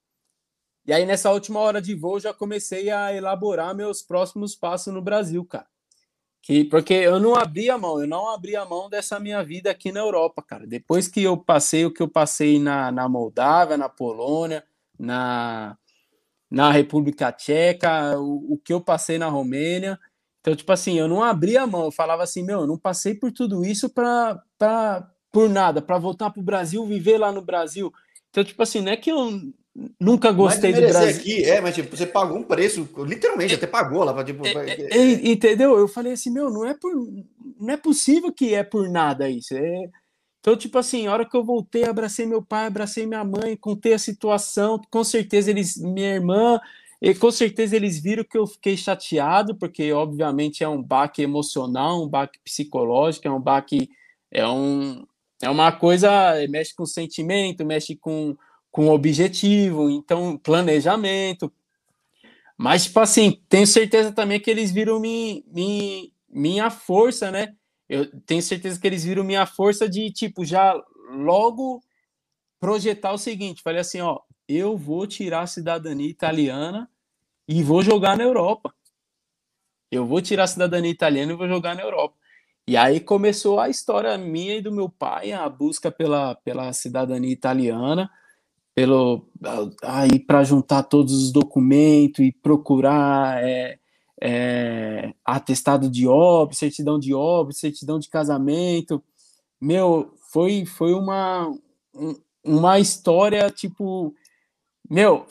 E aí, nessa última hora de voo, já comecei a elaborar meus próximos passos no Brasil, cara. Que, porque eu não abri a mão, eu não abri a mão dessa minha vida aqui na Europa, cara. Depois que eu passei o que eu passei na, na Moldávia, na Polônia, na, na República Tcheca, o, o que eu passei na Romênia. Então, tipo assim, eu não abri a mão, eu falava assim, meu, eu não passei por tudo isso pra, pra, por nada, para voltar pro Brasil, viver lá no Brasil. Então, tipo assim, não é que eu nunca Não é gostei do desmerecer Brasil. aqui, é, mas tipo, você pagou um preço, literalmente, até pagou lá, pra, tipo, É, pra- é, é, é, entendeu? Eu falei assim, meu, não é por, não é possível que é por nada isso. É... Então, tipo assim, a hora que eu voltei, abracei meu pai, abracei minha mãe, contei a situação, com certeza eles, minha irmã, e com certeza eles viram que eu fiquei chateado, porque obviamente é um baque emocional, um baque psicológico, é um baque, é um, é uma coisa, mexe com sentimento, mexe com, com objetivo, então planejamento. Mas, tipo assim, tenho certeza também que eles viram mi, mi, minha força, né? Eu tenho certeza que eles viram minha força de, tipo, já logo projetar o seguinte: falei assim, ó, eu vou tirar a cidadania italiana e vou jogar na Europa. Eu vou tirar a cidadania italiana e vou jogar na Europa. E aí começou a história minha e do meu pai, a busca pela, pela cidadania italiana, pelo aí para juntar todos os documentos e procurar é, é, atestado de óbito, certidão de óbito, certidão de casamento. Meu, foi foi uma um- uma história tipo, meu,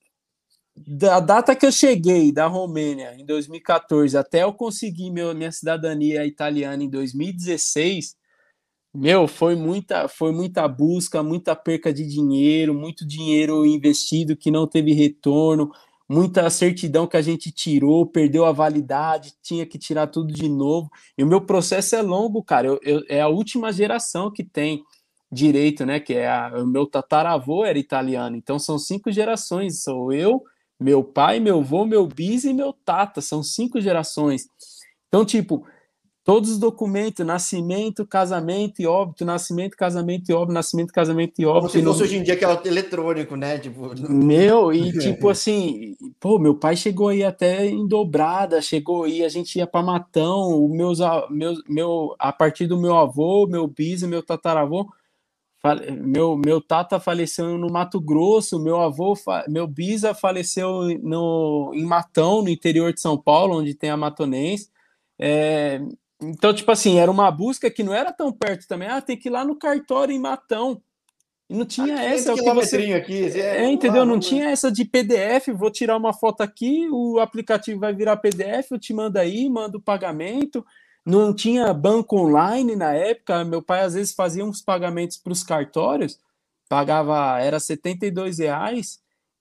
da data que eu cheguei da Romênia em dois mil e quatorze até eu conseguir meu, minha cidadania italiana em dois mil e dezesseis. Meu, foi muita, foi muita busca, muita perca de dinheiro, muito dinheiro investido que não teve retorno, muita certidão que a gente tirou, perdeu a validade, tinha que tirar tudo de novo. E o meu processo é longo, cara. Eu, eu, é a última geração que tem. direito, né? Que é a, o meu tataravô era italiano. Então são cinco gerações. Sou eu, meu pai, meu avô, meu bis e meu tata. São cinco gerações. Então, tipo, todos os documentos, nascimento, casamento e óbito, nascimento, casamento e óbito, nascimento, casamento e Como óbito. se E fosse no... hoje em dia que é o eletrônico, né? Tipo, Meu, e tipo assim, pô, meu pai chegou aí até em Dobrada, chegou aí, a gente ia para Matão, o meus, a- meus, meu, a partir do meu avô, meu bis e meu tataravô, fale- meu, meu tata faleceu no Mato Grosso, meu avô, fa- meu bisa faleceu no, em Matão, no interior de São Paulo, onde tem a Matonense. É, então, tipo assim, era uma busca que não era tão perto também, ah, tem que ir lá no cartório em Matão. E não a tinha essa, quinhentos é o que você. quilometrinhos aqui, assim, é, É, vamos lá, entendeu? Não vamos lá. tinha essa de P D F, vou tirar uma foto aqui, o aplicativo vai virar P D F, eu te mando aí, mando o pagamento. Não tinha banco online na época, meu pai às vezes fazia uns pagamentos para os cartórios, pagava, era setenta e dois reais,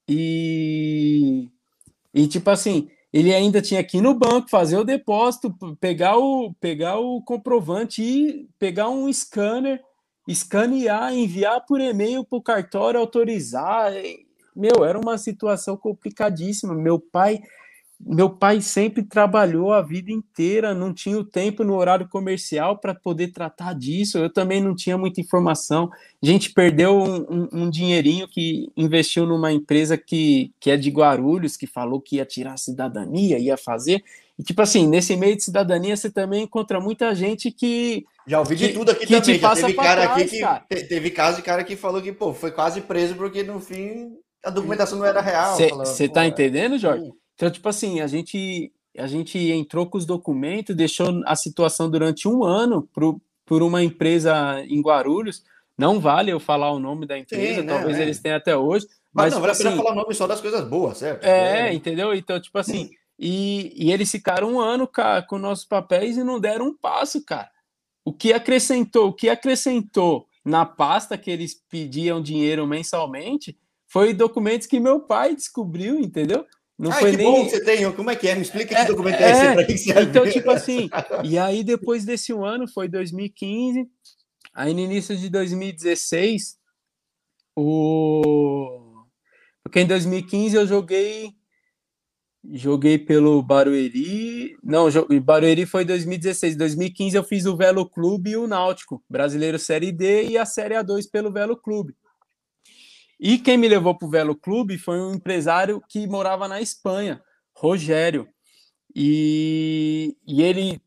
e, e tipo assim, ele ainda tinha que ir no banco, fazer o depósito, pegar o, pegar o comprovante e pegar um scanner, escanear, enviar por e-mail para o cartório, autorizar. Meu, era uma situação complicadíssima. Meu pai meu pai sempre trabalhou a vida inteira, não tinha o tempo no horário comercial para poder tratar disso. Eu também não tinha muita informação. A gente perdeu um, um, um dinheirinho que investiu numa empresa que, que é de Guarulhos, que falou que ia tirar a cidadania, ia fazer. E, tipo assim, nesse meio de cidadania, você também encontra muita gente que, Já ouvi de que, tudo aqui que te também. Já passa teve para cara aqui trás, que cara. te- teve caso de cara que falou que, pô, foi quase preso porque no fim a documentação não era real. Falando, Você pô, tá é, entendendo, Jorge? hum, Então, tipo assim, a gente, a gente entrou com os documentos, deixou a situação durante um ano pro, por uma empresa em Guarulhos. Não vale eu falar o nome da sim, empresa, né? talvez eles É. tenham até hoje, Mas mas, não, tipo vale a pena assim, falar o nome só das coisas boas, certo? Porque é, é, entendeu? Então, tipo assim, e, e eles ficaram um ano ca- com nossos papéis e não deram um passo, cara. O que acrescentou, o que acrescentou na pasta que eles pediam dinheiro mensalmente foi documentos que meu pai descobriu, entendeu? Não ai, foi que bom que nem. você tem. Como é que é? Me explica que documento é esse, É, para é, que serve. então, tipo assim, e aí depois desse um ano, foi dois mil e quinze, aí no início de dois mil e dezesseis, o. Porque em dois mil e quinze eu joguei. Joguei pelo Barueri. Não, jo- Barueri foi dois mil e dezesseis. dois mil e quinze eu fiz o Velo Clube e o Náutico, Brasileiro Série D e a Série A dois pelo Velo Clube. E quem me levou para o Velo Clube foi um empresário que morava na Espanha, Rogério. E, e ele,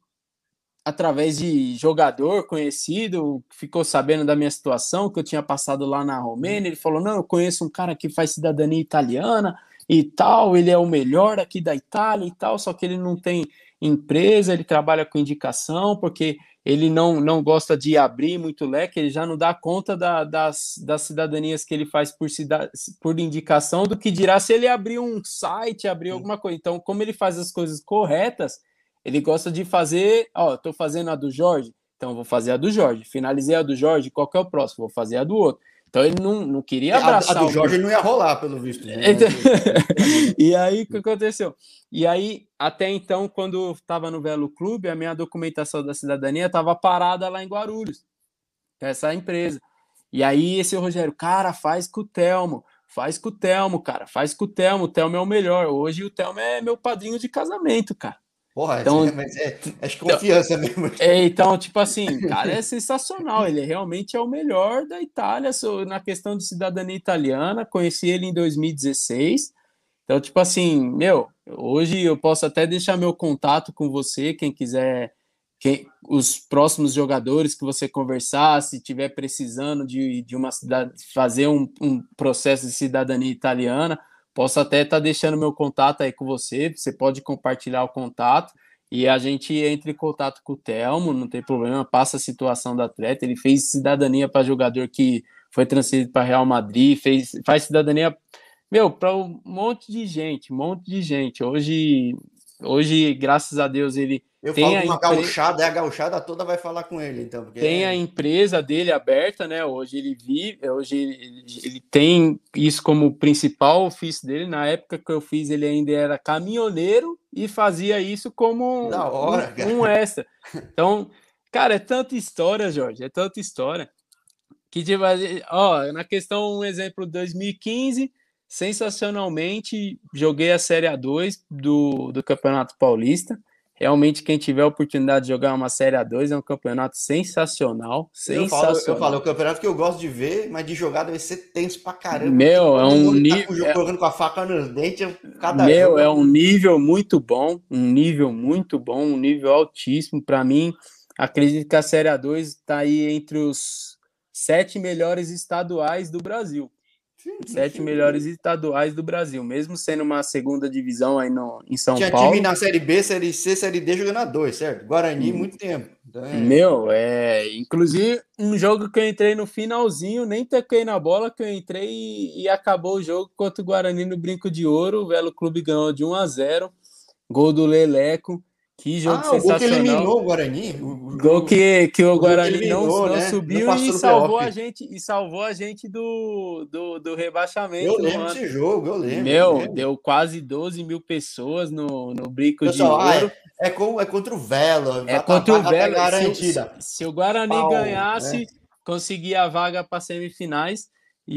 através de jogador conhecido, ficou sabendo da minha situação, que eu tinha passado lá na Romênia. Ele falou: Não, eu conheço um cara que faz cidadania italiana e tal, ele é o melhor aqui da Itália e tal, só que ele não tem empresa, ele trabalha com indicação, porque ele não, não gosta de abrir muito leque, ele já não dá conta da, das, das cidadanias que ele faz por, cida, por indicação, do que dirá se ele abrir um site, abrir alguma coisa. Então, como ele faz as coisas corretas, ele gosta de fazer, ó, tô fazendo a do Jorge, então vou fazer a do Jorge. Finalizei a do Jorge, qual que é o próximo? Vou fazer a do outro. Então ele não, não queria A, a abraçar do o que. Jorge não ia rolar, pelo visto, né? Então, Mas imagina. e aí, o que aconteceu? E aí, até então, quando estava no Velo Clube, a minha documentação da cidadania estava parada lá em Guarulhos, essa empresa. E aí, esse Rogério, cara, faz com o Telmo, faz com o Telmo, cara, faz com o Telmo, o Telmo é o melhor. Hoje o Telmo é meu padrinho de casamento, cara. Porra, Então, mas é, é de então, confiança mesmo. é, então, tipo assim, o cara é sensacional. Ele realmente é o melhor da Itália. Sou, na questão de cidadania italiana, conheci ele em dois mil e dezesseis. Então, tipo assim, meu, hoje eu posso até deixar meu contato com você, quem quiser, quem, os próximos jogadores que você conversar, se tiver precisando de, de uma cidade, fazer um, um processo de cidadania italiana, posso até estar deixando meu contato aí com você. Você pode compartilhar o contato e a gente entra em contato com o Telmo, não tem problema, passa a situação do atleta. Ele fez cidadania para jogador que foi transferido para Real Madrid, fez, faz cidadania, meu, para um monte de gente, um monte de gente. Hoje, hoje, graças a Deus, ele Eu tem falo a com uma empresa. gauchada, é a gauchada toda vai falar com ele, então, porque Tem a é. empresa dele aberta, né? Hoje ele vive, hoje ele, ele tem isso como principal ofício dele. Na época que eu fiz, ele ainda era caminhoneiro e fazia isso Que como da um, hora, um cara. extra. Então, cara, é tanta história, Jorge, é tanta história. Que tipo, assim, ó, na questão, um exemplo, dois mil e quinze, sensacionalmente, joguei a Série A dois do, do Campeonato Paulista. Realmente, quem tiver a oportunidade de jogar uma Série A dois é um campeonato sensacional, Eu falo, eu falo, é o sensacional. campeonato que eu gosto de ver, mas de jogar deve ser tenso pra caramba, porque Meu, é todo um mundo tá com, nível, o jogo- é, colocando com a faca nos dentes, cada meu, jogo é é um um. nível muito bom, um nível muito bom, um nível altíssimo. Para mim, acredito que a Série A dois está aí entre os sete melhores estaduais do Brasil. Sim, Sete melhores sim. estaduais do Brasil, mesmo sendo uma segunda divisão aí no, em São Tinha time Paulo. na Série B, Série C, Série D jogando a dois, certo? Guarani, muito tempo. Então, é... Meu, é. Inclusive, um jogo que eu entrei no finalzinho, nem toquei na bola, que eu entrei e, e acabou o jogo contra o Guarani no Brinco de Ouro. O Velo Clube ganhou de um a zero. Gol do Leleco. Que jogo Ah, o gol que sensacional. eliminou o Guarani. O, o Gol jogo, que, que o o jogo que Guarani não, eliminou, não né? Não subiu e passou no salvou a playoff. gente e salvou a gente do, do, do Eu rebaixamento no lembro ano. desse jogo, eu lembro, eu Meu, lembro. deu quase doze mil pessoas no, no Brinco de Pessoal, ah, Ouro. é, é, com, é contra o Velo, É a, a contra o vaga tá Vela. Se, o- garantida. se o Guarani Pau, né? ganhasse, conseguia a vaga para semifinais.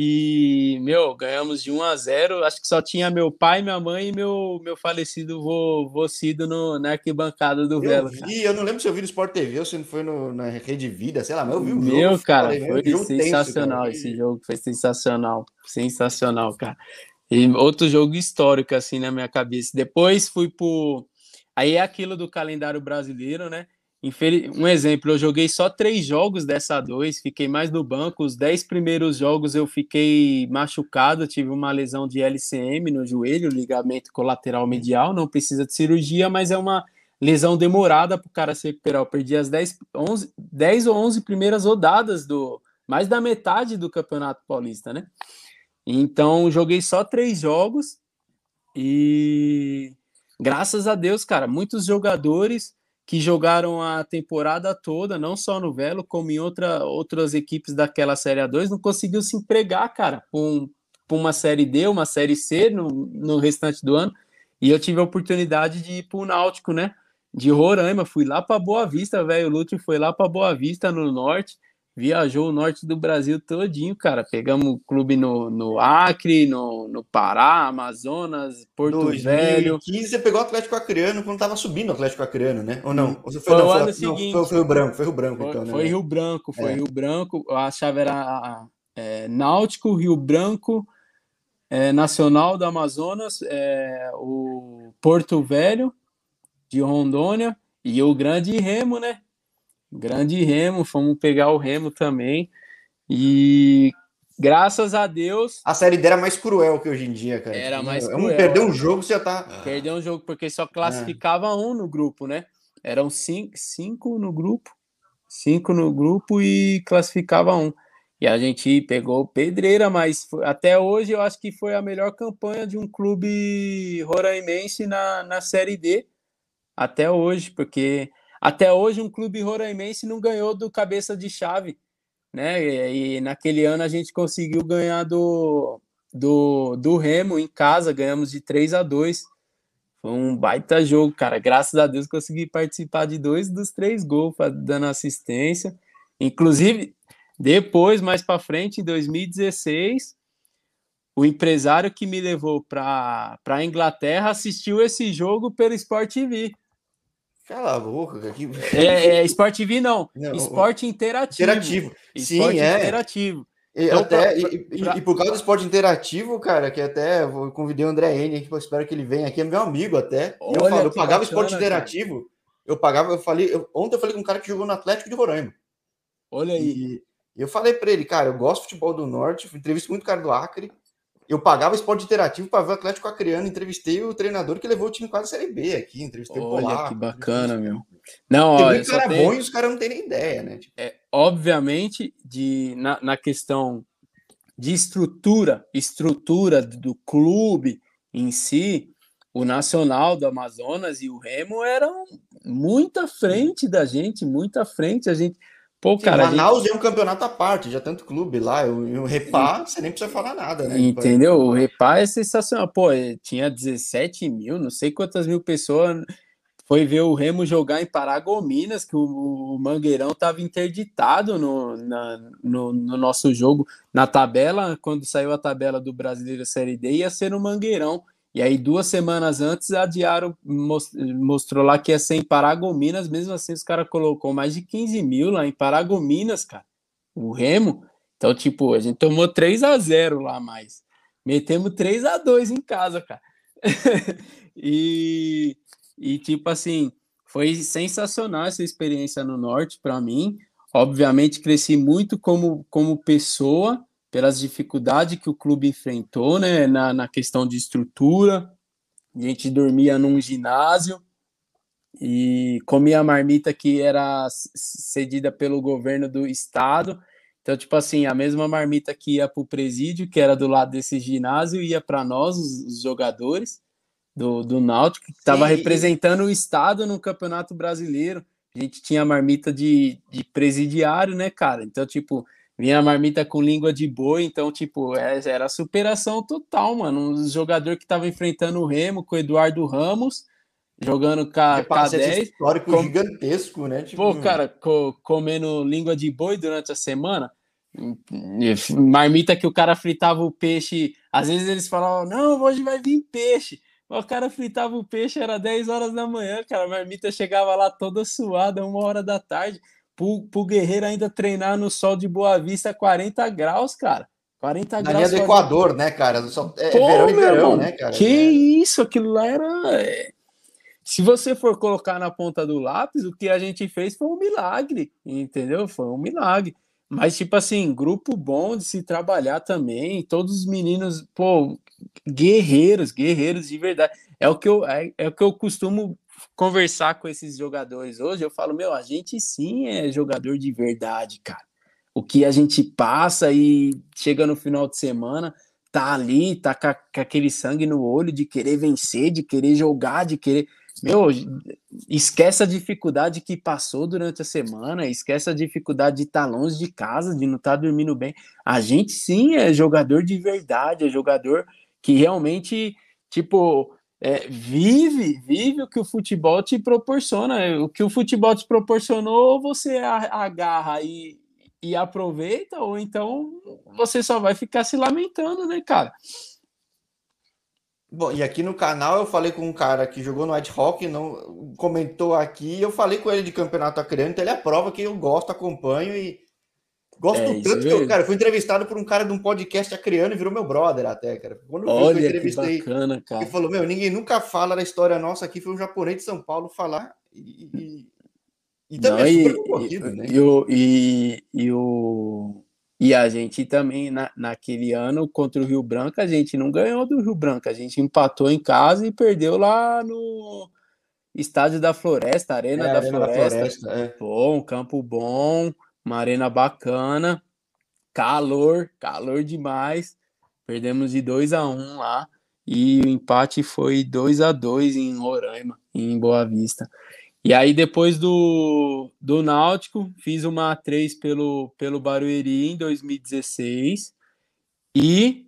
E, meu, ganhamos de um a zero. Acho que só tinha meu pai, minha mãe e meu, meu falecido vô, vô Cido no, na arquibancada do Eu Velo, cara. vi, eu não lembro se eu vi no Sport T V ou se não foi no, na Rede Vida, sei lá, mas eu vi o jogo, eu Meu, cara, falei, meu, foi que jogo tenso, cara. sensacional esse Foi... jogo. Foi sensacional. Sensacional, cara. E outro jogo histórico, assim, na minha cabeça. Depois fui pro. Aí é aquilo do calendário brasileiro, né? Infeliz... Um exemplo, eu joguei só três jogos dessa dois, fiquei mais no banco. Os dez primeiros jogos eu fiquei machucado, tive uma lesão de L C M no joelho, ligamento colateral medial. Não precisa de cirurgia, mas é uma lesão demorada para o cara se recuperar. Eu perdi as dez, onze, dez ou onze primeiras rodadas do. Mais da metade do Campeonato Paulista, né? Então, joguei só três jogos e graças a Deus, cara, muitos jogadores que jogaram a temporada toda, não só no Velo, como em outra, outras equipes daquela Série A dois, não conseguiu se empregar, cara, para um, uma Série D, uma Série C no, no restante do ano. E eu tive a oportunidade de ir para o Náutico, né? De Roraima, fui lá para Boa Vista, velho. O Lúcio foi lá para Boa Vista, no norte. Viajou o norte do Brasil todinho, cara. Pegamos clube no, no Acre, no, no Pará, Amazonas, Porto Velho. dois mil e quinze você pegou o Atlético Acreano quando tava subindo o Atlético Acreano, né? Ou não? Ou você foi, Foi não, o foi, ano não, foi, seguinte. foi o branco, foi o branco, Foi, então, foi né? Rio Branco, foi É. Rio Branco. A chave era é, Náutico, Rio Branco, é, Nacional do Amazonas, é, o Porto Velho de Rondônia e o Grande Remo, né? Grande Remo, fomos pegar o Remo também. E graças a Deus A série D era mais cruel que hoje em dia, cara. era Tipo, mais meu, é um cruel. perder um Era, jogo, você já tá. perdeu um jogo porque só Ah, classificava um no grupo, né? Eram cinco, cinco no grupo, cinco no grupo e classificava um. E a gente pegou pedreira, mas foi, até hoje eu acho que foi a melhor campanha de um clube roraimense na, na Série D. Até hoje, porque até hoje um clube roraimense não ganhou do cabeça de chave, né? E, e naquele ano a gente conseguiu ganhar do, do, do Remo em casa, ganhamos de três a dois. Foi um baita jogo, cara. Graças a Deus consegui participar de dois dos três gols, dando assistência. Inclusive, depois, mais para frente, em dois mil e dezesseis, o empresário que me levou para a Inglaterra assistiu esse jogo pelo Sport T V. cala a boca, cara. Que... É, é Sport T V não, Não, esporte interativo. interativo. Sim, Esporte é. interativo. E, Então, pra, até, pra, e, e- e pra... por causa do esporte interativo, cara, que até eu convidei o André N aqui, eu espero que ele venha aqui, é meu amigo até. E eu Olha falo, eu que pagava esporte bacana, cara. interativo, eu pagava, eu falei, eu- ontem eu falei com um cara que jogou no Atlético de Roraima. Olha aí. E eu falei pra ele, cara, eu gosto de futebol do Norte, entrevisto muito cara do Acre. Eu pagava esporte interativo para ver o Atlético Acreano, entrevistei o treinador que levou o time quase a Série B aqui, entrevistei o Olha que Polaco, entrevistei os... bacana, meu. Não, Tem ó, eu muito só cara bom tenho. e os caras não têm nem ideia, né? Tipo, É, obviamente, de, na, na questão de estrutura, estrutura do clube em si, o Nacional do Amazonas e o Remo eram muito à frente da gente, muito à frente. A gente, pô, sim, cara, a gente Manaus é um campeonato à parte, já tanto clube lá, o Repá, você nem precisa falar nada, né? De Pernambuco. entendeu? O Repá é sensacional. Pô, tinha dezessete mil, não sei quantas mil pessoas. foi ver o Remo jogar em Paragominas, que o, o Mangueirão estava interditado no, na, no, no nosso jogo. Na tabela, quando saiu a tabela do Brasileiro Série D, ia ser no Mangueirão. E aí, duas semanas antes, adiaram, mostrou lá que ia ser em Paragominas. Mesmo assim, os caras colocou mais de quinze mil lá em Paragominas, cara. O Remo. Então, tipo, a gente tomou três a zero lá mais. Metemos três a dois em casa, cara. e, e, tipo assim, foi sensacional essa experiência no Norte para mim. Obviamente, cresci muito como, como pessoa, pelas dificuldades que o clube enfrentou, né, na, na questão de estrutura. A gente dormia num ginásio e comia a marmita que era cedida pelo governo do estado. Então, tipo assim, a mesma marmita que ia para o presídio, que era do lado desse ginásio, ia para nós, os, os jogadores do, do Náutico, que Sim, estava e, representando o estado no Campeonato Brasileiro. A gente tinha marmita de, de presidiário, né, cara? Então, tipo, vinha a marmita com língua de boi, então, tipo, é, era superação total, mano. Um jogador que estava enfrentando o Remo, com o Eduardo Ramos, jogando é K, parceiro K10, histórico com, gigantesco, né? pô, Tipo, cara, co, comendo língua de boi durante a semana. Marmita que o cara fritava o peixe. Às vezes eles falavam, não, hoje vai vir peixe. O cara fritava o peixe, era dez horas da manhã, cara. A marmita chegava lá toda suada, uma hora da tarde. Pro, pro guerreiro ainda treinar no sol de Boa Vista, quarenta graus, cara. quarenta na linha graus do fazendo. Equador, né, cara? Só, é, é verão Pô, e meu verão, irmão, né, cara? que É, isso? Aquilo lá era. é, Se você for colocar na ponta do lápis, o que a gente fez foi um milagre, entendeu? Foi um milagre. Mas, tipo assim, grupo bom de se trabalhar também, todos os meninos, pô, guerreiros, guerreiros de verdade. É o que eu, é, é o que eu costumo conversar com esses jogadores hoje. Eu falo, meu, a gente sim é jogador de verdade, cara. O que a gente passa e chega no final de semana, tá ali, tá com, a, com aquele sangue no olho de querer vencer, de querer jogar, de querer. Meu, esquece a dificuldade que passou durante a semana, esquece a dificuldade de estar longe de casa, de não estar dormindo bem. A gente sim é jogador de verdade, é jogador que realmente, tipo, é, vive, vive o que o futebol te proporciona. O que o futebol te proporcionou, você agarra e, e aproveita, ou então você só vai ficar se lamentando, né, cara? bom, e aqui no canal eu falei com um cara que jogou no Ad Hoc, não comentou aqui, eu falei com ele de campeonato acreano, então ele é a prova que eu gosto, acompanho e É gosto isso tanto que eu, mesmo. cara, eu fui entrevistado por um cara de um podcast acreano e virou meu brother até, cara. Quando viu que eu Olha que entrevistei, bacana, ele cara. falou, meu, ninguém nunca fala da história nossa aqui, foi um japonês de São Paulo falar e, e, e também Não, é super e, e, concorrido, né? e, o, e, e, o, e a gente também, na, naquele ano, contra o Rio Branco, a gente não ganhou do Rio Branco, a gente empatou em casa e perdeu lá no Estádio da Floresta, Arena É, da Arena da Floresta. Floresta, é. Pô, um campo bom, uma arena bacana, calor, calor demais. Perdemos de dois a um lá e o empate foi dois a dois em Roraima, em Boa Vista. E aí, depois do, do Náutico, fiz uma A três pelo, pelo Barueri em dois mil e dezesseis. E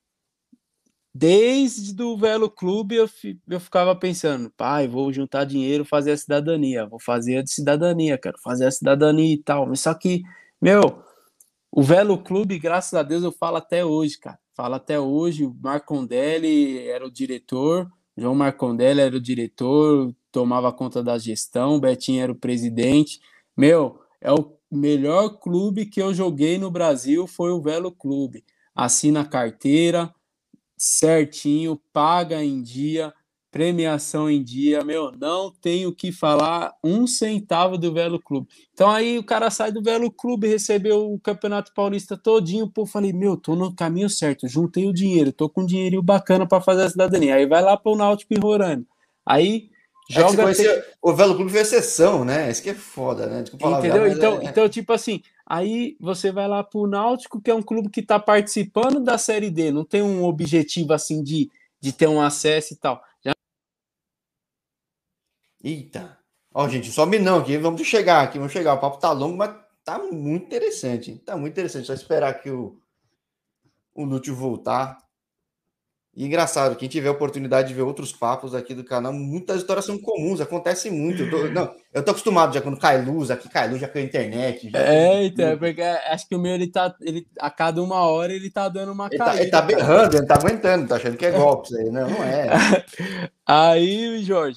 desde o Velo Clube eu, fi, eu ficava pensando, pai, vou juntar dinheiro, fazer a cidadania, vou fazer a de cidadania, quero fazer a cidadania e tal. Mas só que, meu, o Velo Clube, graças a Deus, eu falo até hoje, cara. Falo até hoje, o Marcondelli era o diretor, João Marcondelli era o diretor, tomava conta da gestão, o Betinho era o presidente. Meu, é o melhor clube que eu joguei no Brasil, foi o Velo Clube. Assina a carteira, certinho, paga em dia, premiação em dia, meu, não tenho o que falar um centavo do Velo Clube. Então aí o cara sai do Velo Clube, recebeu o Campeonato Paulista todinho, pô, falei, meu, tô no caminho certo, juntei o dinheiro, tô com um dinheirinho bacana para fazer a cidadania. Aí vai lá pro Náutico e Roraima. Aí É que você joga te... conhecia o Velo Clube foi exceção, né? Isso que é foda, né? Desculpa falar já, Entendeu? mas Então, é, é. então, tipo assim, aí você vai lá pro Náutico, que é um clube que tá participando da Série D, não tem um objetivo assim de, de ter um acesso e tal. Já... Eita. Ó, gente, sobe não aqui, vamos chegar aqui, vamos chegar. O papo tá longo, mas tá muito interessante. Tá muito interessante. Só esperar aqui o, o Lúcio voltar. E engraçado, quem tiver a oportunidade de ver outros papos aqui do canal, muitas histórias são comuns, acontece muito. Eu tô, não, eu tô acostumado já quando cai luz, aqui cai luz, já caiu a internet, já teve É, então, é tudo. porque acho que o meu, ele tá, ele, a cada uma hora ele tá dando uma Ele tá, ele tá caída, cara. berrando, ele tá aguentando, tá achando que é golpe isso aí. Não, não é. Aí, Jorge,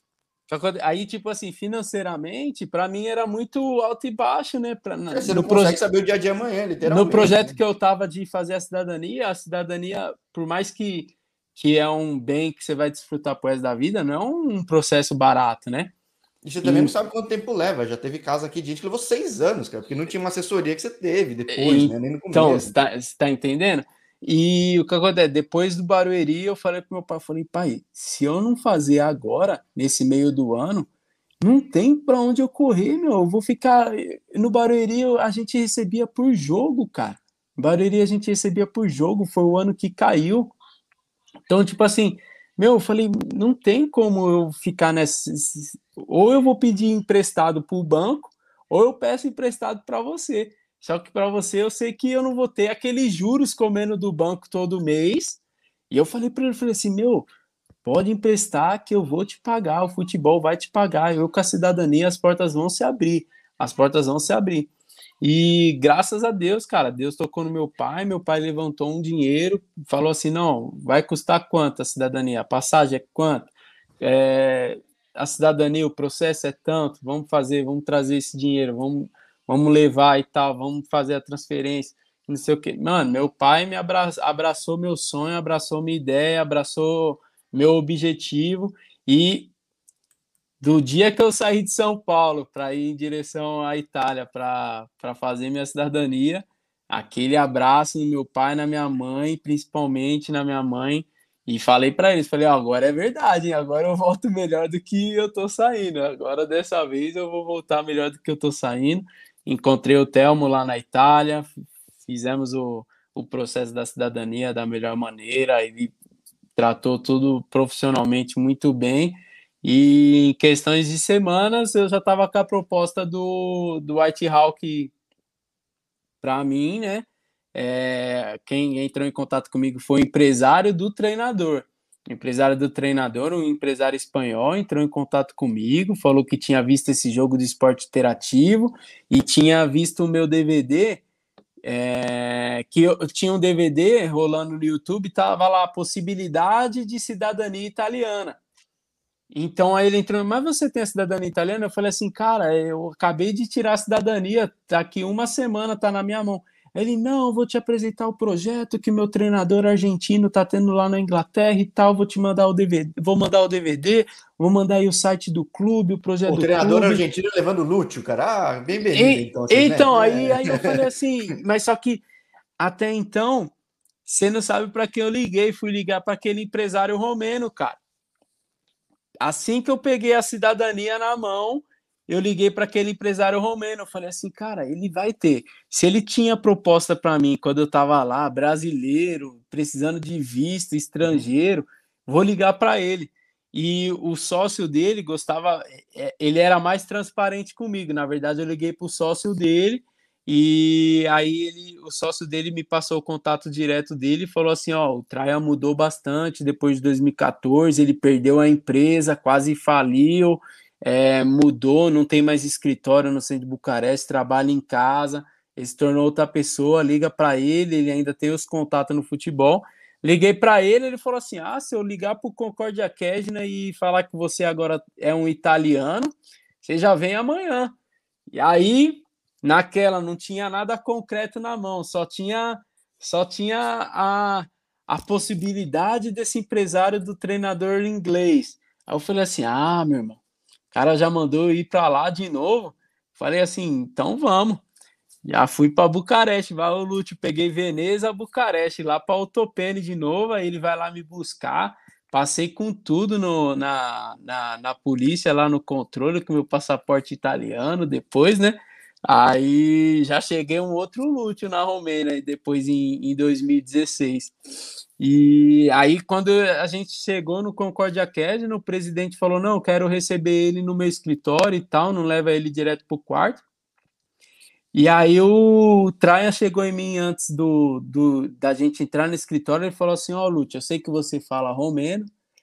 aí, tipo assim, financeiramente, para mim era muito alto e baixo, né? Pra, É, você no, não consegue proje saber o dia de amanhã, no literalmente. projeto Né? que eu tava de fazer a cidadania, a cidadania, por mais que, que é um bem que você vai desfrutar pro resto da vida, não é um processo barato, né? E você também não E, sabe quanto tempo leva. Já teve caso aqui de gente que levou seis anos, cara, porque não tinha uma assessoria que você teve depois, né? Nem no então, começo. você tá, você tá entendendo? E o que acontece? Depois do Barueri, eu falei pro meu pai, falei, pai, se eu não fazer agora, nesse meio do ano, não tem para onde eu correr, meu. Eu vou ficar. No Barueri a gente recebia por jogo, cara. No Barueri a gente recebia por jogo, foi o ano que caiu. Então, tipo assim, meu, eu falei, não tem como eu ficar nessa. Ou eu vou pedir emprestado pro banco, ou eu peço emprestado para você. Só que para você eu sei que eu não vou ter aqueles juros comendo do banco todo mês. E eu falei para ele, falei assim, meu, pode emprestar que eu vou te pagar, o futebol vai te pagar. Eu com a cidadania, as portas vão se abrir. As portas vão se abrir. E graças a Deus, cara, Deus tocou no meu pai, meu pai levantou um dinheiro, falou assim, não, vai custar quanto a cidadania? A passagem é quanto? É, a cidadania, o processo é tanto, vamos fazer, vamos trazer esse dinheiro, vamos, vamos levar e tal, vamos fazer a transferência, não sei o quê. Mano, meu pai me abra abraçou meu sonho, abraçou minha ideia, abraçou meu objetivo e do dia que eu saí de São Paulo para ir em direção à Itália para fazer minha cidadania, aquele abraço no meu pai, na minha mãe, principalmente na minha mãe, e falei para eles, falei, oh, agora é verdade, hein? Agora eu volto melhor do que eu tô saindo, agora dessa vez eu vou voltar melhor do que eu tô saindo. Encontrei o Telmo lá na Itália, fizemos o, o processo da cidadania da melhor maneira, ele tratou tudo profissionalmente muito bem. E em questões de semanas eu já estava com a proposta do, do White Hawk para mim, né? É, quem entrou em contato comigo foi o empresário do treinador. O empresário do treinador, um empresário espanhol, entrou em contato comigo, falou que tinha visto esse jogo de esporte interativo e tinha visto o meu D V D. É, que eu tinha um D V D rolando no YouTube, tava lá a possibilidade de cidadania italiana. Então aí ele entrou, mas você tem a cidadania italiana? Eu falei assim, cara, eu acabei de tirar a cidadania, tá aqui uma semana, tá na minha mão. Ele, não, eu vou te apresentar o projeto que meu treinador argentino tá tendo lá na Inglaterra e tal, vou te mandar o D V D, vou mandar o D V D, vou mandar aí o site do clube, o projeto O do treinador clube. argentino levando lúcio, cara. Ah, bem-vindo, E, então, vocês, né? então, aí, É. aí eu falei assim, mas só que até então, você não sabe para quem eu liguei, fui ligar para aquele empresário romeno, cara. Assim que eu peguei a cidadania na mão, eu liguei para aquele empresário romeno. Eu falei assim, cara, ele vai ter. Se ele tinha proposta para mim quando eu estava lá, brasileiro, precisando de visto, estrangeiro, vou ligar para ele. E o sócio dele gostava, ele era mais transparente comigo. Na verdade, eu liguei para o sócio dele e aí ele, o sócio dele me passou o contato direto dele e falou assim, ó, o Traia mudou bastante depois de dois mil e quatorze, ele perdeu a empresa, quase faliu, é, mudou, não tem mais escritório no centro de Bucareste, trabalha em casa, ele se tornou outra pessoa, liga para ele, ele ainda tem os contatos no futebol. Liguei para ele, ele falou assim, ah, se eu ligar para o Concórdia Kejna e falar que você agora é um italiano, você já vem amanhã. E aí, naquela, não tinha nada concreto na mão, só tinha, só tinha a, a possibilidade desse empresário do treinador inglês. Aí eu falei assim: ah, meu irmão, o cara já mandou eu ir para lá de novo. Falei assim: então vamos. Já fui para Bucareste, vai o Lúcio, peguei Veneza, Bucareste, lá para Otopene de novo, aí ele vai lá me buscar. Passei com tudo no, na, na, na polícia, lá no controle, com meu passaporte italiano, depois, né? Aí já cheguei um outro Lúcio na Romênia, depois em, em dois mil e dezesseis. E aí, quando a gente chegou no Concordia Academy, o presidente falou: não, quero receber ele no meu escritório e tal, não leva ele direto para o quarto. E aí o Traian chegou em mim antes do, do, da gente entrar no escritório, ele falou assim, ó, oh, Lúcio, eu sei que você fala romeno,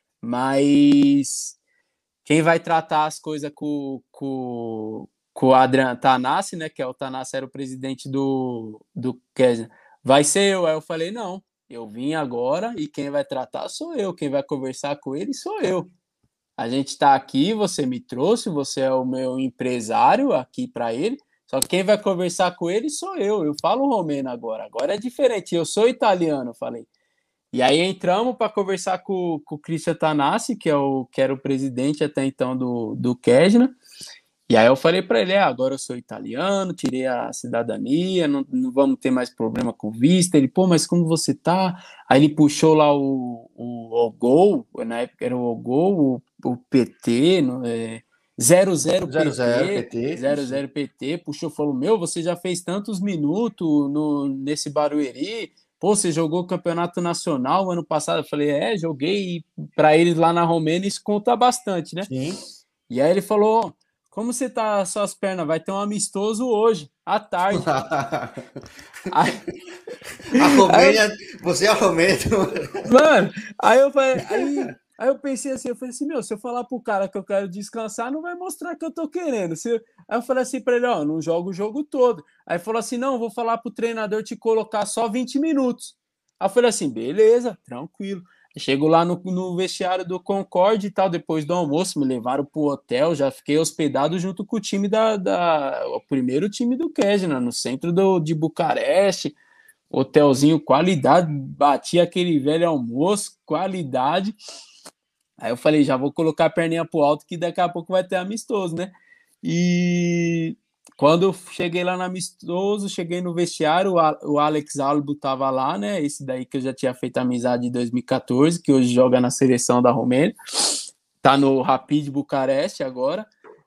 mas quem vai tratar as coisas com, com, com o Adrian Tanassi, né, que é o Tanassi era o presidente do, do Kesner, vai ser eu. Aí eu falei, não, eu vim agora e quem vai tratar sou eu, quem vai conversar com ele sou eu. A gente está aqui, você me trouxe, você é o meu empresário aqui para ele, só que quem vai conversar com ele sou eu. Eu falo romeno agora, agora é diferente, eu sou italiano, eu falei. E aí entramos para conversar com, com o Christian Tanassi, que, é o, que era o presidente até então do, do Kesna. E aí eu falei para ele, é, agora eu sou italiano, tirei a cidadania, não, não vamos ter mais problema com vista. Ele, pô, mas como você tá? Aí ele puxou lá o, o, o Gol, na época era o Gol, o, o P T, no, é, zero zero zero zero P T, P T. zero zero P T, puxou, falou, meu, você já fez tantos minutos no, nesse Barueri, pô, você jogou o campeonato nacional ano passado? Eu falei, é, joguei, para eles lá na Romênia isso conta bastante, né? Sim. E aí ele falou, como você tá suas pernas? Vai ter um amistoso hoje, à tarde. aí, a Romênia, eu, você é a Romênia. Mano, aí eu falei, aí, aí eu pensei assim, eu falei assim, meu, se eu falar pro cara que eu quero descansar, não vai mostrar que eu tô querendo. Se eu, aí eu falei assim pra ele, ó, não joga o jogo todo. Aí falou assim, não, vou falar pro treinador te colocar só vinte minutos. Aí eu falei assim, beleza, tranquilo. Chego lá no, no vestiário do Concorde e tal, depois do almoço, me levaram pro hotel, já fiquei hospedado junto com o time da, da o primeiro time do Kesna, no centro do, de Bucareste, hotelzinho, qualidade, bati aquele velho almoço, qualidade. Aí eu falei, já vou colocar a perninha pro alto que daqui a pouco vai ter amistoso, né? E quando eu cheguei lá no amistoso, cheguei no vestiário, o Alex Albo tava lá, né? Esse daí que eu já tinha feito amizade em dois mil e quatorze, que hoje joga na seleção da Romênia. Tá no Rapid Bucareste agora.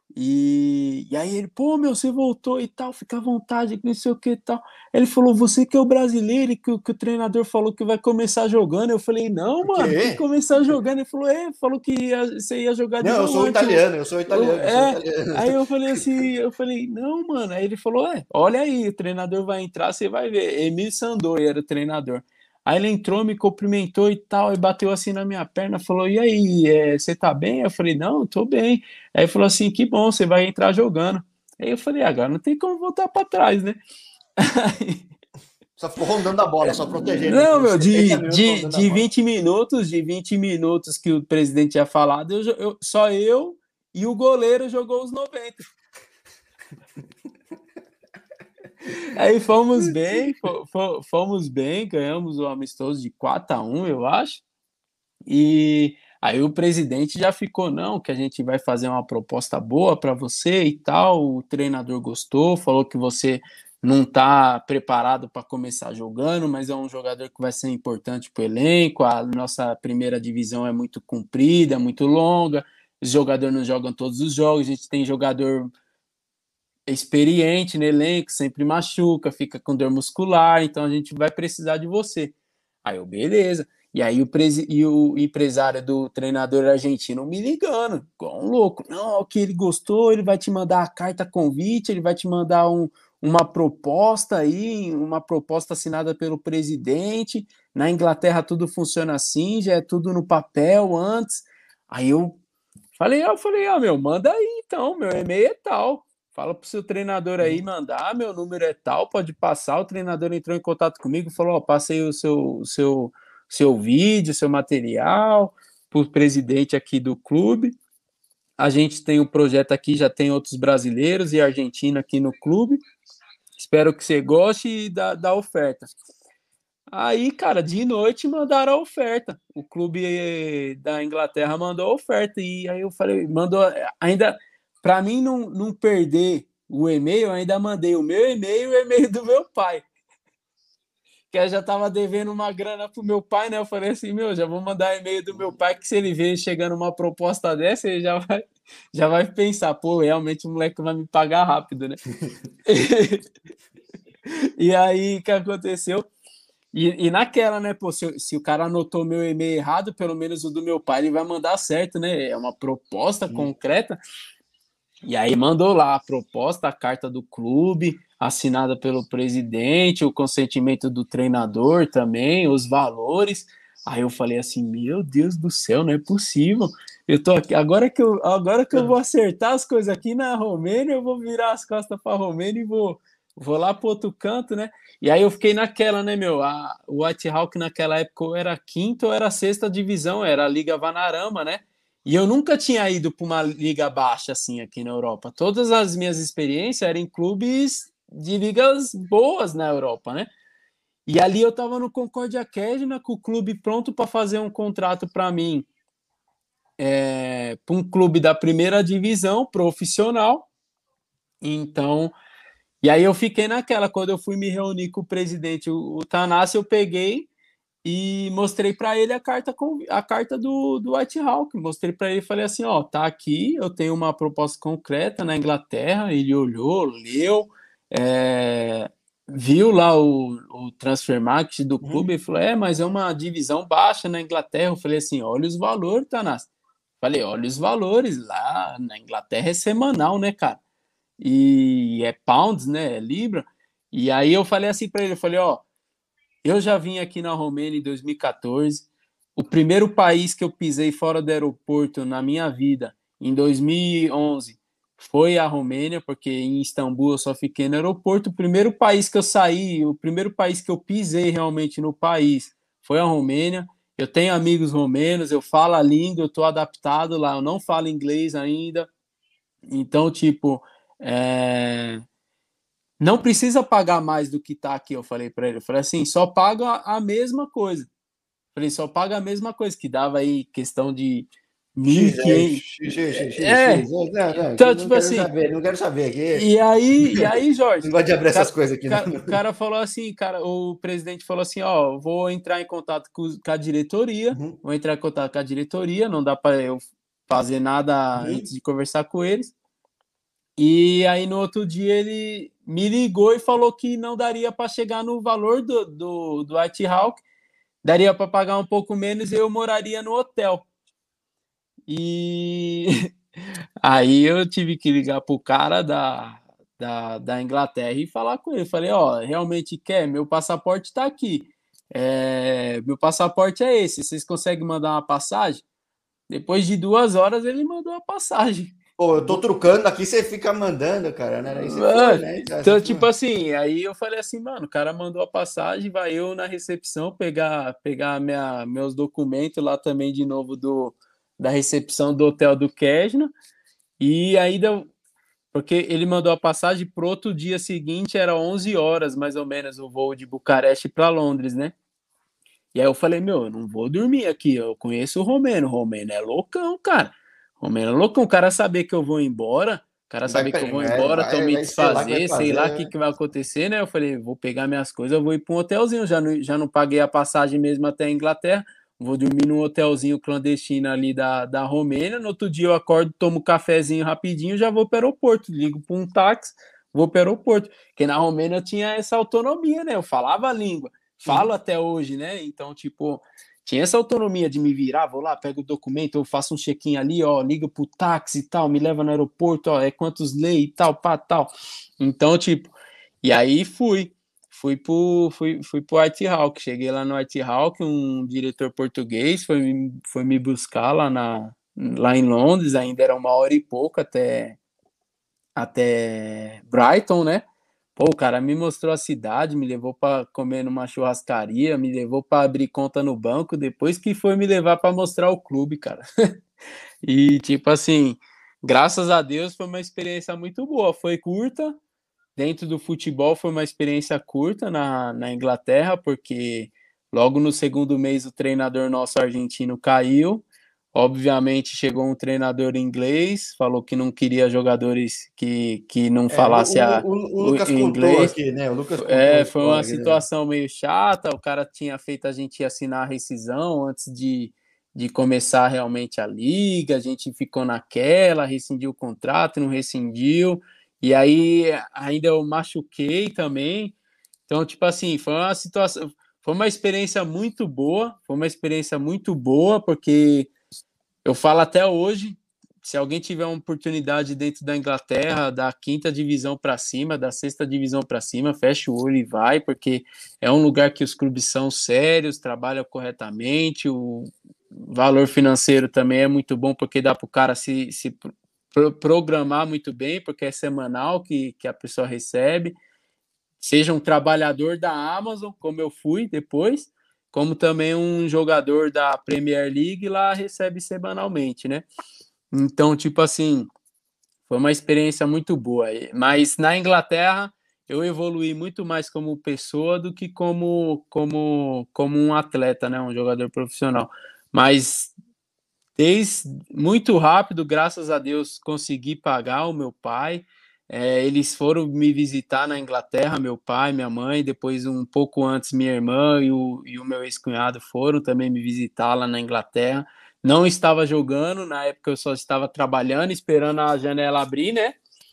E, e aí ele, pô, meu, você voltou e tal, fica à vontade, não sei o que e tal. Ele falou, você que é o brasileiro, que, que o treinador falou que vai começar jogando. Eu falei, não, mano, que começar jogando? Ele falou, é, falou que ia, você ia jogar de Não, volante. eu sou italiano, eu sou italiano, eu, é. sou italiano. Aí eu falei assim, eu falei, não, mano. Aí ele falou, é, olha aí, o treinador vai entrar, você vai ver. Emil Sandor era o treinador. Aí ele entrou, me cumprimentou e tal, e bateu assim na minha perna, falou, e aí, é, você tá bem? Eu falei, não, tô bem. Aí ele falou assim, que bom, você vai entrar jogando. Aí eu falei, agora não tem como voltar para trás, né? Só ficou rondando a bola, só protegendo. Não, meu, de, de, de vinte minutos, de vinte minutos que o presidente tinha falado, eu, eu, só eu e o goleiro jogou os noventa. Aí fomos bem, fomos bem, ganhamos o amistoso de quatro a um, eu acho. E aí o presidente já ficou, não, que a gente vai fazer uma proposta boa para você e tal. O treinador gostou, falou que você não está preparado para começar jogando, mas é um jogador que vai ser importante para o elenco. A nossa primeira divisão é muito comprida, muito longa. Os jogadores não jogam todos os jogos, a gente tem jogador experiente no elenco, sempre machuca, fica com dor muscular, então a gente vai precisar de você. Aí eu, beleza. E aí o, presi e o empresário do treinador argentino me ligando, igual um louco. Não, que ele gostou, ele vai te mandar a carta convite, ele vai te mandar um, uma proposta aí, uma proposta assinada pelo presidente. Na Inglaterra tudo funciona assim, já é tudo no papel antes. Aí eu falei, eu falei, ah, meu, manda aí então, meu e-mail é tal. Fala pro seu treinador aí mandar, meu número é tal, pode passar. O treinador entrou em contato comigo, falou, ó, passei o seu, o seu, seu vídeo, seu material para o presidente aqui do clube. A gente tem um projeto aqui, já tem outros brasileiros e argentinos aqui no clube. Espero que você goste da, da oferta. Aí, cara, de noite mandaram a oferta. O clube da Inglaterra mandou a oferta. E aí eu falei, mandou ainda. Para mim não, não perder o e-mail, eu ainda mandei o meu e-mail e o e-mail do meu pai. Que eu já estava devendo uma grana pro meu pai, né? Eu falei assim, meu, já vou mandar e-mail do meu pai, que se ele ver chegando uma proposta dessa, ele já vai, já vai pensar, pô, realmente o moleque vai me pagar rápido, né? E aí, o que aconteceu? E, e naquela, né, pô, se, se o cara anotou meu e-mail errado, pelo menos o do meu pai, ele vai mandar certo, né? É uma proposta concreta. E aí mandou lá a proposta, a carta do clube, assinada pelo presidente, o consentimento do treinador também, os valores. Aí eu falei assim, meu Deus do céu, não é possível. Eu tô aqui, agora que eu, agora que eu vou acertar as coisas aqui na Romênia, eu vou virar as costas para a Romênia e vou, vou lá para outro canto, né? E aí eu fiquei naquela, né, meu? A, o White Hawk naquela época ou era quinta ou era sexta divisão, era a Liga Vanarama, né? E eu nunca tinha ido para uma liga baixa assim aqui na Europa. Todas as minhas experiências eram em clubes de ligas boas na Europa, né? E ali eu estava no Concordia Kedna com o clube pronto para fazer um contrato para mim, é, para um clube da primeira divisão profissional. Então, e aí eu fiquei naquela, quando eu fui me reunir com o presidente, o, o Tanassi, eu peguei e mostrei para ele a carta, a carta do, do White Hawk. Mostrei para ele e falei assim: ó, tá aqui, eu tenho uma proposta concreta na Inglaterra. Ele olhou, leu, é, viu lá o, o transfer market do clube e falou: é, mas é uma divisão baixa na Inglaterra. Eu falei assim: olha os valores, Tanás. Falei: olha os valores, lá na Inglaterra é semanal, né, cara? E é pounds, né? É libra. E aí eu falei assim para ele: eu falei, ó. Eu já vim aqui na Romênia em dois mil e quatorze. O primeiro país que eu pisei fora do aeroporto na minha vida, em dois mil e onze, foi a Romênia, porque em Istambul eu só fiquei no aeroporto. O primeiro país que eu saí, o primeiro país que eu pisei realmente no país foi a Romênia. Eu tenho amigos romenos, eu falo a língua, eu estou adaptado lá, eu não falo inglês ainda. Então, tipo, é... não precisa pagar mais do que está aqui, eu falei para ele. Eu falei assim, só paga a mesma coisa. Eu falei, só paga a mesma coisa, que dava aí questão de mil e quinhentos. X, X, X, X, É, X. Não, não, então, não tipo quero assim, saber, não quero saber aqui. e aí, e aí, Jorge, Não gosto de abrir o essas cara, coisas aqui, não. cara, o cara falou assim, cara, o presidente falou assim, ó, vou entrar em contato com, com a diretoria, Uhum, vou entrar em contato com a diretoria, não dá para eu fazer nada uhum. antes de conversar com eles. E aí no outro dia ele me ligou e falou que não daria para chegar no valor do, do, do White Hawk, daria para pagar um pouco menos e eu moraria no hotel. E aí eu tive que ligar pro cara da, da, da Inglaterra e falar com ele. Falei, ó, realmente quer? Meu passaporte está aqui. É, meu passaporte é esse. Vocês conseguem mandar uma passagem? Depois de duas horas ele mandou a passagem. Pô, eu tô trucando aqui, você fica mandando, cara, né? Aí você foi, né? Você Então, foi. tipo assim, aí eu falei assim, mano, o cara mandou a passagem, vai eu na recepção pegar, pegar minha, meus documentos lá também de novo do, da recepção do hotel do Kesna, e ainda, porque ele mandou a passagem pro outro dia seguinte, era onze horas mais ou menos o voo de Bucareste para Londres, né? E aí eu falei, meu, eu não vou dormir aqui, eu conheço o Romeno, o Romeno é loucão, cara. O Romeno é loucão, o cara saber que eu vou embora, o cara Vai, saber que eu vou vai, embora, tô vai, me vai sei lá o que vai desfazer, sei lá o que, fazer. que vai acontecer, né? Eu falei, vou pegar minhas coisas, eu vou ir para um hotelzinho, já não, já não paguei a passagem mesmo até a Inglaterra, vou dormir num hotelzinho clandestino ali da, da Romênia, no outro dia eu acordo, tomo um cafezinho rapidinho, já vou para o aeroporto, ligo para um táxi, vou para o aeroporto, porque na Romênia eu tinha essa autonomia, né? Eu falava a língua, falo Uhum. até hoje, né? Então, tipo, tinha essa autonomia de me virar, vou lá, pego o documento, eu faço um check-in ali, ó, ligo pro táxi e tal, me leva no aeroporto, ó, é quantos lei e tal, pá, tal. Então, tipo, e aí fui, fui pro, fui, fui pro White Hawk, cheguei lá no White Hawk, um diretor português foi, foi me buscar lá, na, lá em Londres, ainda era uma hora e pouco até, até Brighton, né? Pô, o cara me mostrou a cidade, me levou para comer numa churrascaria, me levou para abrir conta no banco, depois que foi me levar para mostrar o clube, cara. E tipo assim, graças a Deus foi uma experiência muito boa. Foi curta, dentro do futebol foi uma experiência curta na, na Inglaterra, porque logo no segundo mês o treinador nosso argentino caiu. Obviamente chegou um treinador inglês, falou que não queria jogadores que, que não É, o, falassem a, o, o o Lucas contou inglês. aqui, né? O Lucas contou a É, foi uma história aqui, né? situação meio chata. O cara tinha feito a gente assinar a rescisão antes de, de começar realmente a liga. A gente ficou naquela, rescindiu o contrato, não rescindiu. E aí ainda eu machuquei também. Então, tipo assim, foi uma situação, foi uma experiência muito boa. Foi uma experiência muito boa, porque eu falo até hoje, se alguém tiver uma oportunidade dentro da Inglaterra, da quinta divisão para cima, da sexta divisão para cima, fecha o olho e vai, porque é um lugar que os clubes são sérios, trabalham corretamente, o valor financeiro também é muito bom, porque dá para o cara se, se pro, programar muito bem, porque é semanal que, que a pessoa recebe, seja um trabalhador da Amazon, como eu fui depois, como também um jogador da Premier League lá recebe semanalmente, né? Então, tipo assim, foi uma experiência muito boa. Mas na Inglaterra eu evoluí muito mais como pessoa do que como, como, como um atleta, né? Um jogador profissional. Mas desde muito rápido, graças a Deus, consegui pagar o meu pai. É, eles foram me visitar na Inglaterra, meu pai, minha mãe, depois um pouco antes minha irmã e o, e o meu ex-cunhado foram também me visitar lá na Inglaterra. Não estava jogando, na época eu só estava trabalhando, esperando a janela abrir, né?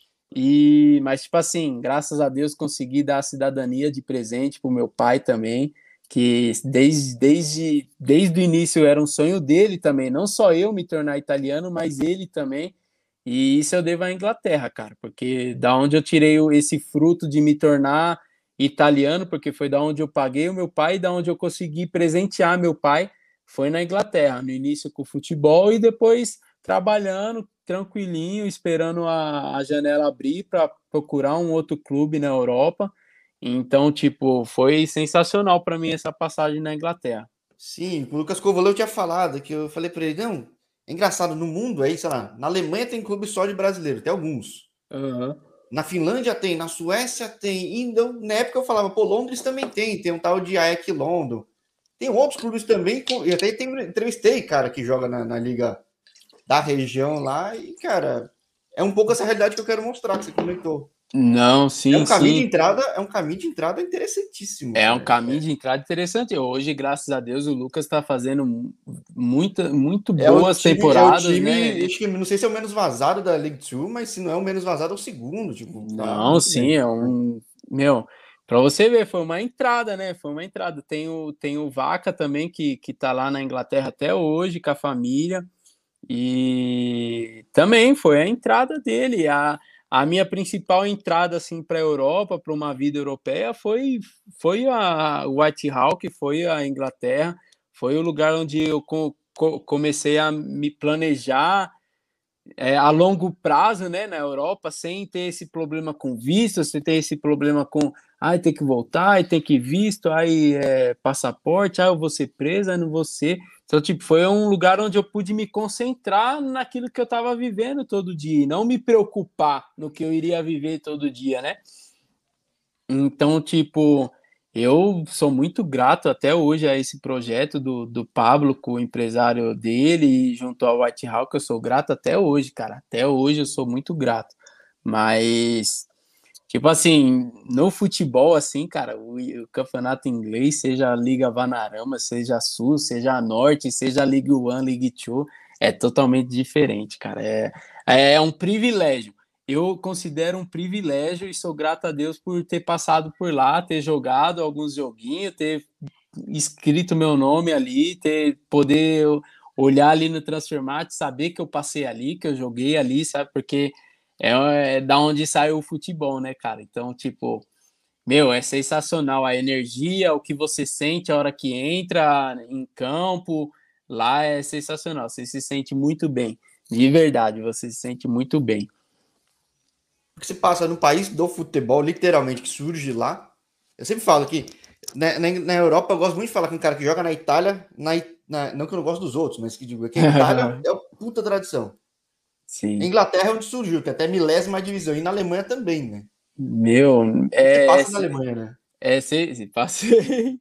E, mas, tipo assim, graças a Deus consegui dar a cidadania de presente para o meu pai também, que desde, desde, desde o início era um sonho dele também, não só eu me tornar italiano, mas ele também. E isso eu devo à Inglaterra, cara, porque da onde eu tirei esse fruto de me tornar italiano, porque foi da onde eu paguei o meu pai e da onde eu consegui presentear meu pai, foi na Inglaterra, no início com o futebol e depois trabalhando tranquilinho, esperando a, a janela abrir para procurar um outro clube na Europa. Então, tipo, foi sensacional para mim essa passagem na Inglaterra. Sim, o Lucas Covalão eu tinha falado, que eu falei para ele, não, é engraçado, no mundo aí, sei lá, na Alemanha tem clube só de brasileiro, tem alguns. Uhum. Na Finlândia tem, na Suécia tem, então, na época eu falava, pô, Londres também tem, tem um tal de A E C London. Tem outros clubes também, e até tem, entrevistei, cara, que joga na, na liga da região lá, e, cara, é um pouco essa realidade que eu quero mostrar, que você comentou. Não, É sim, um caminho de sim. entrada, é um caminho de entrada interessantíssimo, É um cara. caminho de entrada interessante. Hoje, graças a Deus, o Lucas está fazendo muita, muito É o boas time, é o temporadas, time, né? Ele... acho que não sei se é o menos vazado da League Two, mas se não é o menos vazado, é o segundo, tipo, tá Não, muito sim, bem. é um. Meu, para você ver, foi uma entrada, né? Foi uma entrada. Tem o, tem o Vaca também, que, que tá lá na Inglaterra até hoje, com a família. E também foi a entrada dele. A, a minha principal entrada assim para a Europa, para uma vida europeia, foi, foi a White Hawk, foi a Inglaterra, foi o lugar onde eu co, co, comecei a me planejar é, a longo prazo, né, na Europa, sem ter esse problema com visto, sem ter esse problema com, ai, tem que voltar, ai, tem que visto, aí é, passaporte, ai, eu vou ser presa, não vou ser. Então, tipo, foi um lugar onde eu pude me concentrar naquilo que eu estava vivendo todo dia, e não me preocupar no que eu iria viver todo dia, né? Então, tipo, eu sou muito grato até hoje a esse projeto do, do Pablo, com o empresário dele, e junto ao White Hawk, eu sou grato até hoje, cara. Até hoje eu sou muito grato. Mas, tipo assim, no futebol, assim, cara, o, o campeonato inglês, seja a Liga Vanarama, seja a Sul, seja a Norte, seja a League One, League Two, é totalmente diferente, cara. É, é um privilégio. Eu considero um privilégio e sou grato a Deus por ter passado por lá, ter jogado alguns joguinhos, ter escrito meu nome ali, ter poder olhar ali no Transfermarkt, saber que eu passei ali, que eu joguei ali, sabe? Porque é, é da onde sai o futebol, né, cara? Então, tipo, meu, é sensacional a energia, o que você sente a hora que entra em campo, lá é sensacional. Você se sente muito bem, de verdade, você se sente muito bem. Porque você passa no país do futebol, literalmente, que surge lá. Eu sempre falo que na, na, na Europa eu gosto muito de falar com um cara que joga na Itália, na, na, não que eu não gosto dos outros, mas que digo, que a Itália é puta tradição. A Sim. Inglaterra é onde surgiu, tem até milésima divisão, e na Alemanha também, né? Meu, Você é, passa na é, Alemanha, né? é, se, passei,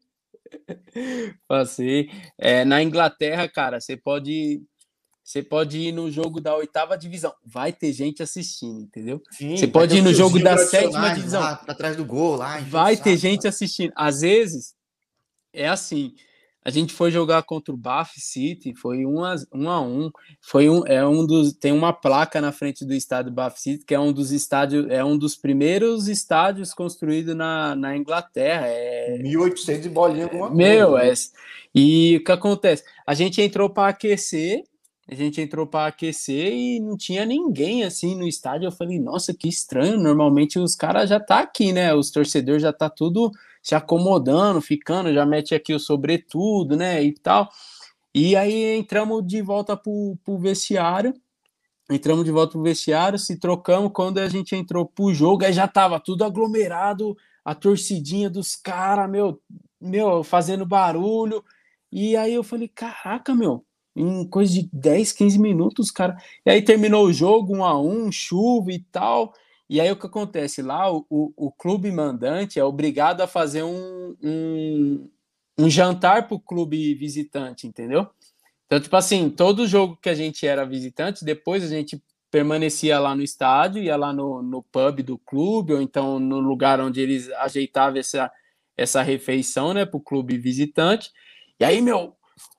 passei. É, na Inglaterra, cara, você pode, você pode ir no jogo da oitava divisão, vai ter gente assistindo, entendeu? Você Sim, vai ter pode ir os no jogo tiozinhos da sétima tradicionais divisão, lá, pra trás do gol, lá, enchendo o vai ter saco. gente Lá. assistindo. Às vezes, é assim, a gente foi jogar contra o Bath City, foi um a um, a um. Foi um, é um dos, tem uma placa na frente do estádio Bath City, que é um dos estádios, é um dos primeiros estádios construídos na, na Inglaterra. É, mil e oitocentos e bolinha alguma coisa, meu, né? é, e o que acontece? A gente entrou para aquecer A gente entrou para aquecer e não tinha ninguém assim no estádio. Eu falei, nossa, que estranho. Normalmente os caras já tá aqui, né? Os torcedores já tá tudo se acomodando, ficando, já mete aqui o sobretudo, né? E tal. E aí entramos de volta pro, pro vestiário. Entramos de volta pro vestiário, se trocamos. Quando a gente entrou pro jogo, aí já tava tudo aglomerado, a torcidinha dos caras, meu, meu, fazendo barulho. E aí eu falei, caraca, meu, em coisa de dez, quinze minutos, cara. E aí terminou o jogo, um a um, chuva e tal. E aí o que acontece? Lá, o, o, o clube mandante é obrigado a fazer um, um, um jantar pro clube visitante, entendeu? Então, tipo assim, todo jogo que a gente era visitante, depois a gente permanecia lá no estádio, ia lá no, no pub do clube, ou então no lugar onde eles ajeitavam essa, essa refeição, né, pro clube visitante. E aí, meu,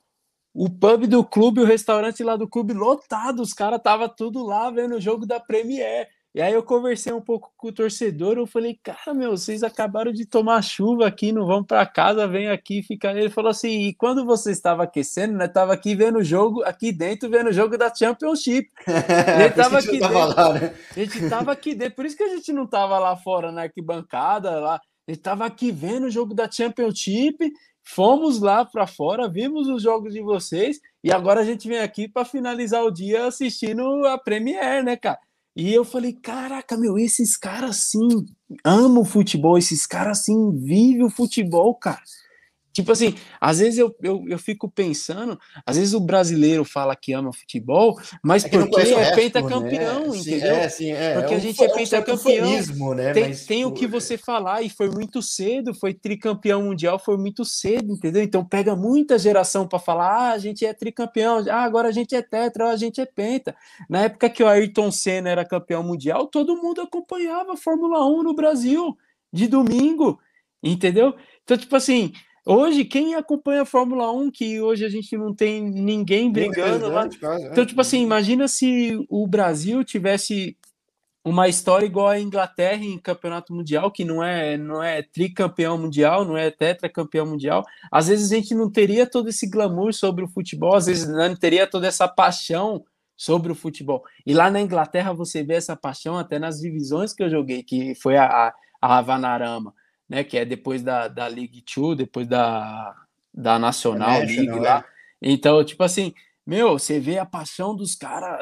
o pub do clube, o restaurante lá do clube lotado, os caras tava tudo lá vendo o jogo da Premier. E aí eu conversei um pouco com o torcedor, eu falei, cara, meu, vocês acabaram de tomar chuva aqui, não vão para casa, vem aqui, fica. Ele falou assim, e quando você estava aquecendo, né, tava aqui vendo o jogo, aqui dentro, vendo o jogo da Championship. A gente Por isso que tava a gente não aqui tava dentro, lá, né? a gente tava aqui dentro, por isso que a gente não tava lá fora na arquibancada, lá, a gente tava aqui vendo o jogo da Championship, fomos lá para fora, vimos os jogos de vocês, e agora a gente vem aqui para finalizar o dia assistindo a Premier, né, cara? E eu falei, caraca, meu, esses caras sim amam o futebol, esses caras sim vivem o futebol, cara. Tipo assim, às vezes eu, eu, eu fico pensando, às vezes o brasileiro fala que ama futebol, mas É que não porque conhece o é resto, né? pentacampeão, Sim, entendeu? é, sim, é. É Porque a um, gente fã- é é um certo pentacampeão, fanismo, né? tem, Mas, tem o pô, que você falar, e foi muito cedo, foi tricampeão mundial, foi muito cedo, entendeu? Então pega muita geração para falar, ah, a gente é tricampeão, ah, agora a gente é tetra, a gente é penta. Na época que o Ayrton Senna era campeão mundial, todo mundo acompanhava a Fórmula um no Brasil, de domingo, entendeu? Então, tipo assim, hoje, quem acompanha a Fórmula um, que hoje a gente não tem ninguém nem brigando lá. representante, quase. Então, É. tipo assim, imagina se o Brasil tivesse uma história igual a Inglaterra em campeonato mundial, que não é, não é tricampeão mundial, não é tetracampeão mundial. Às vezes a gente não teria todo esse glamour sobre o futebol, às vezes não teria toda essa paixão sobre o futebol. E lá na Inglaterra você vê essa paixão até nas divisões que eu joguei, que foi a, a Havanarama, né, que é depois da, da League Two, depois da, da É National League National, lá. é. Então, tipo assim, meu, você vê a paixão dos caras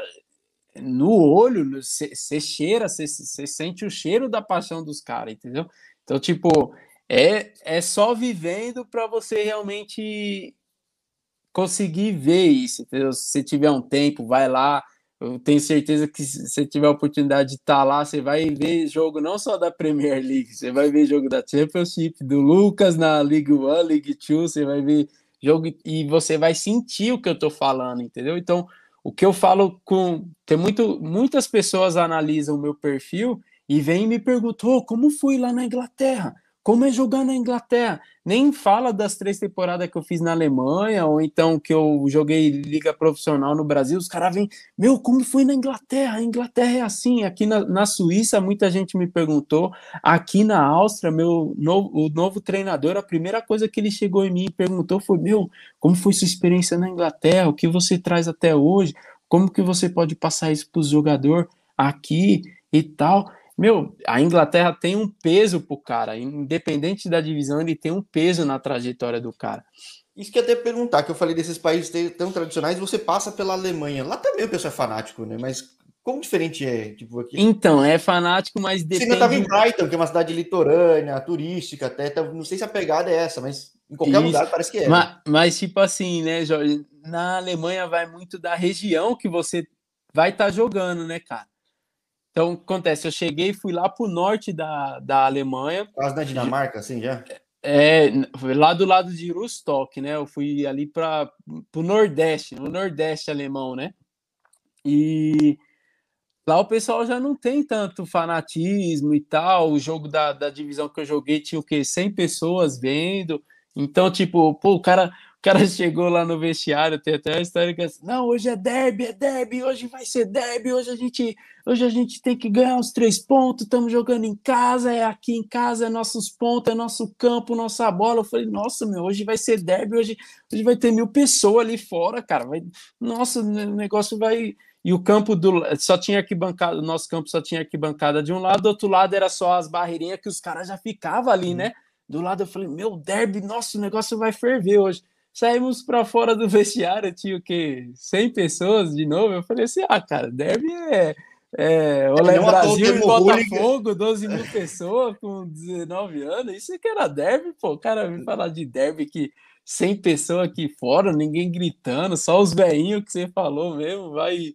no olho, você cheira, você sente o cheiro da paixão dos caras, entendeu? Então, tipo, é, é só vivendo para você realmente conseguir ver isso, entendeu? Se você tiver um tempo, vai lá. Eu tenho certeza que se você tiver a oportunidade de estar lá, você vai ver jogo não só da Premier League, você vai ver jogo da Championship, do Lucas na League One, League Two, você vai ver jogo e você vai sentir o que eu tô falando, entendeu? Então, o que eu falo com. Tem muito, muitas pessoas analisam o meu perfil e vêm e me perguntam: oh, como foi lá na Inglaterra? Como é jogar na Inglaterra? Nem fala das três temporadas que eu fiz na Alemanha, ou então que eu joguei liga profissional no Brasil. Os caras vêm, meu, como foi na Inglaterra? A Inglaterra é assim. Aqui na, na Suíça, muita gente me perguntou. Aqui na Áustria, meu novo, o novo treinador, a primeira coisa que ele chegou em mim e perguntou foi: meu, como foi sua experiência na Inglaterra? O que você traz até hoje? Como que você pode passar isso para o jogador aqui e tal? Meu, a Inglaterra tem um peso pro cara, independente da divisão, ele tem um peso na trajetória do cara. Isso que eu ia até perguntar, que eu falei desses países tão tradicionais, você passa pela Alemanha. Lá também o pessoal é fanático, né? Mas como diferente é? Tipo, aqui. Então, é fanático, mas Você ainda estava depende. em Brighton, que é uma cidade litorânea, turística, até. Então, não sei se a pegada é essa, mas em qualquer Isso. lugar parece que é, né? Mas, mas, tipo assim, né, Jorge? Na Alemanha vai muito da região que você vai estar tá jogando, né, cara? Então, acontece, eu cheguei e fui lá pro norte da, da Alemanha. Quase na Dinamarca, assim, já? É, lá do lado de Rostock, né? Eu fui ali para o Nordeste, no Nordeste alemão, né? E lá o pessoal já não tem tanto fanatismo e tal. O jogo da, da divisão que eu joguei tinha o quê? cem pessoas vendo. Então, tipo, pô, o cara, cara chegou lá no vestiário, tem até a história que é assim, não, hoje é derby, é derby, hoje vai ser derby, hoje a gente, hoje a gente tem que ganhar os três pontos, estamos jogando em casa, é aqui em casa, é nossos pontos, é nosso campo, nossa bola. Eu falei, nossa, meu, hoje vai ser derby, hoje, hoje vai ter mil pessoas ali fora, cara, vai, nossa, o negócio vai... E o campo do só tinha arquibancada, o nosso campo só tinha arquibancada de um lado, do outro lado era só as barreirinhas que os caras já ficavam ali, né? Do lado eu falei, meu, derby, nossa, o negócio vai ferver hoje. Saímos para fora do vestiário, tinha o quê? cem pessoas de novo. Eu falei assim, ah, cara, derby é, é É, Olé não à toa o Brasil e termo hooligan. Botafogo, doze mil pessoas com dezenove anos. Isso que era derby, pô. O cara me falar de derby que cem pessoas aqui fora, ninguém gritando, só os velhinhos que você falou mesmo, vai.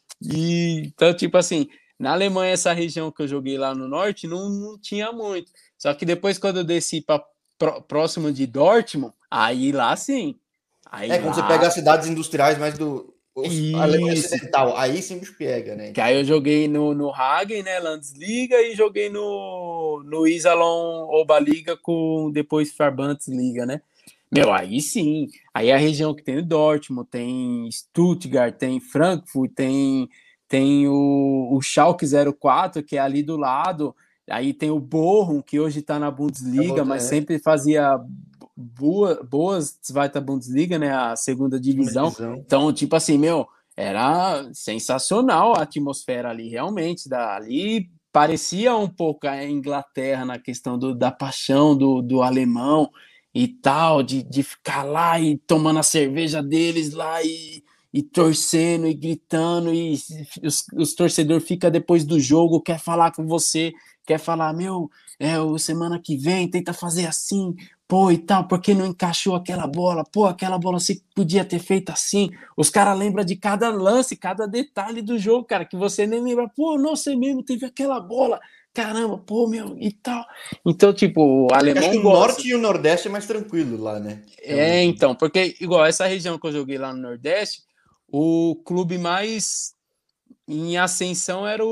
E, então, tipo assim, na Alemanha, essa região que eu joguei lá no norte, não, não tinha muito. Só que depois, quando eu desci para próximo de Dortmund, aí lá sim. Aí É, quando você pega lá. as cidades industriais mais do os- a Alemanha Isso. Ocidental, aí sim os pega, né? Que aí eu joguei no, no Hagen, né, Landesliga, e joguei no, no Iserlohn Oberliga com depois Verbandsliga, né? Meu, aí sim. Aí é a região que tem o Dortmund, tem Stuttgart, tem Frankfurt, tem, tem o, o Schalke zero quatro, que é ali do lado. Aí tem o Bochum, que hoje está na Eu Bundesliga, vou, mas é, sempre fazia boa, boas Zweite Bundesliga, né, a segunda segunda divisão. divisão. Então, tipo assim, meu, era sensacional a atmosfera ali, realmente. Da, ali parecia um pouco a Inglaterra na questão do, da paixão do, do alemão e tal, de, de ficar lá e tomando a cerveja deles lá e, e torcendo e gritando, e os, os torcedores ficam depois do jogo, quer falar com você, quer falar, meu, é, o semana que vem tenta fazer assim, pô, e tal, porque não encaixou aquela bola, pô, aquela bola você podia ter feito assim. Os caras lembram de cada lance, cada detalhe do jogo, cara, que você nem lembra, pô, não, você mesmo teve aquela bola, caramba, pô, meu, e tal. Então, tipo, o Acho que alemão o gosta. norte e o nordeste é mais tranquilo lá, né? É, Realmente. então, porque igual essa região que eu joguei lá no Nordeste, o clube mais em ascensão era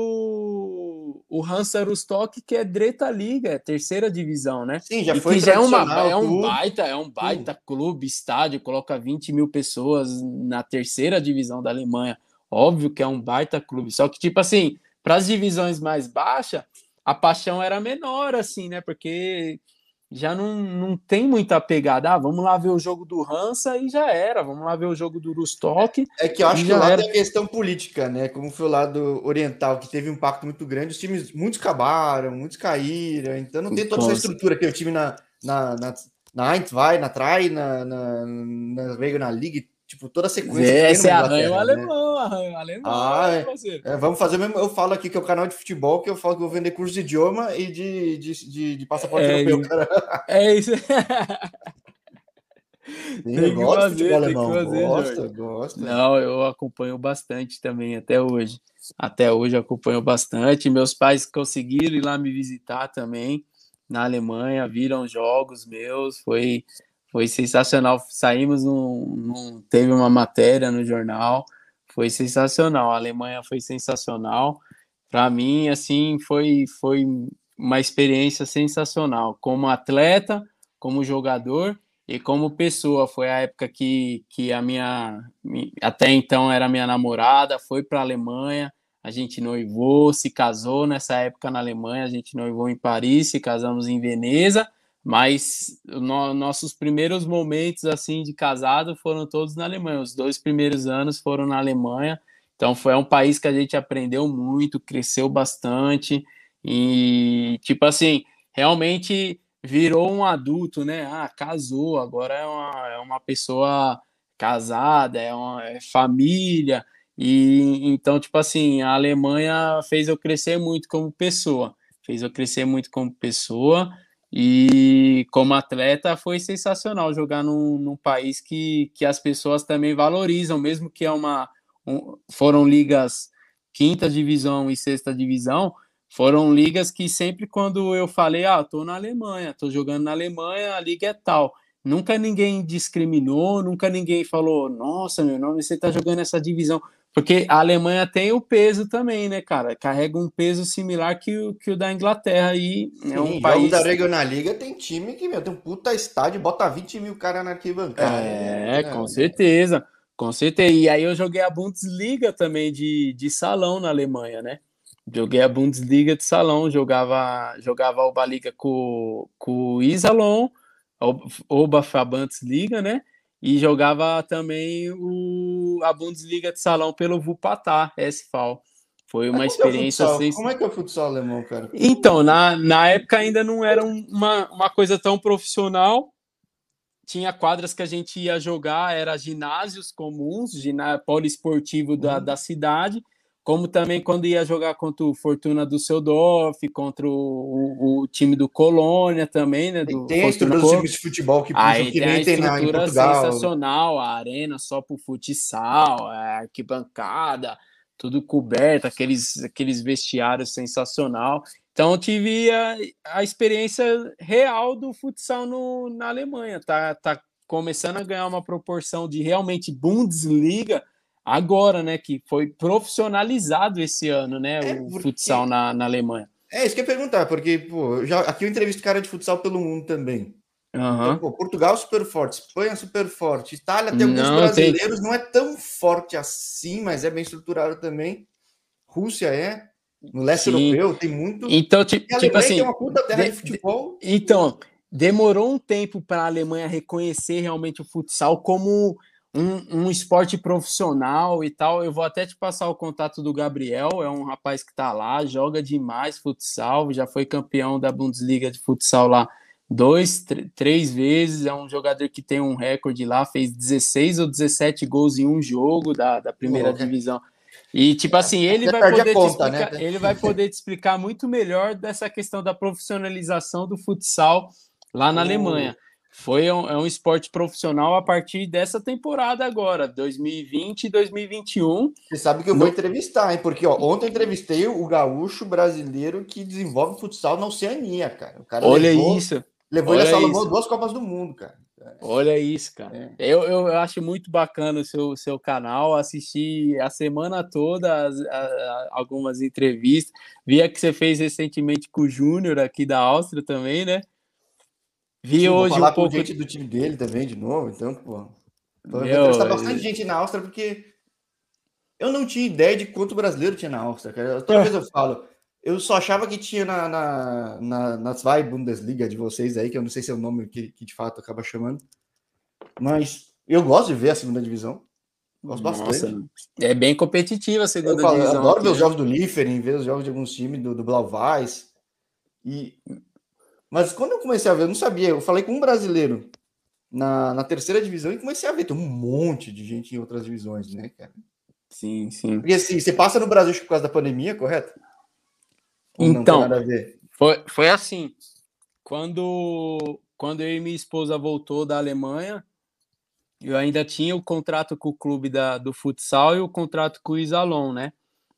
o, o Hansa Rostock, que é Dreta Liga, é terceira divisão, né? Sim, já E foi que já é, uma, tradicional, é um tudo. baita, é um Sim. baita clube, estádio, coloca vinte mil pessoas na terceira divisão da Alemanha. Óbvio que é um baita clube. Só que, tipo assim, para as divisões mais baixas, a paixão era menor, assim, né? Porque já não, não tem muita pegada. Ah, vamos lá ver o jogo do Hansa e já era. Vamos lá ver o jogo do Rostock É que eu acho e que já lá era. tem a questão política, né? Como foi o lado oriental, que teve um impacto muito grande, os times, muitos acabaram, muitos caíram, então não tem toda essa Com, estrutura que eu tive na, na, na, na Eintwei, na Trai, na, na, na Veiga, na Liga, tipo, toda a sequência que Vê, tem você numa arranha o Inglaterra, né? alemão, arranha o alemão, Ah, hein, é. parceiro? É, vamos fazer mesmo. Eu falo aqui que é o canal de futebol, que eu falo que eu vou vender curso de idioma e de, de, de, de passaporte É, europeu, cara. é isso. Sim, eu Tem que gosto de futebol fazer, tem que alemão, fazer, gosto, Jorge. eu gosto. Não, eu acompanho bastante também até hoje. Até hoje eu acompanho bastante. Meus pais conseguiram ir lá me visitar também na Alemanha, viram jogos meus, foi, foi sensacional. Saímos num, num- teve uma matéria no jornal, foi sensacional. A Alemanha foi sensacional. Para mim, assim, foi, foi uma experiência sensacional como atleta, como jogador e como pessoa. Foi a época que, que a minha, até então era minha namorada, foi para a Alemanha, a gente noivou, se casou nessa época na Alemanha, a gente noivou em Paris, se casamos em Veneza, mas no, nossos primeiros momentos assim de casado foram todos na Alemanha. Os dois primeiros anos foram na Alemanha. Então foi um país que a gente aprendeu muito, cresceu bastante e tipo assim, realmente virou um adulto, né? Ah, casou, agora é uma, é uma pessoa casada, é uma é família. E então, tipo assim, a Alemanha fez eu crescer muito como pessoa, fez eu crescer muito como pessoa. E como atleta foi sensacional jogar num, num país que, que as pessoas também valorizam, mesmo que é uma, um, foram ligas quinta divisão e sexta divisão, foram ligas que sempre quando eu falei, ah, tô na Alemanha, tô jogando na Alemanha, a liga é tal. Nunca ninguém discriminou, nunca ninguém falou, nossa, meu nome, você tá jogando essa divisão. Porque a Alemanha tem o peso também, né, cara? Carrega um peso similar que o, que o da Inglaterra e é um Sim, jogos da país. Regionalliga tem time que, meu, tem um puta estádio, bota vinte mil caras na arquibancada. É, É, com certeza. Com certeza. E aí eu joguei a Bundesliga também de, de salão na Alemanha, né? Joguei a Bundesliga de salão, jogava, jogava a Oberliga com, com o Iserlohn, Oberverbandsliga, né? E jogava também o, a Bundesliga de salão pelo Wuppertal S V. Foi mas uma como que é o experiência futsal? assim. Como é que é o futsal alemão, cara? Então, na, na época ainda não era uma, uma coisa tão profissional. Tinha quadras que a gente ia jogar, era ginásios comuns, ginásio poliesportivo da, Hum. da cidade, como também quando ia jogar contra o Fortuna Düsseldorf, contra o, o, o time do Colônia também, né, Tem, do tem a Fortuna estrutura dos Colônia. times de futebol que puxam, Aí que tem a nem tem na, em estrutura Portugal. sensacional, a arena só para o futsal, a arquibancada, tudo coberto, aqueles, aqueles vestiários sensacional. Então eu tive a, a experiência real do futsal no, na Alemanha. Tá, tá começando a ganhar uma proporção de realmente Bundesliga agora, né? Que foi profissionalizado esse ano, né? É O futsal porque. na, na Alemanha. É isso que eu ia perguntar, porque, pô, eu já, aqui eu entrevisto cara de futsal pelo mundo também. Então, Uhum. pô, Portugal super forte, Espanha super forte, Itália tem alguns Não, tem. brasileiros, não é tão forte assim, mas é bem estruturado também. Rússia é, no leste Sim. europeu tem muito. Então, ti- E a tipo Alemanha que é assim, uma puta terra de de- de- futebol. então, demorou um tempo para a Alemanha reconhecer realmente o futsal como um, um esporte profissional e tal. Eu vou até te passar o contato do Gabriel, é um rapaz que está lá, joga demais futsal, já foi campeão da Bundesliga de futsal lá dois, tr- três vezes. É um jogador que tem um recorde lá, fez dezesseis ou dezessete gols em um jogo da, da primeira Louco, divisão. E tipo assim, ele até vai perdi a poder te conta, né? explicar, ele vai poder te explicar muito melhor dessa questão da profissionalização do futsal lá na O... Alemanha. Foi um, é um esporte profissional a partir dessa temporada agora, dois mil e vinte e dois mil e vinte e um. Você sabe que eu vou No... entrevistar, hein? Porque ó, ontem eu entrevistei o gaúcho brasileiro que desenvolve futsal na Oceania, cara. O cara Olha levou, isso, levou ele a olha Salomão isso, duas Copas do Mundo, cara. olha isso, cara. É. Eu, eu acho muito bacana o seu, seu canal, assisti a semana toda as, a, a, algumas entrevistas, via que você fez recentemente com o Júnior aqui da Áustria também, né? Vi Sim, vou hoje um falar com pouco. gente do time dele também de novo, então, pô. Eu vou entrevistar bastante Meu. gente na Áustria, porque eu não tinha ideia de quanto brasileiro tinha na Áustria, cara. Toda vez É, eu falo, eu só achava que tinha na, na, na, na Zwei Bundesliga de vocês aí, que eu não sei se é o nome que, que de fato acaba chamando. Mas eu gosto de ver a segunda divisão. Gosto nossa, bastante. é bem competitiva a Eu segunda falo, eu divisão adoro ver aqui, os né? jogos do Liefering, ver os jogos de alguns times do, do Blau-Weiß. E... Mas quando eu comecei a ver, eu não sabia. Eu falei com um brasileiro na, na terceira divisão e comecei a ver. Tem um monte de gente em outras divisões, né, cara? Sim, sim. Porque assim, você passa no Brasil por causa da pandemia, correto? Ou não tem Então, nada a ver? foi, foi assim. Quando, quando eu e minha esposa voltou da Alemanha, eu ainda tinha o contrato com o clube da, do futsal e o contrato com o Isalon, né?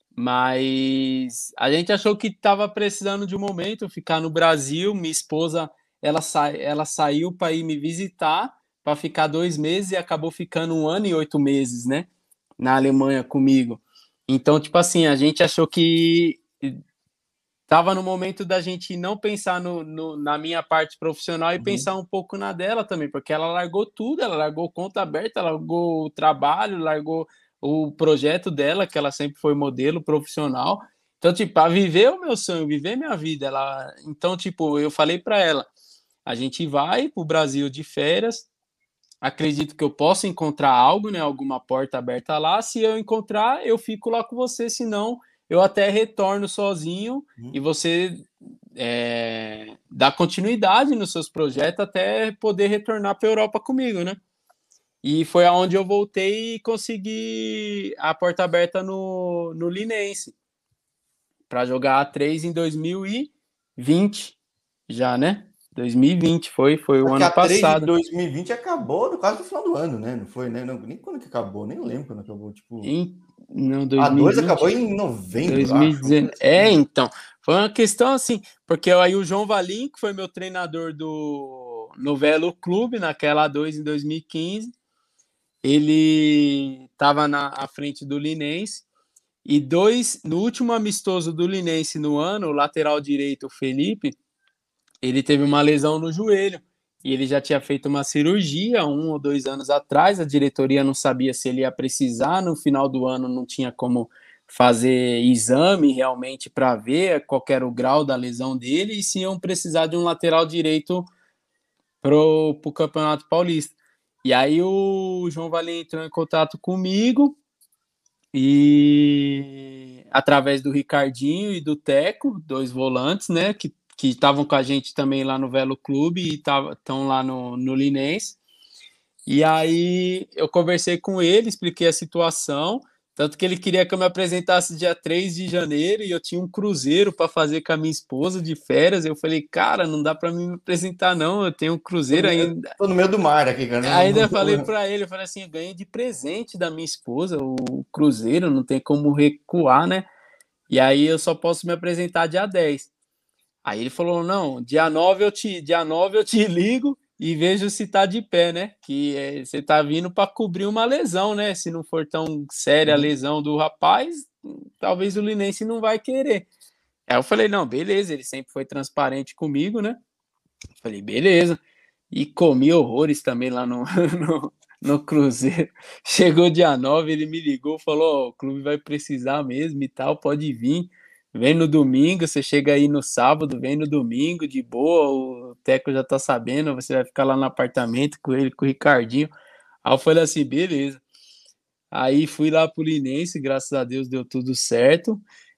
Mas a gente achou que estava precisando de um momento ficar no Brasil. Minha esposa ela, sa ela saiu para ir me visitar para ficar dois meses e acabou ficando um ano e oito meses, né? Na Alemanha comigo. Então, tipo assim, a gente achou que estava no momento da gente não pensar no, no, na minha parte profissional e Uhum. pensar um pouco na dela também, porque ela largou tudo, ela largou conta aberta, ela largou o trabalho, largou o projeto dela, que ela sempre foi modelo profissional. Então, tipo, para viver o meu sonho, viver minha vida, ela. Então, tipo, eu falei para ela: a gente vai para o Brasil de férias. Acredito que eu possa encontrar algo, né? Alguma porta aberta lá. Se eu encontrar, eu fico lá com você. Se não, eu até retorno sozinho e Uhum. você é, dá continuidade nos seus projetos até poder retornar para a Europa comigo, né? E foi aonde eu voltei e consegui a porta aberta no, no Linense para jogar a três em dois mil e vinte já, né? dois mil e vinte foi, foi o Porque ano a três de passado. dois mil e vinte acabou no quase no final do ano, né? Não foi, né? Não, nem quando que acabou, nem lembro quando acabou. Tipo, Em, não, a dois acabou dois mil e vinte, em novembro, acho. Uma coisa dois mil e dezenove. É, assim. então. Foi uma questão assim, porque aí o João Valim, que foi meu treinador do Novelo Clube, naquela A dois em dois mil e quinze, ele estava na à frente do Linense, e dois, no último amistoso do Linense no ano, o lateral direito, o Felipe, ele teve uma lesão no joelho, e ele já tinha feito uma cirurgia um ou dois anos atrás, a diretoria não sabia se ele ia precisar, no final do ano não tinha como fazer exame realmente para ver qual era o grau da lesão dele, e se iam precisar de um lateral direito pro, pro Campeonato Paulista. E aí o João Valim entrou em contato comigo, e através do Ricardinho e do Teco, dois volantes, né, que que estavam com a gente também lá no Velo Clube e estão lá no, no Linense. E aí eu conversei com ele, expliquei a situação, tanto que ele queria que eu me apresentasse dia três de janeiro, e eu tinha um cruzeiro para fazer com a minha esposa de férias. Eu falei, cara, não dá para me apresentar não, eu tenho um Tô no cruzeiro meio, ainda. tô no meio do mar aqui, cara. Ainda falei para ele, eu falei assim, eu ganhei de presente da minha esposa o cruzeiro, não tem como recuar, né? E aí eu só posso me apresentar dia dez. Aí ele falou, não, dia nove eu te, dia nove eu te ligo e vejo se tá de pé, né? Que é, você tá vindo para cobrir uma lesão, né? Se não for tão séria a Uhum. lesão do rapaz, talvez o Linense não vai querer. Aí eu falei, não, beleza, ele sempre foi transparente comigo, né? Falei, beleza. E comi horrores também lá no, no, no Cruzeiro. Chegou dia nove, ele me ligou, falou, oh, o clube vai precisar mesmo e tal, pode vir. Vem no domingo, você chega aí no sábado, vem no domingo, de boa, o Teco já tá sabendo, você vai ficar lá no apartamento com ele, com o Ricardinho. Aí eu falei assim, beleza. Aí fui lá pro Linense, graças a Deus deu tudo certo.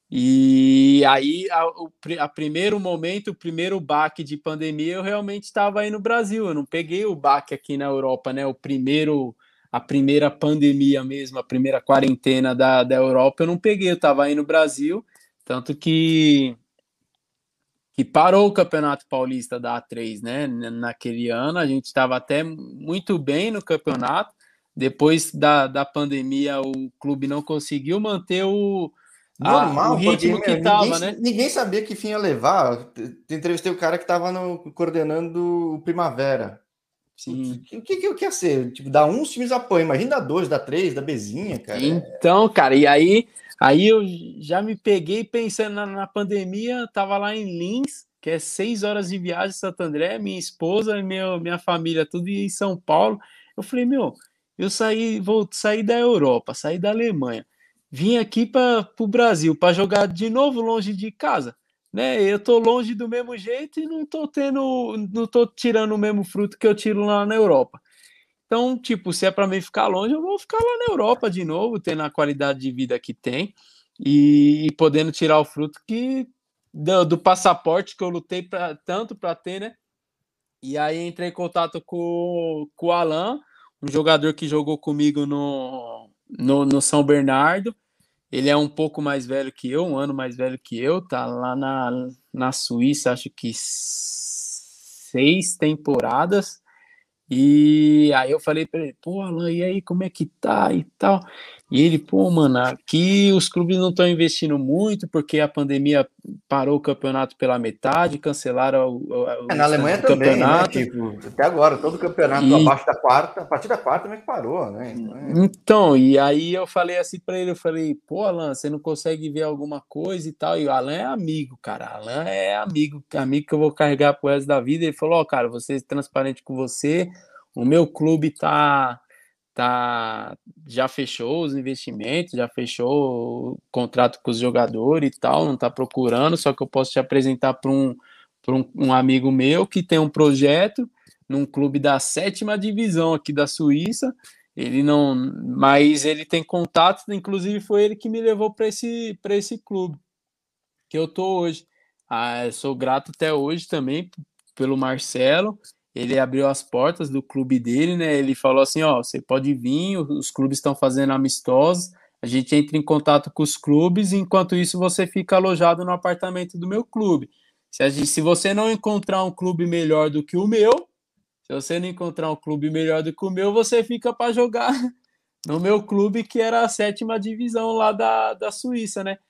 E aí, a, o a primeiro momento, o primeiro baque de pandemia, eu realmente estava aí no Brasil. Eu não peguei o baque aqui na Europa, né? O primeiro, a primeira pandemia mesmo, a primeira quarentena da, da Europa, eu não peguei. Eu estava aí no Brasil, tanto que que parou o Campeonato Paulista da A três, né? Naquele ano, a gente estava até muito bem no campeonato. Depois da, da pandemia, o clube não conseguiu manter o, a, o Normal, porque ritmo que meu, ninguém, estava, né? ninguém sabia que fim ia levar. Eu entrevistei o cara que estava coordenando o Primavera. Putz, o Sim. que, que, que ia ser? Tipo, dá uns times apoio, imagina dá dois, dá três, dá Bezinha, cara. É... Então, cara, e aí, aí eu já me peguei pensando na, na pandemia, tava lá em Lins, que é seis horas de viagem de Santo André, minha esposa, meu, minha família, tudo em São Paulo. Eu falei, meu, eu saí, vou sair da Europa, sair da Alemanha, vim aqui para o Brasil para jogar de novo longe de casa, né? Eu tô longe do mesmo jeito e não tô tendo, não tô tirando o mesmo fruto que eu tiro lá na Europa. Então, tipo, se é para mim ficar longe, eu vou ficar lá na Europa de novo, tendo a qualidade de vida que tem e, e podendo tirar o fruto que do, do passaporte que eu lutei pra, tanto para ter, né? E aí entrei em contato com, com o Alan, um jogador que jogou comigo no, no, no São Bernardo. Ele é um pouco mais velho que eu, um ano mais velho que eu, tá lá na, na Suíça, acho que seis temporadas. E aí eu falei pra ele, pô, Alan, e aí, como é que tá e tal? E ele, pô, mano, aqui os clubes não estão investindo muito porque a pandemia parou o campeonato pela metade, cancelaram o, o, É, o na restante Alemanha do também, né? campeonato. Tipo, até agora, todo campeonato E abaixo da quarta, a partir da quarta também que parou, né? Então, é... então, e aí eu falei assim pra ele, eu falei, pô, Alan, você não consegue ver alguma coisa e tal? E o Alan é amigo, cara. Alan é amigo, amigo que eu vou carregar pro resto da vida. Ele falou, ó, oh, cara, vou ser transparente com você. O meu clube tá tá já fechou os investimentos, já fechou o contrato com os jogadores e tal, não está procurando, só que eu posso te apresentar para um, para um, um amigo meu que tem um projeto num clube da sétima divisão aqui da Suíça. Ele não, mas ele tem contato, inclusive foi ele que me levou para esse para esse clube que eu tô hoje. Ah, eu sou grato até hoje também pelo Marcelo. Ele abriu as portas do clube dele, né? Ele falou assim: ó, você pode vir, os clubes estão fazendo amistosos, a gente entra em contato com os clubes, e enquanto isso você fica alojado no apartamento do meu clube. Se, a gente, se você não encontrar um clube melhor do que o meu, se você não encontrar um clube melhor do que o meu, você fica para jogar no meu clube, que era a sétima divisão lá da, da Suíça, né?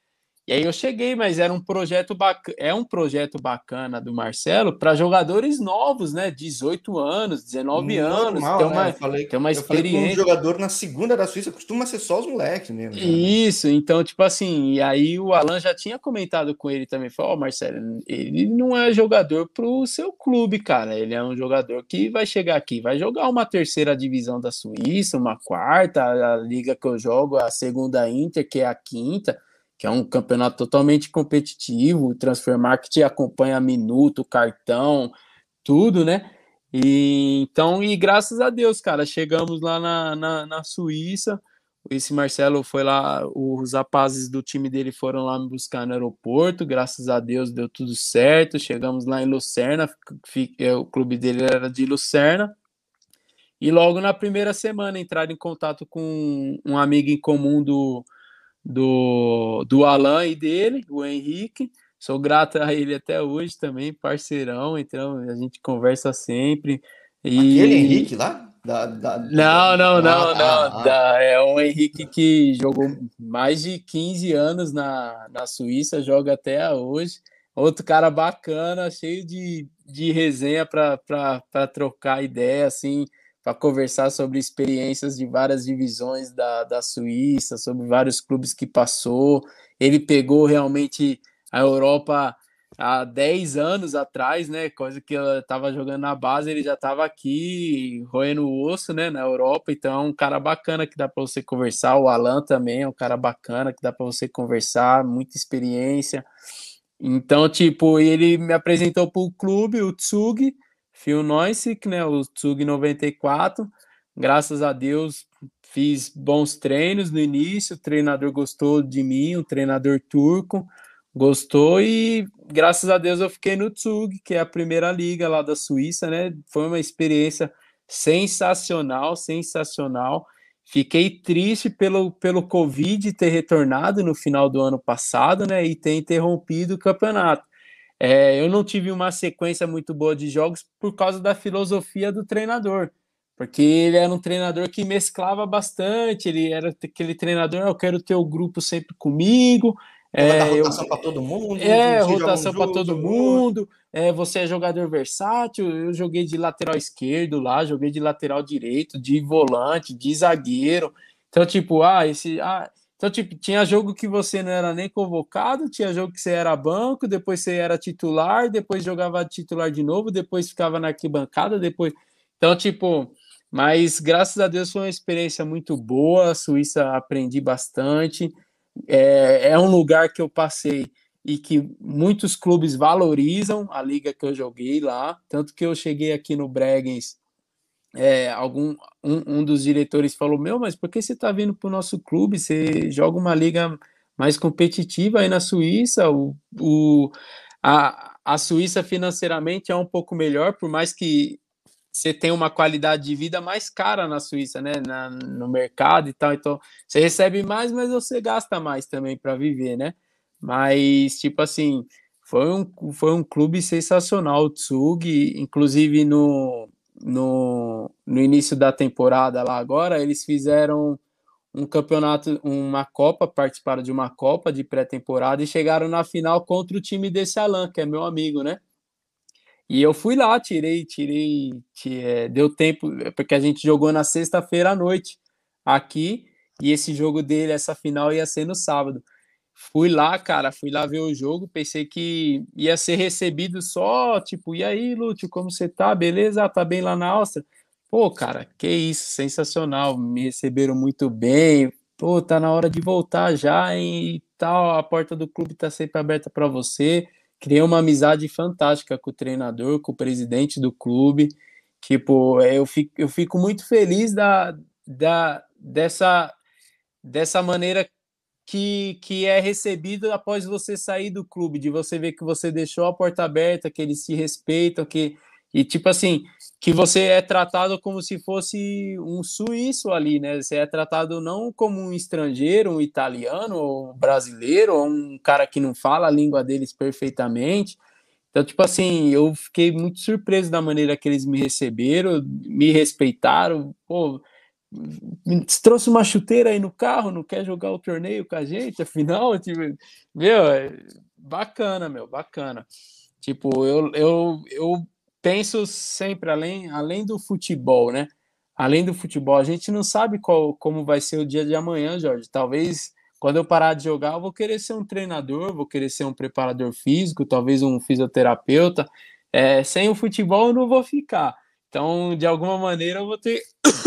E aí eu cheguei, mas era um projeto bacana, é um projeto bacana do Marcelo para jogadores novos, né? dezoito anos, dezenove anos, ter Normal, né? Eu uma, ter falei, uma eu falei com um experiência. jogador na segunda da Suíça, costuma ser só os moleques mesmo já, né? Isso, então, tipo assim, e aí o Alan já tinha comentado com ele também, falou, ó, Marcelo, ele não é jogador pro seu clube, cara, ele é um jogador que vai chegar aqui, vai jogar uma terceira divisão da Suíça, uma quarta, a liga que eu jogo, a segunda Inter, que é a quinta, que é um campeonato totalmente competitivo, o Transfermarkt acompanha minuto, cartão, tudo, né? E, então, e graças a Deus, cara, chegamos lá na, na, na Suíça. Esse Marcelo foi lá, os rapazes do time dele foram lá me buscar no aeroporto. Graças a Deus deu tudo certo. Chegamos lá em Lucerna, o clube dele era de Lucerna. E logo na primeira semana entraram em contato com um amigo em comum do, do, do Alan e dele, o Henrique. Sou grato a ele até hoje também, parceirão, então a gente conversa sempre. Aquele E Henrique lá? Da, da, da- não, não, Ah, não, tá, não. ah, ah. Da, é um Henrique que jogou mais de quinze anos na, na Suíça, joga até hoje. Outro cara bacana, cheio de, de resenha para trocar ideia, assim, para conversar sobre experiências de várias divisões da, da Suíça, sobre vários clubes que passou. Ele pegou realmente a Europa há dez anos atrás, né? Coisa que eu estava jogando na base, ele já estava aqui roendo o osso, né? Na Europa. Então é um cara bacana que dá para você conversar. O Alan também é um cara bacana que dá para você conversar, muita experiência. Então, tipo, ele me apresentou para o clube, o Tsug, Phil Noisik, né? O Tsug noventa e quatro. Graças a Deus, fiz bons treinos no início. O treinador gostou de mim, um treinador turco. Gostou e graças a Deus eu fiquei no Zug, que é a primeira liga lá da Suíça, né? Foi uma experiência sensacional, sensacional. Fiquei triste pelo, pelo Covid ter retornado no final do ano passado, né? E ter interrompido o campeonato. É, eu não tive uma sequência muito boa de jogos por causa da filosofia do treinador, porque ele era um treinador que mesclava bastante, ele era aquele treinador, "Ah, eu quero ter o grupo sempre comigo, Então vai dar é, eu, rotação para todo mundo, é você joga um rotação para jogo, todo joga outro. mundo, é, você é jogador versátil, eu joguei de lateral esquerdo lá, joguei de lateral direito, de volante, de zagueiro, então tipo, ah, esse... Ah, então, tipo, tinha jogo que você não era nem convocado, tinha jogo que você era banco, depois você era titular, depois jogava titular de novo, depois ficava na arquibancada, depois. Então, tipo, mas graças a Deus foi uma experiência muito boa. A Suíça aprendi bastante. É, é um lugar que eu passei e que muitos clubes valorizam a liga que eu joguei lá. Tanto que eu cheguei aqui no Bregenz, é, algum um, um dos diretores falou: Meu, mas por que você está vindo para o nosso clube? Você joga uma liga mais competitiva aí na Suíça. O, o, a, a Suíça financeiramente é um pouco melhor, por mais que você tenha uma qualidade de vida mais cara na Suíça, né? Na, no mercado e tal. Então, você recebe mais, mas você gasta mais também para viver, né? Mas, tipo assim, foi um, foi um clube sensacional, o Tsug, inclusive no, no, no início da temporada lá agora, eles fizeram um campeonato, uma Copa, participaram de uma Copa de pré-temporada e chegaram na final contra o time desse Alan, que é meu amigo, né? E eu fui lá, tirei, tirei, ti- é, deu tempo, porque a gente jogou na sexta-feira à noite aqui, e esse jogo dele, essa final ia ser no sábado. Fui lá, cara, fui lá ver o jogo, pensei que ia ser recebido só, tipo, e aí, Lúcio, como você tá? Beleza? Ah, tá bem lá na Áustria? Pô, cara, que isso, sensacional, me receberam muito bem. Pô, tá na hora de voltar já, hein? E tal, a porta do clube tá sempre aberta para você. Criei uma amizade fantástica com o treinador, com o presidente do clube. Tipo, eu fico, eu fico muito feliz da, da, dessa, dessa maneira que, que é recebido após você sair do clube, de você ver que você deixou a porta aberta, que eles se respeitam, que e tipo assim, que você é tratado como se fosse um suíço ali, né? Você é tratado não como um estrangeiro, um italiano, ou brasileiro, ou um cara que não fala a língua deles perfeitamente. Então, tipo assim, eu fiquei muito surpreso da maneira que eles me receberam, me respeitaram. Pô, trouxe uma chuteira aí no carro, não quer jogar o torneio com a gente, afinal, tipo, meu, é bacana, meu, bacana. Tipo, eu, eu, eu penso sempre, além, além do futebol, né? Além do futebol, a gente não sabe qual, como vai ser o dia de amanhã, Jorge. Talvez, quando eu parar de jogar, eu vou querer ser um treinador, vou querer ser um preparador físico, talvez um fisioterapeuta. É, sem o futebol, eu não vou ficar. Então, de alguma maneira, eu vou ter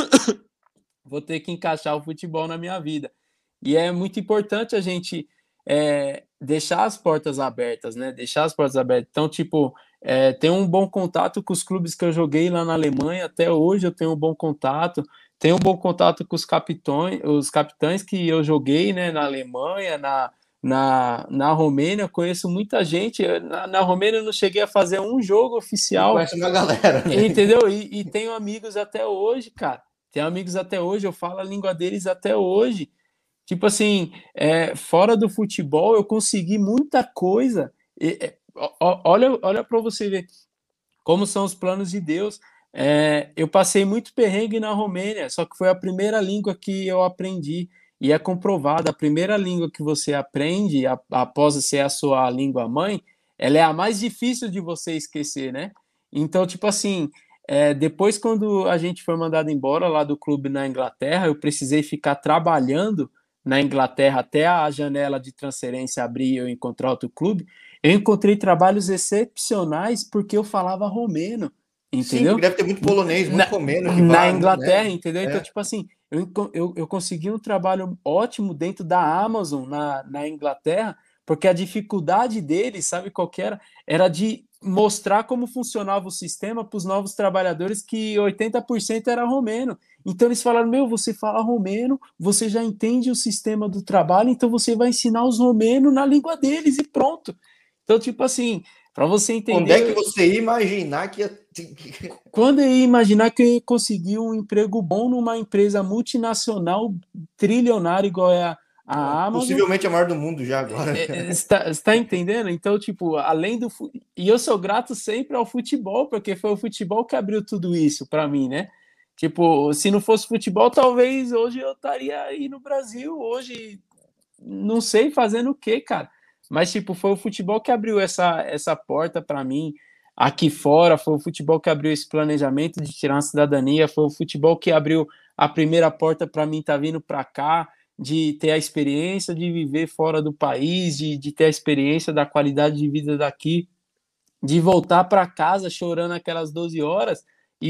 vou ter que encaixar o futebol na minha vida. E é muito importante a gente é, deixar as portas abertas, né? Deixar as portas abertas. Então, tipo, é, ter um bom contato com os clubes que eu joguei lá na Alemanha, até hoje eu tenho um bom contato. Tenho um bom contato com os capitões, os capitães que eu joguei, né, na Alemanha, na, na, na Romênia. Eu conheço muita gente. Na, na Romênia eu não cheguei a fazer um jogo E oficial, conhece uma galera, né? entendeu? E, e tenho amigos até hoje, cara. Tenho amigos até hoje, eu falo a língua deles até hoje. Tipo assim, é, fora do futebol, eu consegui muita coisa. E, é, ó- olha, olha para você ver como são os planos de Deus. É, eu passei muito perrengue na Romênia, só que foi a primeira língua que eu aprendi. E é comprovado, a primeira língua que você aprende, a- após ser a sua língua mãe, ela é a mais difícil de você esquecer, né? Então, tipo assim, é, depois quando a gente foi mandado embora lá do clube na Inglaterra, eu precisei ficar trabalhando na Inglaterra até a janela de transferência abrir e eu encontrar outro clube. Eu encontrei trabalhos excepcionais porque eu falava romeno, Sim, porque entendeu? deve ter muito polonês, muito Na, romeno que na vai, né? Inglaterra, entendeu? Então, É. tipo assim, eu, eu, eu consegui um trabalho ótimo dentro da Amazon na, na Inglaterra, porque a dificuldade deles, sabe qual que era? Era de mostrar como funcionava o sistema para os novos trabalhadores, que oitenta por cento era romeno. Então eles falaram: meu, você fala romeno, você já entende o sistema do trabalho, então você vai ensinar os romenos na língua deles e pronto. Então, tipo assim, para você Onde é que entender, você ia imaginar que ia... quando eu ia imaginar que eu ia conseguir um emprego bom numa empresa multinacional trilionária igual é a, a Amazon, Possivelmente a maior do mundo já agora. está, está entendendo? Então, tipo, além do. E eu sou grato sempre ao futebol, porque foi o futebol que abriu tudo isso para mim, né? Tipo, se não fosse futebol, talvez hoje eu estaria aí no Brasil, hoje não sei fazendo o quê, cara. Mas, tipo, foi o futebol que abriu essa, essa porta para mim aqui fora, foi o futebol que abriu esse planejamento de tirar uma cidadania, foi o futebol que abriu a primeira porta para mim estar tá vindo para cá, de ter a experiência de viver fora do país, de, de ter a experiência da qualidade de vida daqui, de voltar para casa chorando aquelas doze horas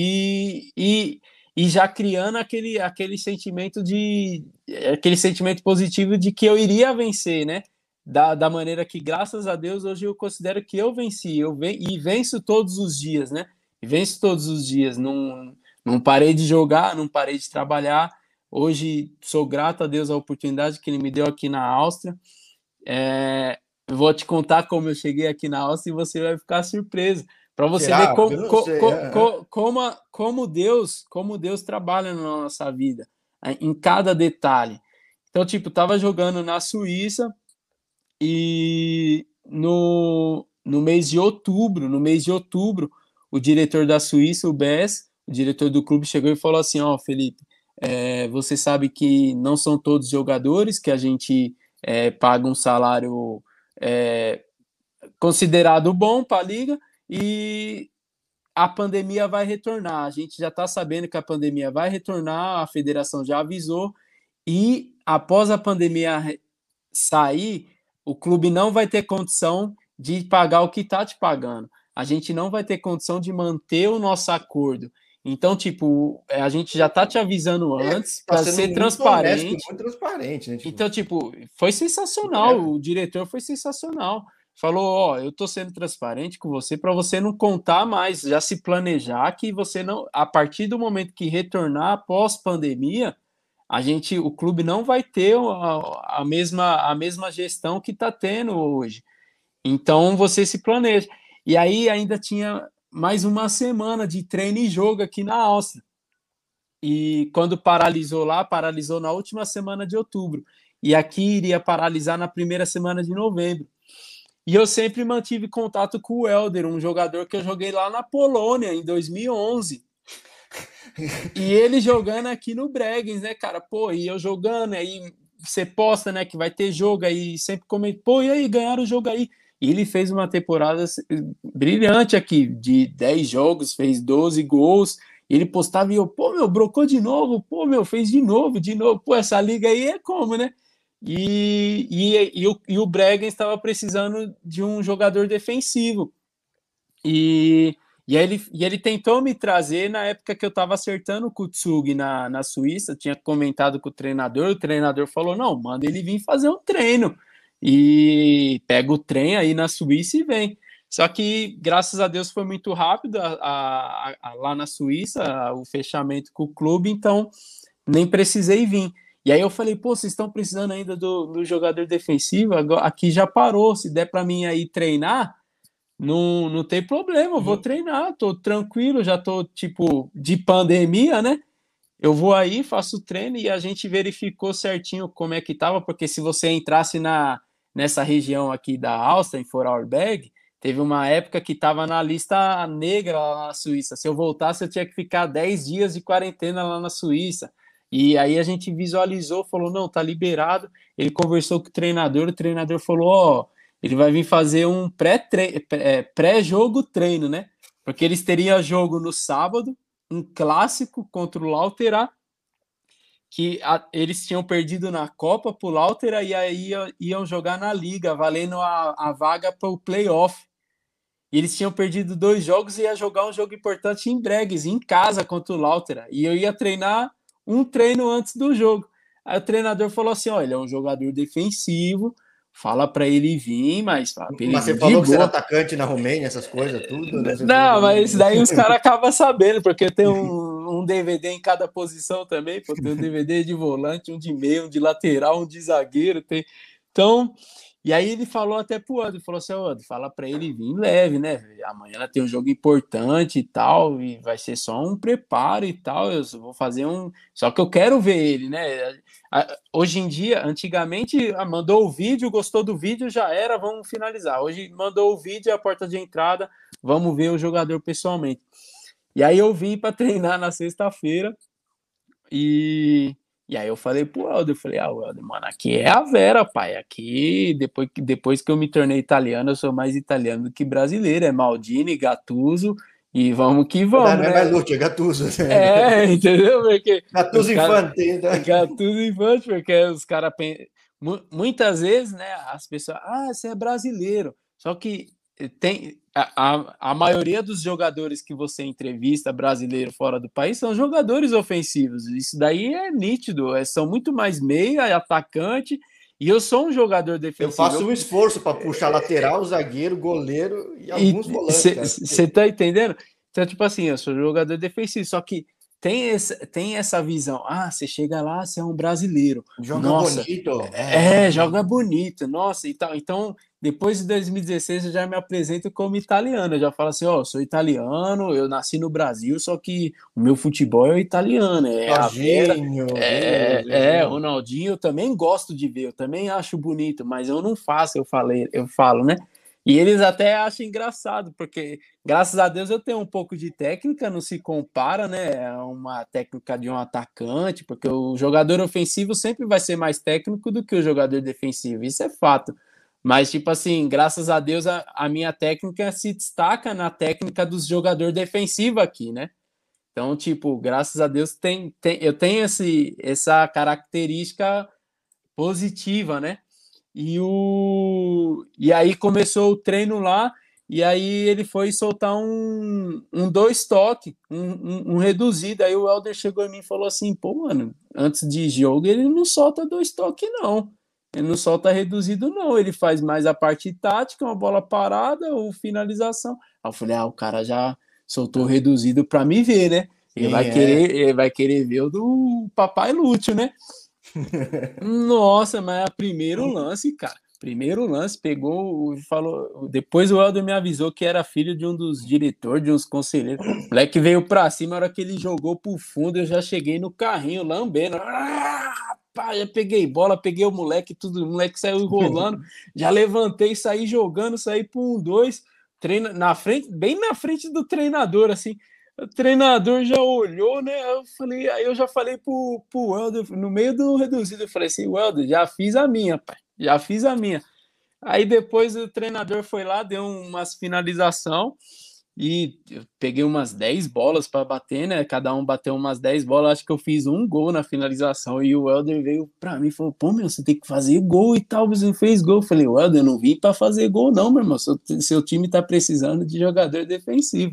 e, e, e já criando aquele, aquele sentimento de aquele sentimento positivo de que eu iria vencer, né? Da, da maneira que, graças a Deus, hoje eu considero que eu venci, eu ven e venço todos os dias, né? E venço todos os dias, não, não parei de jogar, não parei de trabalhar. Hoje sou grato a Deus a oportunidade que ele me deu aqui na Áustria. É, eu vou te contar como eu cheguei aqui na Áustria e você vai ficar surpreso. Para você ver Será? como, Eu não co, sei. co, É, é. co, como, a- como Deus, como Deus trabalha na nossa vida, em cada detalhe. Então, tipo, tava jogando na Suíça e no, no mês de outubro, no mês de outubro, o diretor da Suíça, o Bess, o diretor do clube, chegou e falou assim: ó, oh, Felipe, é, você sabe que não são todos jogadores que a gente é, paga um salário é, considerado bom para a liga e a pandemia vai retornar. A gente já está sabendo que a pandemia vai retornar, a federação já avisou e após a pandemia sair, o clube não vai ter condição de pagar o que está te pagando. A gente não vai ter condição de manter o nosso acordo. Então, tipo, a gente já está te avisando É, antes tá para sendo ser muito honesto, transparente. muito transparente, né? Tipo, Então, tipo, foi sensacional. correto. O diretor foi sensacional. Falou: ó, eu tô sendo transparente com você para você não contar mais, já se planejar que você não, a partir do momento que retornar após pandemia, a gente, o clube não vai ter a, a mesma, a mesma gestão que está tendo hoje. Então você se planeja. E aí ainda tinha mais uma semana de treino e jogo aqui na Áustria. E quando paralisou lá, paralisou na última semana de outubro. E aqui iria paralisar na primeira semana de novembro. E eu sempre mantive contato com o Helder, um jogador que eu joguei lá na Polônia em dois mil e onze. E ele jogando aqui no Bregues, né, cara? Pô, e eu jogando, aí você posta, né, que vai ter jogo aí, sempre comenta, pô, e aí, ganharam o jogo aí. E ele fez uma temporada brilhante aqui, de dez jogos, fez doze gols. E ele postava e eu, pô, meu, brocou de novo, pô, meu, fez de novo, de novo. Pô, essa liga aí é como, né? E, e, e, o, e o Bregues estava precisando de um jogador defensivo. E, e, aí ele, e ele tentou me trazer na época que eu estava acertando o Kutsugi na, na Suíça. Tinha comentado com o treinador, o treinador falou: não, manda ele vir fazer um treino. E pega o trem aí na Suíça e vem. Só que, graças a Deus, foi muito rápido a, a, a, lá na Suíça, o fechamento com o clube, então nem precisei vir. E aí eu falei, pô, vocês estão precisando ainda do, do jogador defensivo? Agora, aqui já parou, se der para mim aí treinar, não, não tem problema, eu vou Uhum. treinar, tô tranquilo, já tô, tipo, de pandemia, né? Eu vou aí, faço o treino e a gente verificou certinho como é que tava, porque se você entrasse na, nessa região aqui da Áustria, em Vorarlberg, teve uma época que tava na lista negra lá na Suíça. Se eu voltasse, eu tinha que ficar dez dias de quarentena lá na Suíça. E aí a gente visualizou, falou, não, tá liberado. Ele conversou com o treinador, o treinador falou, ó, oh, ele vai vir fazer um pré-jogo treino, né? Porque eles teriam jogo no sábado, um clássico contra o Lautera, que a, eles tinham perdido na Copa para o Lautera e aí iam jogar na Liga, valendo a, a vaga para o playoff. E eles tinham perdido dois jogos e ia jogar um jogo importante em Bregues, em casa contra o Lautera. E eu ia treinar um treino antes do jogo. Aí o treinador falou assim: olha, ele é um jogador defensivo, fala para ele vir, mas fala para ele Mas vir você de falou que você era boa. atacante na Romênia, essas coisas, tudo, né? Você falou Não, que... mas daí os caras acabam sabendo, porque tem um, um D V D em cada posição também, pô, tem um D V D de volante, um de meio, um de lateral, um de zagueiro, tem... Então, e aí ele falou até pro André, falou assim, André, fala para ele vir leve, né? Amanhã tem um jogo importante e tal, e vai ser só um preparo e tal, eu vou fazer um... Só que eu quero ver ele, né? Hoje em dia, antigamente, mandou o vídeo, gostou do vídeo, já era, vamos finalizar. Hoje mandou o vídeo, é a porta de entrada, vamos ver o jogador pessoalmente. E aí eu vim para treinar na sexta-feira e, e aí eu falei pro Helder, eu falei, ah, Helder, mano, aqui é a Vera, pai, aqui, depois, depois que eu me tornei italiano, eu sou mais italiano do que brasileiro, é Maldini, Gattuso, e vamos que Não, vamos, não é né? mais Lúcio, é Gattuso. É, entendeu? Porque os Gattuso caras... Infante. Tá? Gattuso Infante, porque os caras... Muitas vezes, né, as pessoas... Ah, você é brasileiro. Só que tem... A, a, a maioria dos jogadores que você entrevista brasileiro fora do país são jogadores ofensivos. Isso daí é nítido. É, são muito mais meia, atacante... E eu sou um jogador Eu defensivo. faço um esforço para puxar lateral, zagueiro, goleiro e E alguns volantes, cara. você tá entendendo? Então, tipo assim, eu sou jogador defensivo, só que tem, esse, tem essa visão. Ah, você chega lá, você é um brasileiro. Joga Nossa, bonito. é, joga bonito. Nossa, e tal. Então, depois de dois mil e dezesseis, eu já me apresento como italiano. Eu já falo assim: ó, oh, sou italiano, eu nasci no Brasil, só que o meu futebol é italiano. É a Vera, Jorginho, é, beleza, é, Jorginho. Ronaldinho, eu também gosto de ver, eu também acho bonito, mas eu não faço, eu falei, eu falo, né? E eles até acham engraçado, porque graças a Deus eu tenho um pouco de técnica, não se compara, né? A uma técnica de um atacante, porque o jogador ofensivo sempre vai ser mais técnico do que o jogador defensivo, isso é fato. Mas, tipo assim, graças a Deus a, a minha técnica se destaca na técnica dos jogadores defensivos aqui, né? Então, tipo, graças a Deus tem, tem, eu tenho esse, essa característica positiva, né? E, o... e aí começou o treino lá, e aí ele foi soltar um, um dois toques, um, um, um reduzido. Aí o Helder chegou em mim e falou assim: pô, mano, antes de jogo ele não solta dois toques, não. Ele não solta reduzido, não. Ele faz mais a parte tática, uma bola parada ou finalização. Aí eu falei: ah, o cara já soltou reduzido para me ver, né? Ele Sim, vai é. querer, ele vai querer ver o do Papai Lúcio, né? Nossa, mas é primeiro lance, cara. Primeiro lance, pegou e falou. Depois o Helder me avisou que era filho de um dos diretores, de uns conselheiros. O moleque veio pra cima, a hora que ele jogou pro fundo, eu já cheguei no carrinho, lambendo. Ah, pá, já peguei bola, peguei o moleque, tudo, o moleque saiu enrolando, já levantei, saí jogando, saí pro um, dois, treino, na frente, bem na frente do treinador, assim. o treinador já olhou, né? Eu falei, aí eu já falei pro, pro Welder, no meio do reduzido, eu falei assim, Welder, já fiz a minha, pai, já fiz a minha. Aí depois o treinador foi lá, deu umas finalização e eu peguei umas dez bolas para bater, né? Cada um bateu umas dez bolas, acho que eu fiz um gol na finalização e o Welder veio para mim e falou, pô, meu, você tem que fazer gol e tal, você não fez gol. Eu falei, Welder, eu não vim para fazer gol não, meu irmão, seu, seu time tá precisando de jogador defensivo.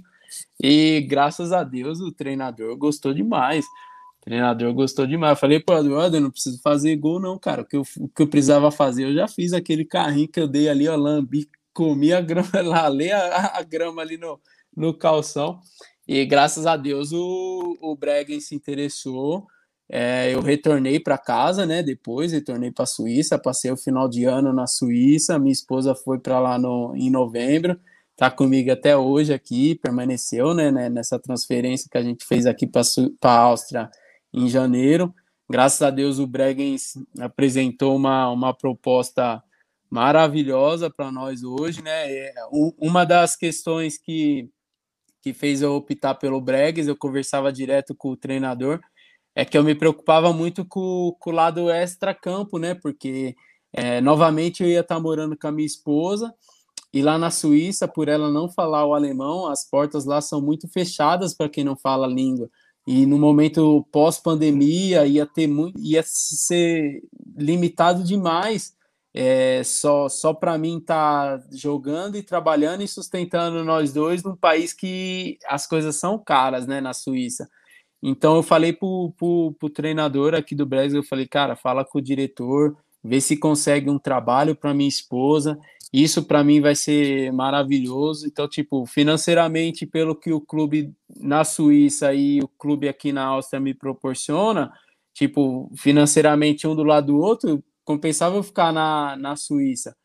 E graças a Deus o treinador gostou demais. O treinador gostou demais. Eu falei, pô, Eduardo, eu não preciso fazer gol, não, cara. O que, eu, o que eu precisava fazer, eu já fiz aquele carrinho que eu dei ali, ó, lambi, comi a grama, lalei a, a grama ali no, no calção. E graças a Deus o, o Bregen se interessou. É, eu retornei para casa, né? Depois retornei para a Suíça, passei o final de ano na Suíça. Minha esposa foi para lá no, em novembro, tá comigo até hoje aqui, permaneceu, né? né nessa transferência que a gente fez aqui para a Áustria em janeiro. Graças a Deus o Bregenz apresentou uma, uma proposta maravilhosa para nós hoje, né? É, uma das questões que, que fez eu optar pelo Bregenz, eu conversava direto com o treinador, é que eu me preocupava muito com, com o lado extra-campo, né? Porque é, novamente eu ia estar morando com a minha esposa e lá na Suíça, por ela não falar o alemão, as portas lá são muito fechadas para quem não fala a língua. E no momento pós-pandemia ia ter muito, ia ser limitado demais. É, só só para mim estar tá jogando e trabalhando e sustentando nós dois num país que as coisas são caras, né, na Suíça. Então eu falei pro, pro, pro treinador aqui do Brasil, eu falei, cara, fala com o diretor, vê se consegue um trabalho para minha esposa. Isso para mim vai ser maravilhoso. Então, tipo, financeiramente, pelo que o clube na Suíça e o clube aqui na Áustria me proporciona, tipo, financeiramente um do lado do outro, compensava eu ficar na, na Suíça.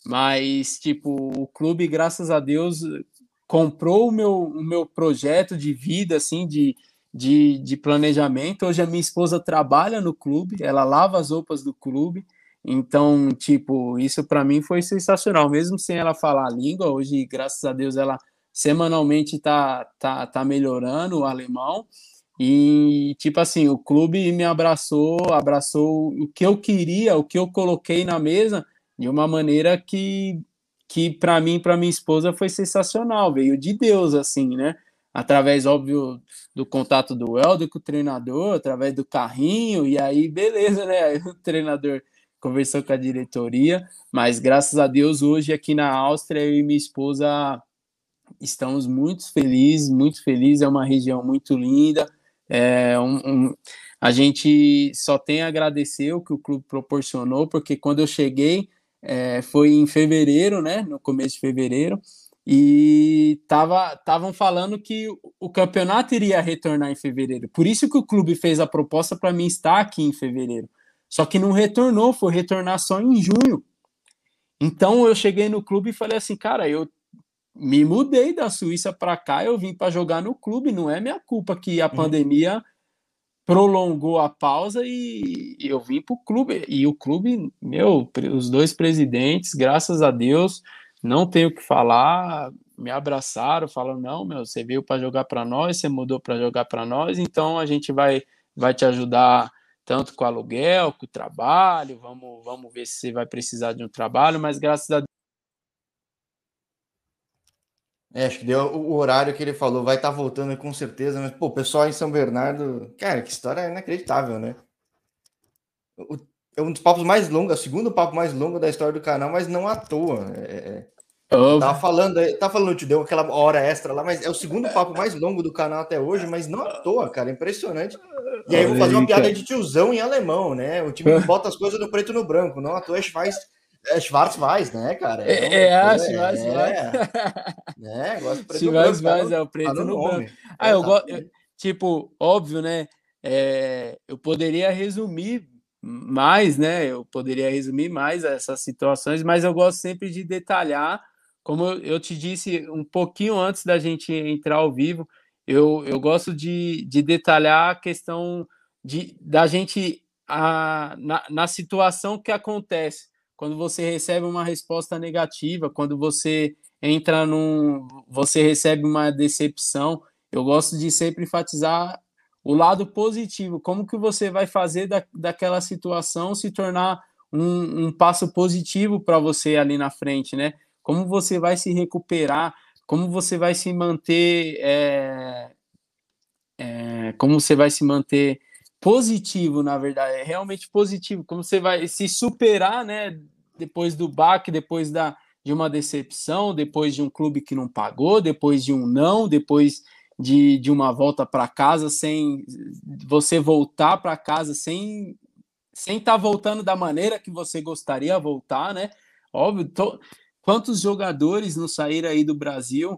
Mas, tipo, o clube, graças a Deus, comprou o meu, o meu projeto de vida, assim, de, de, de planejamento. Hoje a minha esposa trabalha no clube, ela lava as roupas do clube. Então, tipo, isso para mim foi sensacional, mesmo sem ela falar a língua. Hoje, graças a Deus, ela semanalmente tá, tá, tá melhorando o alemão. E, tipo assim, o clube me abraçou, abraçou o que eu queria, o que eu coloquei na mesa, de uma maneira que, que para mim, para minha esposa, foi sensacional. Veio de Deus, assim, né? Através, óbvio, do contato do Helder com o treinador, através do carrinho, e aí, beleza, né? Aí o treinador conversou com a diretoria, mas graças a Deus, hoje aqui na Áustria, eu e minha esposa estamos muito felizes, muito felizes, é uma região muito linda, é um, um, a gente só tem a agradecer o que o clube proporcionou, porque quando eu cheguei, é, foi em fevereiro, né, no começo de fevereiro, e estavam falando que o campeonato iria retornar em fevereiro, por isso que o clube fez a proposta para mim estar aqui em fevereiro, só que não retornou, foi retornar só em junho. Então eu cheguei no clube e falei assim, cara, eu me mudei da Suíça para cá, eu vim para jogar no clube, não é minha culpa que a Uhum. pandemia prolongou a pausa e eu vim para o clube. E o clube, meu, os dois presidentes, graças a Deus, não tenho o que falar, me abraçaram, falaram: não, meu, você veio para jogar para nós, você mudou para jogar para nós, então a gente vai, vai te ajudar tanto com o aluguel, com o trabalho, vamos, vamos ver se você vai precisar de um trabalho, mas graças a Deus. É, acho que deu o horário que ele falou, vai estar voltando com certeza, mas, pô, o pessoal em São Bernardo, cara, que história inacreditável, né? O, é um dos papos mais longos, é o segundo papo mais longo da história do canal, mas não à toa. É, é, eu tava falando, eu tava falando, te deu aquela hora extra lá, mas é o segundo papo mais longo do canal até hoje, mas não à toa, cara, impressionante. E aí eu vou Olha fazer uma aí, piada cara. de tiozão em alemão, né? O time que bota as coisas no preto e no branco, não à toa é Schwarz, é Schwarz-Weiß, né, cara? É É, uma é coisa, acho, mais, vai. é, né? Gosta preto Se no branco, mais, tá mais, no, é o tá preto no no branco. nome. Ah, É, eu gosto. exatamente. Tipo, óbvio, né? É, eu poderia resumir mais, né? Eu poderia resumir mais essas situações, mas eu gosto sempre de detalhar. Como eu, eu te disse um pouquinho antes da gente entrar ao vivo, eu, eu gosto de, de detalhar a questão de, da gente a, na, na situação que acontece. Quando você recebe uma resposta negativa, quando você entra num. Você recebe uma decepção. eu gosto de sempre enfatizar o lado positivo, como que você vai fazer da, daquela situação se tornar um, um passo positivo para você ali na frente, né? Como você vai se recuperar, como você vai se manter, é, é, como você vai se manter positivo, na verdade, é realmente positivo, como você vai se superar, né? Depois do baque, depois da, de uma decepção, depois de um clube que não pagou, depois de um não, depois de, de uma volta para casa sem você voltar para casa sem sem estar tá voltando da maneira que você gostaria de voltar, né? Óbvio, to... quantos jogadores não saíram aí do Brasil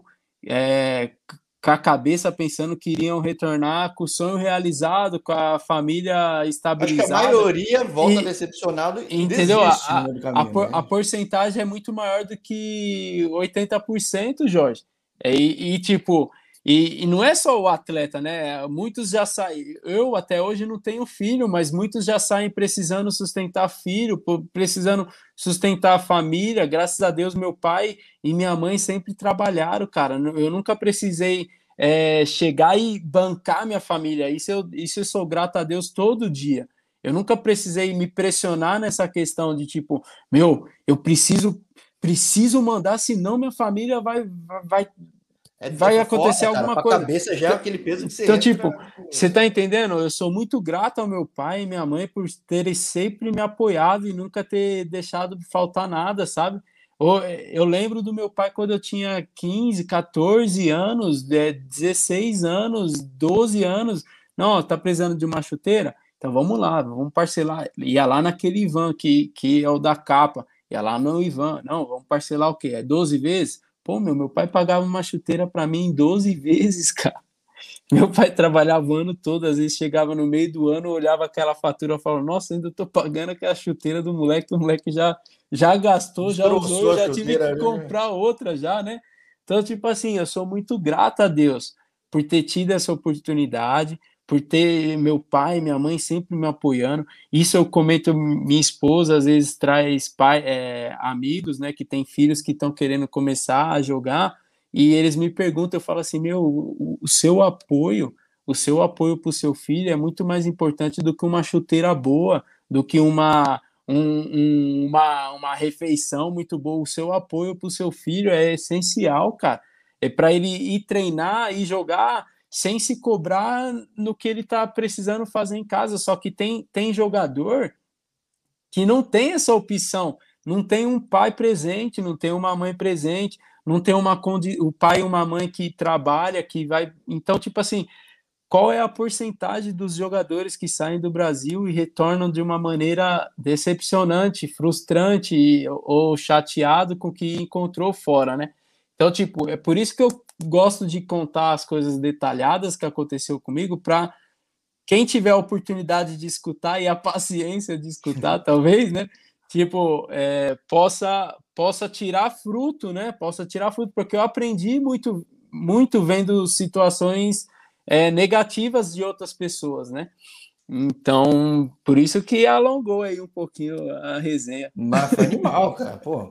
é, com a cabeça pensando que iriam retornar com o sonho realizado, com a família Acho que a estabilizada. maioria volta E, decepcionado e entendeu? A, desiste no a, meio do a, caminho, por, a né? porcentagem é muito maior do que oitenta por cento, Jorge. É, e, e, tipo, e, e não é só o atleta, né? Muitos já saem. Eu até hoje não tenho filho, mas muitos já saem precisando sustentar filho, precisando sustentar a família. Graças a Deus, meu pai e minha mãe sempre trabalharam, cara. Eu nunca precisei é, chegar e bancar minha família. Isso eu, isso eu sou grato a Deus todo dia. Eu nunca precisei me pressionar nessa questão de tipo, meu, eu preciso preciso mandar, senão minha família vai vai É, é vai acontecer foda, cara. alguma Pra coisa. cabeça já é Então, aquele peso que você então entra. tipo, você tá entendendo? Eu sou muito grato ao meu pai e minha mãe por terem sempre me apoiado e nunca ter deixado faltar nada, sabe? Eu, eu lembro do meu pai quando eu tinha quinze, quatorze anos, dezesseis anos, doze anos. Não, tá precisando de uma chuteira? Então vamos lá, vamos parcelar. Ia lá naquele Ivan que, que é o da capa. Ia lá no Ivan. Não, vamos parcelar o quê? É doze vezes? Pô, meu, meu pai pagava uma chuteira para mim em doze vezes, cara. Meu pai trabalhava o ano todo, às vezes chegava no meio do ano, olhava aquela fatura e falava, nossa, ainda tô pagando aquela chuteira do moleque, o moleque já, já gastou, já usou, Destroçou eu a já tive que chuteira, né? comprar outra já, né? Então, tipo assim, eu sou muito grato a Deus por ter tido essa oportunidade, por ter meu pai e minha mãe sempre me apoiando. Isso eu comento, minha esposa às vezes traz pai, é, amigos, né, que tem filhos que estão querendo começar a jogar, e eles me perguntam, eu falo assim, meu, o, o seu apoio, o seu apoio para o seu filho é muito mais importante do que uma chuteira boa, do que uma, um, um, uma, uma refeição muito boa. O seu apoio para o seu filho é essencial, cara. É para ele ir treinar e jogar sem se cobrar no que ele está precisando fazer em casa. Só que tem, tem jogador que não tem essa opção, não tem um pai presente, não tem uma mãe presente, não tem uma condi... o pai e uma mãe que trabalha, que vai. Então, tipo assim, qual é a porcentagem dos jogadores que saem do Brasil e retornam de uma maneira decepcionante, frustrante ou chateado com o que encontrou fora, né? Então, tipo, é por isso que eu gosto de contar as coisas detalhadas que aconteceu comigo para quem tiver a oportunidade de escutar e a paciência de escutar, talvez, né? Tipo, é, possa possa tirar fruto, né? Possa tirar fruto, porque eu aprendi muito, muito vendo situações é, negativas de outras pessoas, né? Então, por isso que alongou aí um pouquinho a resenha. Mas foi animal, cara. Pô,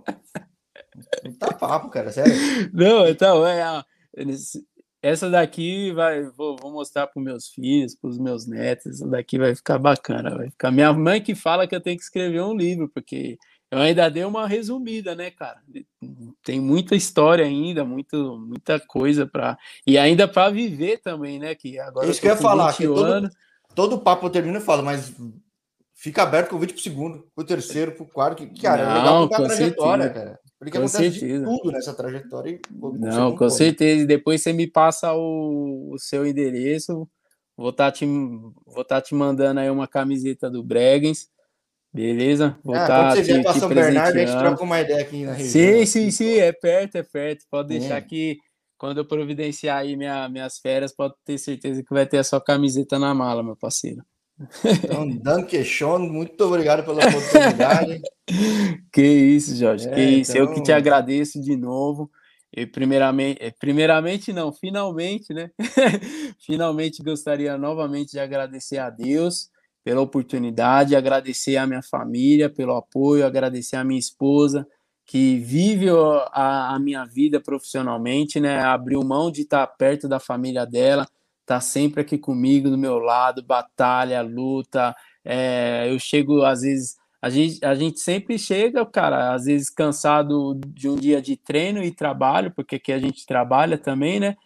tá papo, cara, sério. Não, então, é, essa daqui vai, vou, vou mostrar para os meus filhos, para os meus netos. Essa daqui vai ficar bacana. Vai ficar. Minha mãe que fala que eu tenho que escrever um livro, porque eu ainda dei uma resumida, né, cara? Tem muita história ainda, muito, muita coisa para. E ainda para viver também, né? Que agora É eu isso que tô eu ia com falar, vinte que todo, anos. todo papo eu termino e falo, mas fica aberto o convite pro segundo, pro terceiro, pro quarto. Que, cara, é legal Não, contar a com trajetória, certeza, cara. Porque com acontece de certeza. tudo nessa trajetória e pô, você Não, com concorda. certeza. E depois você me passa o, o seu endereço. Vou estar te, vou tá te mandando aí uma camiseta do Bregens, beleza? Vou Ah, quando estar você vier te, para te São Bernardo, a gente presenteando. troca uma ideia aqui na região. Sim, sim, Aqui, sim, pô. é perto, é perto. Pode deixar Sim. que quando eu providenciar aí minha, minhas férias, pode ter certeza que vai ter a sua camiseta na mala, meu parceiro. Então, Dankeschön, muito obrigado pela oportunidade. Que isso, Jorge, que É, isso. Eu que te então, agradeço de novo. E primeiramente, eh, primeiramente não, finalmente, né? Finalmente gostaria novamente de agradecer a Deus pela oportunidade, agradecer à minha família pelo apoio, agradecer à minha esposa que vive a, a minha vida profissionalmente, né? Abriu mão de estar perto da família dela, tá sempre aqui comigo, do meu lado, batalha, luta. É, eu chego, às vezes, a gente, a gente sempre chega, cara, às vezes cansado de um dia de treino e trabalho, porque aqui a gente trabalha também, né?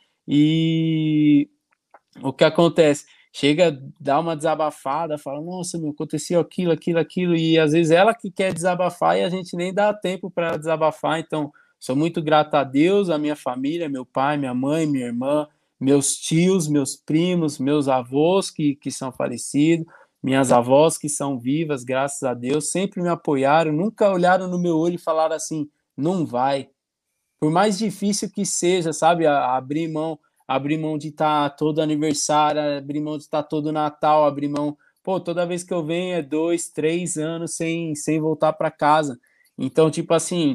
E o que acontece? Chega, dá uma desabafada, fala, nossa, meu, aconteceu aquilo, aquilo, aquilo, e às vezes ela que quer desabafar e a gente nem dá tempo para desabafar. Então, sou muito grato a Deus, a minha família, meu pai, minha mãe, minha irmã, meus tios, meus primos, meus avós que, que são falecidos, minhas avós que são vivas, graças a Deus, sempre me apoiaram, nunca olharam no meu olho e falaram assim, não vai. Por mais difícil que seja, sabe, a- abrir mão, abrir mão de estar todo aniversário, abrir mão de estar todo Natal, abrir mão, pô, toda vez que eu venho é dois, três anos sem, sem voltar para casa. Então, tipo assim,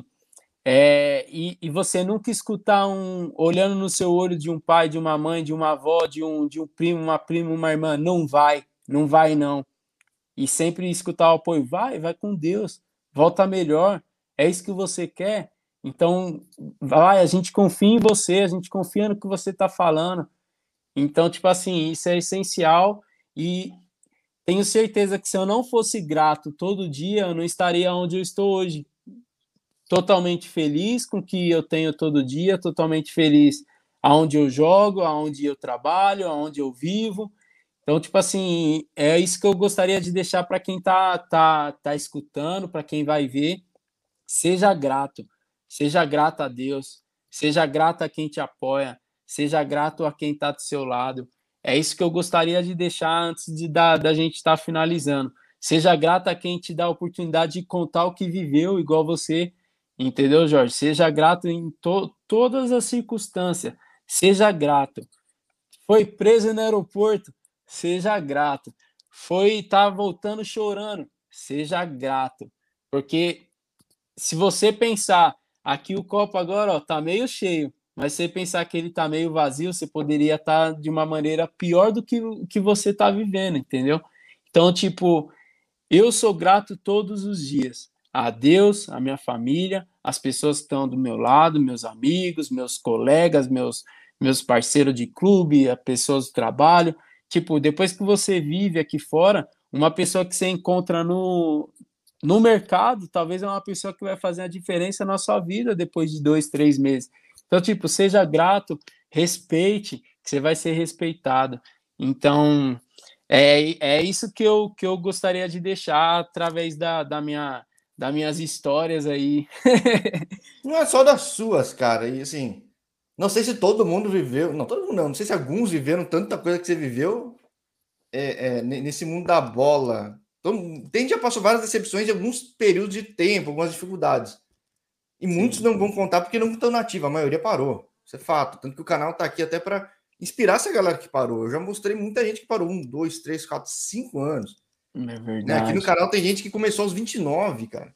é, e, e você nunca escutar um, olhando no seu olho de um pai, de uma mãe, de uma avó, de um, de um primo, uma prima, uma irmã, não vai, não vai não. E sempre escutar o apoio, vai, vai com Deus, volta melhor, é isso que você quer. Então, vai, a gente confia em você, a gente confia no que você está falando. Então, tipo assim, isso é essencial e tenho certeza que se eu não fosse grato todo dia, eu não estaria onde eu estou hoje. Totalmente feliz com o que eu tenho todo dia, totalmente feliz aonde eu jogo, aonde eu trabalho, aonde eu vivo. Então, tipo assim, é isso que eu gostaria de deixar para quem tá, tá, tá escutando, para quem vai ver. Seja grato, seja grato a Deus, seja grato a quem te apoia, seja grato a quem está do seu lado. É isso que eu gostaria de deixar antes de da, da gente estar tá finalizando. Seja grato a quem te dá a oportunidade de contar o que viveu, igual você, entendeu, Jorge? Seja grato em to todas as circunstâncias. Seja grato. Foi preso no aeroporto, seja grato. Foi estar tá voltando chorando, seja grato. Porque se você pensar, aqui o copo agora ó, tá meio cheio, mas se você pensar que ele tá meio vazio, você poderia estar tá de uma maneira pior do que o que você tá vivendo, entendeu? Então, tipo, eu sou grato todos os dias a Deus, a minha família, as pessoas que estão do meu lado, meus amigos, meus colegas, meus, meus parceiros de clube, as pessoas do trabalho. Tipo, depois que você vive aqui fora, uma pessoa que você encontra no, no mercado, talvez é uma pessoa que vai fazer a diferença na sua vida depois de dois, três meses. Então, tipo, seja grato, respeite, que você vai ser respeitado. Então, é, é isso que eu, que eu gostaria de deixar através da, da minha, das minhas histórias aí. Não é só das suas, cara. E assim, não sei se todo mundo viveu. Não, todo mundo não. Não sei se alguns viveram tanta coisa que você viveu é, é, nesse mundo da bola. Então, tem já passou várias decepções de alguns períodos de tempo, algumas dificuldades. E muitos Sim. não vão contar porque não estão nativos, a maioria parou. Isso é fato. Tanto que o canal está aqui até para inspirar essa galera que parou. Eu já mostrei muita gente que parou um, dois, três, quatro, cinco anos. É Né? Aqui no verdade. canal tem gente que começou aos vinte e nove, cara.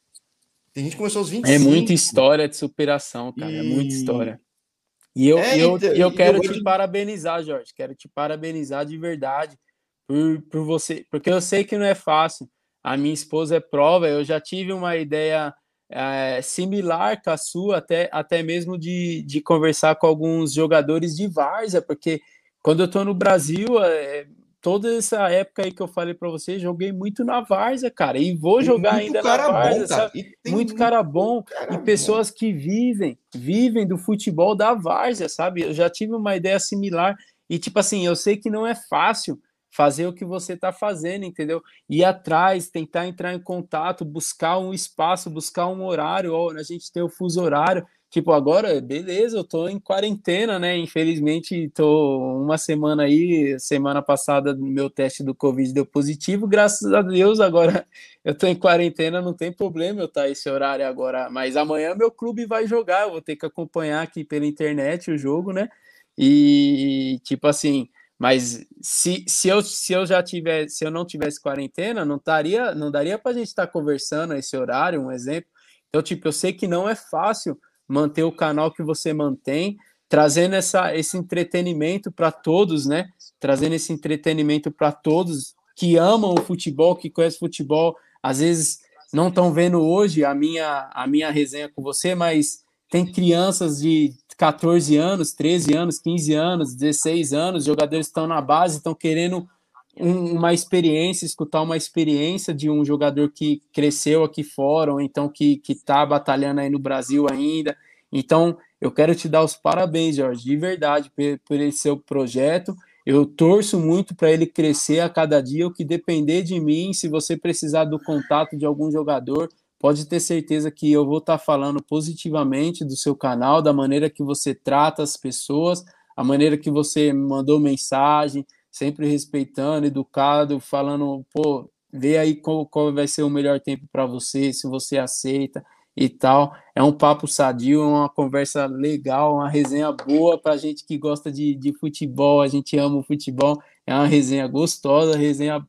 Tem gente que começou aos vinte e É muita cinco. história de superação, cara. É muita E. história. E eu, É, eu, então, eu e quero te hoje. parabenizar, Jorge. Quero te parabenizar de verdade por, por você, porque eu sei que não é fácil. A minha esposa é prova, eu já tive uma ideia é, similar com a sua, até, até mesmo de, de conversar com alguns jogadores de várzea, porque quando eu estou no Brasil, é, toda essa época aí que eu falei para você, joguei muito na várzea, cara, e vou Tem jogar muito ainda na cara bom, várzea, cara. sabe? E tem Muito muito cara bom e cara bom. pessoas que vivem, vivem do futebol da várzea, sabe? Eu já tive uma ideia similar e, tipo assim, eu sei que não é fácil fazer o que você está fazendo, entendeu? Ir atrás, tentar entrar em contato, buscar um espaço, buscar um horário, ó, a gente tem o fuso horário. Tipo, agora, beleza, eu tô em quarentena, né? Infelizmente, tô uma semana aí, semana passada, meu teste do Covid deu positivo, graças a Deus, agora eu tô em quarentena, não tem problema eu estar esse horário agora, mas amanhã meu clube vai jogar, eu vou ter que acompanhar aqui pela internet o jogo, né? E, tipo assim, mas se, se, eu, se eu já tivesse, se eu não tivesse quarentena, não daria, não daria pra gente estar conversando esse horário, um exemplo. Então, tipo, eu sei que não é fácil manter o canal que você mantém, trazendo essa, esse entretenimento para todos, né? Trazendo esse entretenimento para todos que amam o futebol, que conhecem futebol, às vezes não estão vendo hoje a minha, a minha resenha com você, mas tem crianças de catorze anos, treze anos, quinze anos, dezesseis anos, jogadores que estão na base, estão querendo um, uma experiência, escutar uma experiência de um jogador que cresceu aqui fora, ou então que está batalhando aí no Brasil ainda. Então, eu quero te dar os parabéns, Jorge, de verdade, por, por esse seu projeto. Eu torço muito para ele crescer a cada dia. O que depender de mim, se você precisar do contato de algum jogador, pode ter certeza que eu vou estar falando positivamente do seu canal, da maneira que você trata as pessoas, a maneira que você mandou mensagem, sempre respeitando, educado, falando, pô, vê aí qual, qual vai ser o melhor tempo para você, se você aceita e tal. É um papo sadio, é uma conversa legal, uma resenha boa para a gente que gosta de, de futebol, a gente ama o futebol, é uma resenha gostosa, resenha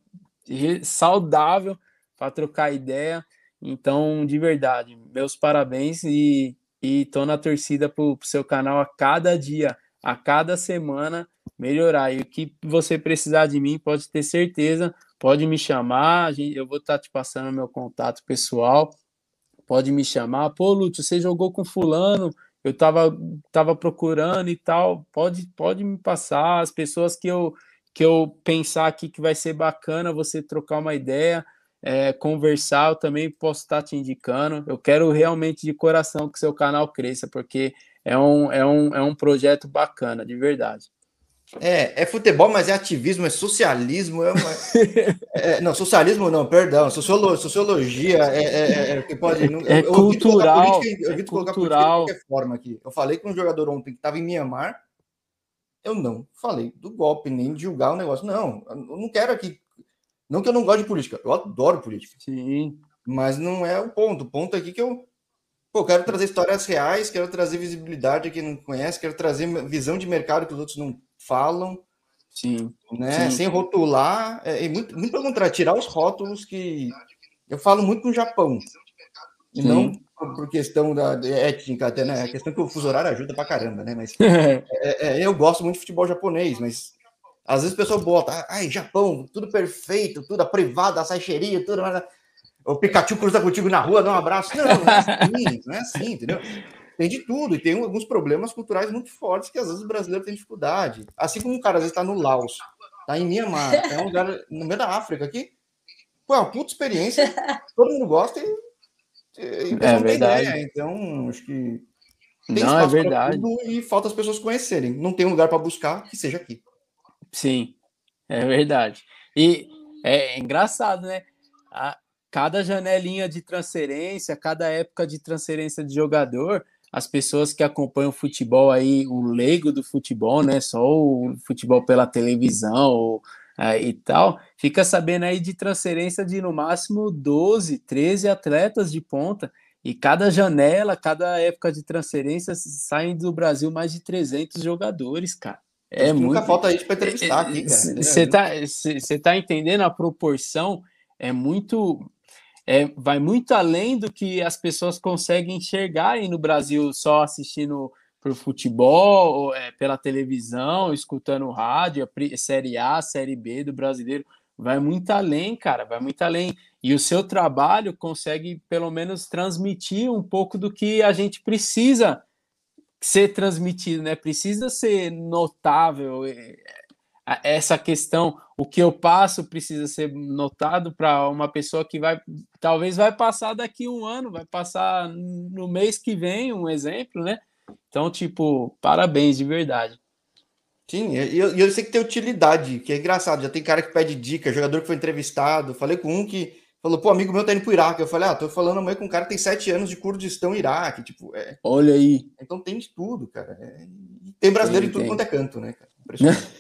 saudável para trocar ideia. Então, de verdade, meus parabéns e estou na torcida para o seu canal a cada dia, a cada semana melhorar. E o que você precisar de mim, pode ter certeza, pode me chamar, eu vou estar te passando meu contato pessoal, pode me chamar. Pô, Lúcio, você jogou com fulano, eu estava tava procurando e tal, pode, pode me passar as pessoas que eu, que eu pensar aqui que vai ser bacana você trocar uma ideia, é, conversar, eu também posso estar te indicando. Eu quero realmente de coração que seu canal cresça, porque é um, é um, é um projeto bacana, de verdade. É, é futebol, mas é ativismo, é socialismo, é uma... é, não, socialismo não, perdão, sociolo, sociologia, é, é, é, que pode... Eu, é eu cultural, política, eu é colocar política de cultural. qualquer forma aqui. Eu falei com um jogador ontem que estava em Mianmar, eu não falei do golpe, nem de julgar o negócio, não, eu não quero aqui, não que eu não goste de política, eu adoro política. Sim. Mas não é o ponto, o ponto aqui que eu, pô, quero trazer histórias reais, quero trazer visibilidade a quem não conhece, quero trazer visão de mercado que os outros não falam, sim, né? sim. Sem rotular, é, é muito, muito pelo contrário, tirar os rótulos que eu falo muito no Japão, e Sim. não por, por questão da de étnica, até, né? A questão que o fuso horário ajuda pra caramba, né? Mas é, é, eu gosto muito de futebol japonês, mas às vezes o pessoal bota, ai, Japão, tudo perfeito, tudo a privada, a saixeria, tudo. O Pikachu cruza contigo na rua, dá um abraço. Não, não é assim, não é assim, entendeu? Tem de tudo, e tem alguns problemas culturais muito fortes que às vezes o brasileiro tem dificuldade. Assim como um cara às vezes está no Laos, está em Mianmar, é um lugar no meio da África aqui. Pô, é uma puta experiência, todo mundo gosta e, e o pessoal É não tem verdade. ideia. Então, acho que tem Não, é espaço para verdade. tudo e falta as pessoas conhecerem. Não tem um lugar para buscar que seja aqui. Sim, é verdade. E é engraçado, né? A, cada janelinha de transferência, cada época de transferência de jogador, as pessoas que acompanham o futebol aí, o leigo do futebol, né? Só o futebol pela televisão ou, é, e tal, fica sabendo aí de transferência de no máximo doze, treze atletas de ponta. E cada janela, cada época de transferência, saem do Brasil mais de trezentos jogadores, cara. Por É isso que nunca muito. falta isso para entrevistar aqui, cara. Você tá, você tá entendendo a proporção? É muito. É, vai muito além do que as pessoas conseguem enxergar aí no Brasil, só assistindo por futebol, ou, é, pela televisão, escutando rádio, a Série A, Série B do brasileiro. Vai muito além, cara, vai muito além. E o seu trabalho consegue, pelo menos, transmitir um pouco do que a gente precisa ser transmitido, né? Precisa ser notável essa questão, o que eu passo precisa ser notado para uma pessoa que vai, talvez vai passar daqui um ano, vai passar no mês que vem, um exemplo, né? Então, tipo, parabéns, de verdade. Sim, e eu, eu sei que tem utilidade, que é engraçado. Já tem cara que pede dica, jogador que foi entrevistado. Falei com um que falou, pô, amigo meu tá indo pro Iraque. Eu falei, ah, tô falando amanhã com um cara que tem sete anos de Kurdistão, Iraque. Tipo, é. Olha aí. Então tem de tudo, cara. É... Tem brasileiro Tem, em tudo tem. quanto é canto, né, cara? Impressionante.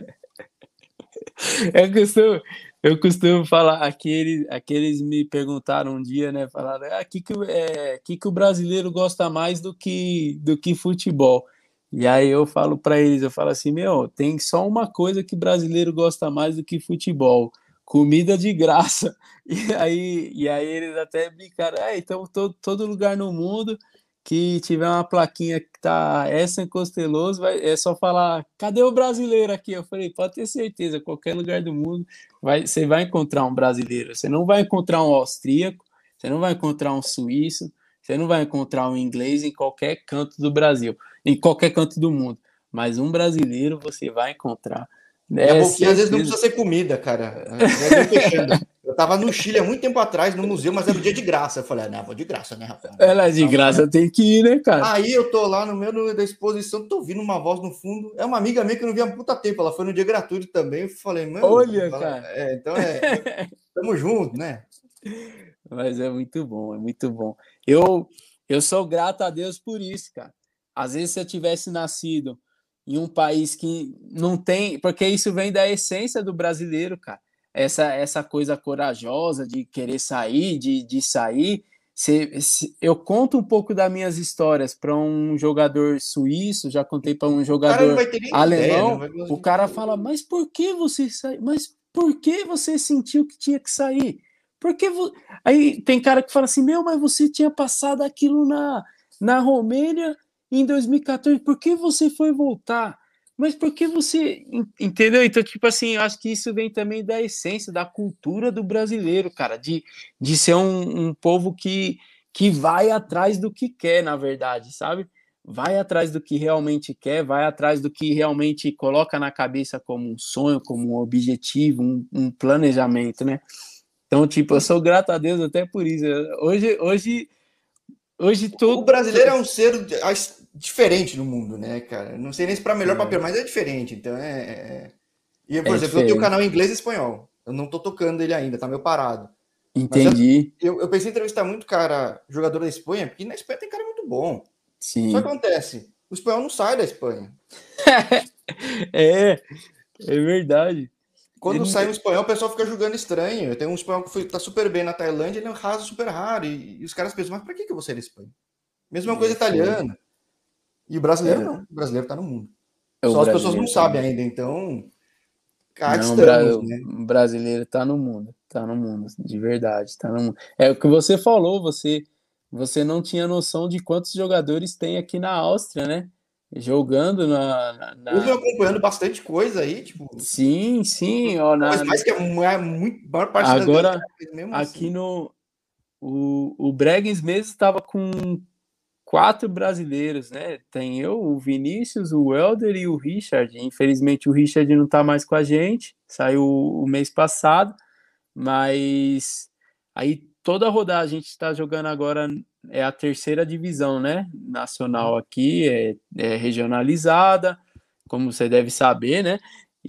Eu costumo, eu costumo falar, aqueles, aqueles me perguntaram um dia, né? Falaram, ah, que, que, é, que, que o brasileiro gosta mais do que, do que futebol? E aí eu falo para eles, eu falo assim, meu, tem só uma coisa que brasileiro gosta mais do que futebol, comida de graça. E aí, e aí eles até brincaram, ah, então todo, todo lugar no mundo que tiver uma plaquinha que tá Essen Costeloso, vai, é só falar, cadê o brasileiro aqui? Eu falei, pode ter certeza, qualquer lugar do mundo vai, você vai encontrar um brasileiro. Você não vai encontrar um austríaco, Você não vai encontrar um suíço, você não vai encontrar um inglês em qualquer canto do Brasil, em qualquer canto do mundo. Mas um brasileiro você vai encontrar. E a É boquinha às vezes não certeza. precisa ser comida, cara. Já vem fechando. Eu tava no Chile há muito tempo atrás, no museu, mas era o dia de graça. Eu falei, ah, não, vou de graça, né, rapaz? Ela é de graça, tem que ir, né, cara? Aí eu tô lá no meio da exposição, tô ouvindo uma voz no fundo. É uma amiga minha que eu não via há puta tempo. Ela foi no dia gratuito também. Eu falei, mano, Olha, ela... cara. é, então é. Tamo junto, né? Mas é muito bom, é muito bom. Eu, eu sou grato a Deus por isso, cara. Às vezes, se eu tivesse nascido em um país que não tem. Porque isso vem da essência do brasileiro, cara. Essa, essa coisa corajosa de querer sair, de, de sair. Se, se, eu conto um pouco das minhas histórias para um jogador suíço, já contei para um O cara não jogador vai ter nem ideia, não alemão. vai... O cara fala: Mas por que você saiu? Mas por que você sentiu que tinha que sair? Porque vo... Aí tem cara que fala assim, meu, mas você tinha passado aquilo na, na Romênia em dois mil e quatorze, por que você foi voltar? Mas por que você... Entendeu? Então, tipo assim, eu acho que isso vem também da essência, da cultura do brasileiro, cara, de, de ser um, um povo que, que vai atrás do que quer, na verdade, sabe? Vai atrás do que realmente quer, vai atrás do que realmente coloca na cabeça como um sonho, como um objetivo, um, um planejamento, né? Então, tipo, eu sou grato a Deus até por isso. Hoje, hoje, hoje O tu, brasileiro é tu... um ser diferente no mundo, né, cara? Não sei nem se para melhor É, papel, mas é diferente. Então é. é... E, por é exemplo, eu tenho o diferente. canal em inglês e espanhol. Eu não tô tocando ele ainda, tá meio parado. Mas eu, Entendi. eu, eu pensei em entrevistar muito cara, jogador da Espanha, porque na Espanha tem cara muito bom. Só que Sim. acontece, o espanhol não sai da Espanha. É, é verdade. Quando sai um Ele- espanhol, o pessoal fica julgando estranho. Eu tenho um espanhol que foi, tá super bem na Tailândia, ele é um raso super raro. E, e os caras pensam, mas pra que, que eu vou ser da Espanha? Mesma coisa É foda. italiana. E o brasileiro É, não. O brasileiro tá no mundo. o Só as pessoas não brasileiro tá no sabem mundo. ainda. Então, cá Não, o Bra- estamos, o né? brasileiro tá no mundo. Tá no mundo, de verdade. Tá no mundo. É o que você falou, você, você não tinha noção de quantos jogadores tem aqui na Áustria, né? Jogando na, na, Eu venho na- acompanhando bastante coisa aí, tipo, Sim, sim, ó, mas na, mais que a maior, muito, maior parte das vezes, agora cara, mas mesmo aqui assim. no o, o Bregues mesmo estava com quatro brasileiros, né? Tem eu, o Vinícius, o Welder e o Richard. Infelizmente o Richard não está mais com a gente, saiu o mês passado, mas aí toda rodada a gente está jogando agora é a terceira divisão, né? Nacional aqui, é, é regionalizada, como você deve saber, né?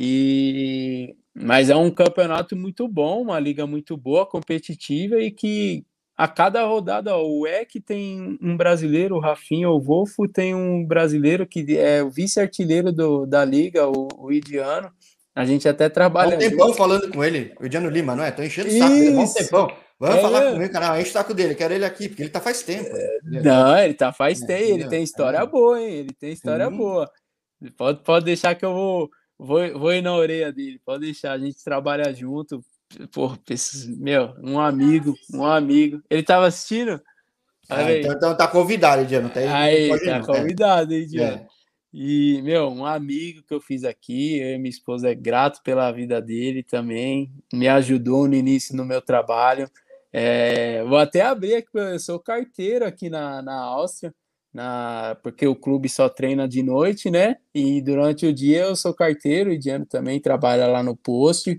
E mas é um campeonato muito bom, uma liga muito boa, competitiva e que a cada rodada, ó, o E C tem um brasileiro, o Rafinha, o Wolfo tem um brasileiro que é o vice-artilheiro do, da liga, o, o Idiano. A gente até Há um trabalha tempão junto. falando com ele, o Ediano Lima, não é? Tô enchendo o saco dele, há um Isso! tempão. Vamos falar com É, ele, canal, enche o saco dele, quero ele aqui, porque ele tá faz tempo. Ele, ele é, não, ele tá faz é, tem, ele entendeu? tem história É, boa, hein? Ele tem história sim. boa. Pode, pode deixar que eu vou, vou, vou ir na orelha dele. Pode deixar, a gente trabalha junto. Pô, esses- meu, um amigo, um amigo. Ele tava assistindo? Olha Ah, então, aí. então tá convidado, Ediano, tá aí, não Aí, pode tá não. É, convidado, hein, Diana? é. E, meu, um amigo que eu fiz aqui, eu e minha esposa é grato pela vida dele também, me ajudou no início no meu trabalho. É, vou até abrir aqui, eu sou carteiro aqui na, na Áustria, na, porque o clube só treina de noite, né? E durante o dia eu sou carteiro, e Diano também trabalha lá no posto.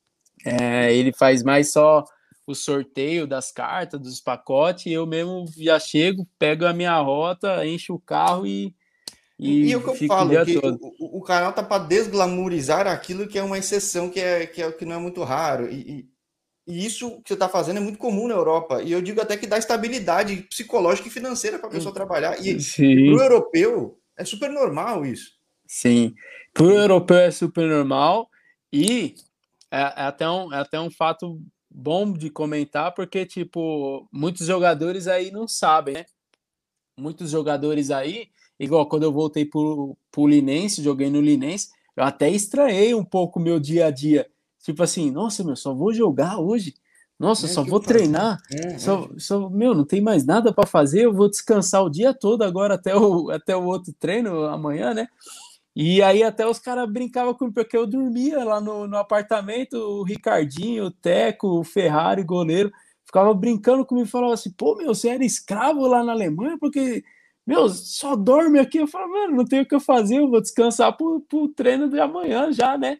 É, ele faz mais só o sorteio das cartas, dos pacotes, e eu mesmo já chego, pego a minha rota, encho o carro e E, e e é o que eu fico o falo, dia que todo. o, o, o canal tá para desglamorizar aquilo que é uma exceção, que é, que é o que não é muito raro. E, e, e isso que você está fazendo é muito comum na Europa. E eu digo até que dá estabilidade psicológica e financeira para a pessoa trabalhar. E, e para o Sim, europeu é super normal isso. sim. Para o europeu é super normal e é, é até um, é até um fato bom de comentar, porque, tipo, muitos jogadores aí não sabem, né? Muitos jogadores aí, igual quando eu voltei pro, pro Linense, joguei no Linense, eu até estranhei um pouco o meu dia a dia. Tipo assim, nossa, meu, só vou jogar hoje. Nossa, É o só que eu vou fazia. treinar. É, é, Só, tipo, só, meu, não tem mais nada para fazer. Eu vou descansar o dia todo agora até o, até o outro treino amanhã, né? E aí até os caras brincavam comigo, porque eu dormia lá no, no apartamento, o Ricardinho, o Teco, o Ferrari, goleiro, ficava brincando comigo e falava assim, pô, meu, você era escravo lá na Alemanha? Porque, meu, só dorme aqui. Eu falava, mano, não tenho o que eu fazer, eu vou descansar pro, pro treino de amanhã já, né?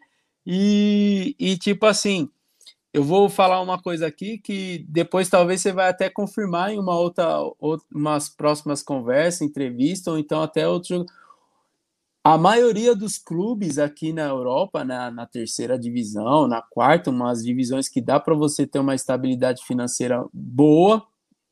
E, e tipo assim, eu vou falar uma coisa aqui que depois talvez você vai até confirmar em uma outra, ou, umas próximas conversas, entrevistas, ou então até outro jogo. A maioria dos clubes aqui na Europa, na, na terceira divisão, na quarta, umas divisões que dá para você ter uma estabilidade financeira boa,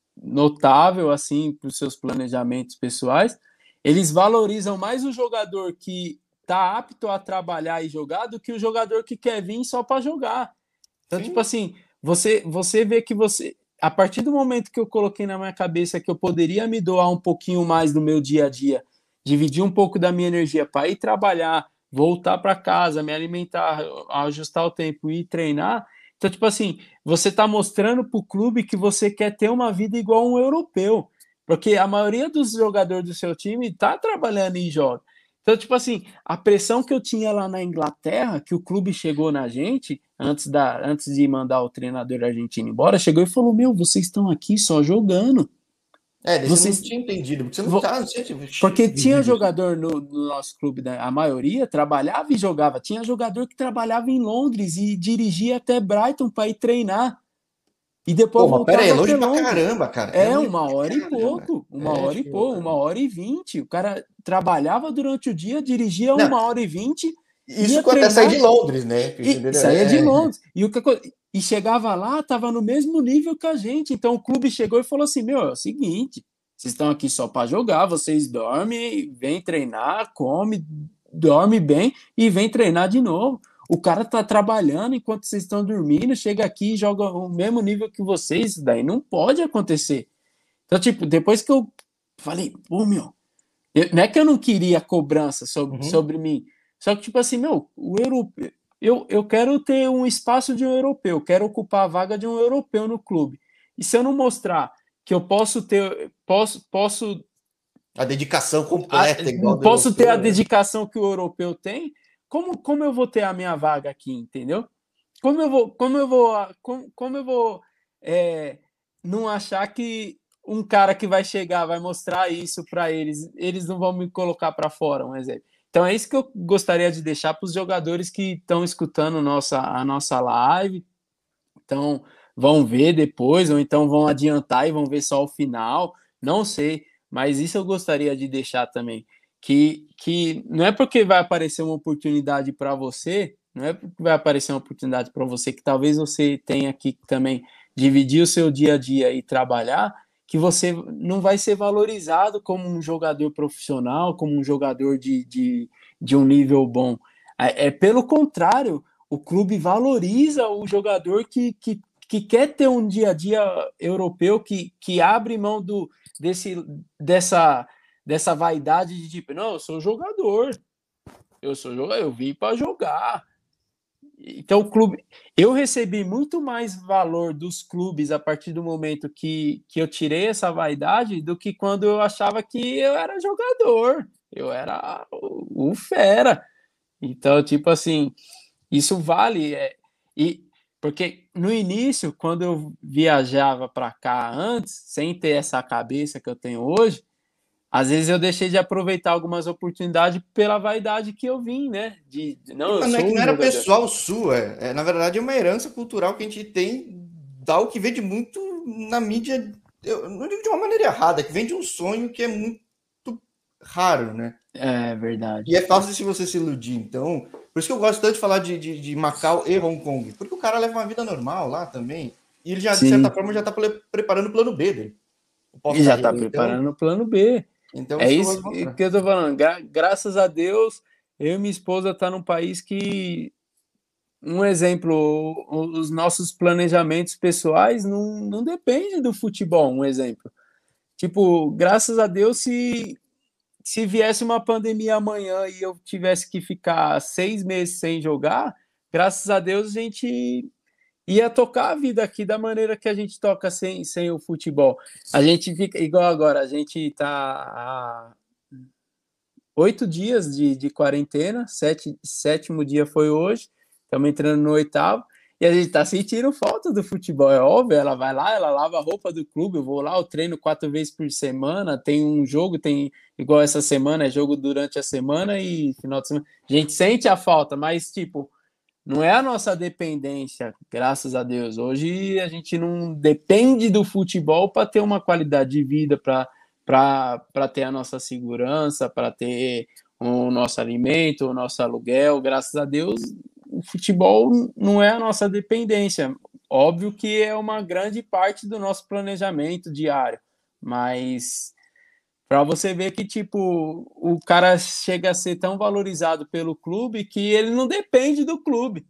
notável, assim, para os seus planejamentos pessoais, eles valorizam mais o jogador que está apto a trabalhar e jogar do que o jogador que quer vir só para jogar. Então, Sim. tipo assim, você, você vê que você. A partir do momento que eu coloquei na minha cabeça que eu poderia me doar um pouquinho mais do meu dia a dia, dividir um pouco da minha energia para ir trabalhar, voltar para casa, me alimentar, ajustar o tempo e treinar. Então, tipo assim, você está mostrando para o clube que você quer ter uma vida igual um europeu. Porque a maioria dos jogadores do seu time está trabalhando e joga. Então, tipo assim, a pressão que eu tinha lá na Inglaterra, que o clube chegou na gente, antes, da, antes de mandar o treinador argentino embora, chegou e falou: Meu, vocês estão aqui só jogando. É, daí você não Vocês. tinha entendido, porque você não tá, não tinha Porque tinha vivido isso. jogador no, no nosso clube, né? A maioria trabalhava e jogava. Tinha jogador que trabalhava em Londres e dirigia até Brighton para ir treinar. E Pô, depois mas pera aí, é voltava até longe pra Londres. caramba, cara. É É longe uma pra hora e caramba. pouco, uma É, hora e tipo. pouco, uma hora e vinte. O cara trabalhava durante o dia, dirigia Não, uma hora e vinte, isso ia que eu até saí de treinar Londres, né? e Entendeu? saía de É, Londres. E, o que, e chegava lá, estava no mesmo nível que a gente. Então o clube chegou e falou assim: Meu, é o seguinte, vocês estão aqui só para jogar, vocês dormem, vêm treinar, come, dorme bem e vem treinar de novo. O cara tá trabalhando enquanto vocês estão dormindo, chega aqui e joga o mesmo nível que vocês, isso daí não pode acontecer. Então, tipo, depois que eu falei, pô, meu, eu, não é que eu não queria cobrança sobre, uhum. sobre mim, só que, tipo assim, meu, o europeu, eu, eu quero ter um espaço de um europeu, quero ocupar a vaga de um europeu no clube. E se eu não mostrar que eu posso ter, posso, posso A dedicação a, completa, igual do posso ter a europeu, né? dedicação que o europeu tem, como, como eu vou ter a minha vaga aqui, entendeu? Como eu vou, como eu vou, como, como eu vou é, não achar que um cara que vai chegar vai mostrar isso para eles, eles não vão me colocar para fora, um exemplo. Então é isso que eu gostaria de deixar para os jogadores que estão escutando nossa, a nossa live, então vão ver depois, ou então vão adiantar e vão ver só o final, não sei, mas isso eu gostaria de deixar também, que, que não é porque vai aparecer uma oportunidade para você, não é porque vai aparecer uma oportunidade para você que talvez você tenha aqui também dividir o seu dia a dia e trabalhar, que você não vai ser valorizado como um jogador profissional, como um jogador de, de, de um nível bom. É, é pelo contrário, o clube valoriza o jogador que, que, que quer ter um dia a dia europeu, que, que abre mão do, desse, dessa, dessa vaidade de tipo, não, eu sou jogador, eu sou jogador, eu vim para jogar. Então, o clube. Eu recebi muito mais valor dos clubes a partir do momento que, que eu tirei essa vaidade do que quando eu achava que eu era jogador, eu era o, o fera. Então, tipo assim, isso vale. É, e porque no início, quando eu viajava para cá antes, sem ter essa cabeça que eu tenho hoje, às vezes eu deixei de aproveitar algumas oportunidades pela vaidade que eu vim, né? De, de não, Sim, eu mas não é que sou não um era jogador. pessoal sua, é, é, na verdade é uma herança cultural que a gente tem, tal que vem de muito na mídia, eu não digo de uma maneira errada, que vem de um sonho que é muito raro, né? É verdade. E é fácil se você se iludir. Então, por isso que eu gosto tanto de falar de, de, de Macau e Hong Kong, porque o cara leva uma vida normal lá também, e ele já, de certa Sim. forma, já está preparando o plano B dele, o E já está pós-carreira. Então, preparando o plano B. então, É isso que eu gosto isso de que mostrar. eu tô falando. Gra graças a Deus, eu e minha esposa tá num país que, um exemplo, os nossos planejamentos pessoais não, não dependem do futebol, um exemplo. Tipo, graças a Deus, se, se viesse uma pandemia amanhã e eu tivesse que ficar seis meses sem jogar, graças a Deus a gente ia tocar a vida aqui da maneira que a gente toca sem, sem o futebol. A gente fica igual agora, a gente tá há oito dias de, de quarentena, sete, sétimo dia foi hoje, estamos entrando no oitavo, E a gente tá sentindo falta do futebol, é óbvio. Ela vai lá, ela lava a roupa do clube, eu vou lá, eu treino quatro vezes por semana, tem um jogo, tem igual essa semana, é jogo durante a semana e final de semana. A gente sente a falta, mas, tipo, não é a nossa dependência, graças a Deus. Hoje a gente não depende do futebol para ter uma qualidade de vida, para ter a nossa segurança, para ter o nosso alimento, o nosso aluguel. Graças a Deus, o futebol não é a nossa dependência. Óbvio que é uma grande parte do nosso planejamento diário, mas para você ver que, tipo, o cara chega a ser tão valorizado pelo clube que ele não depende do clube.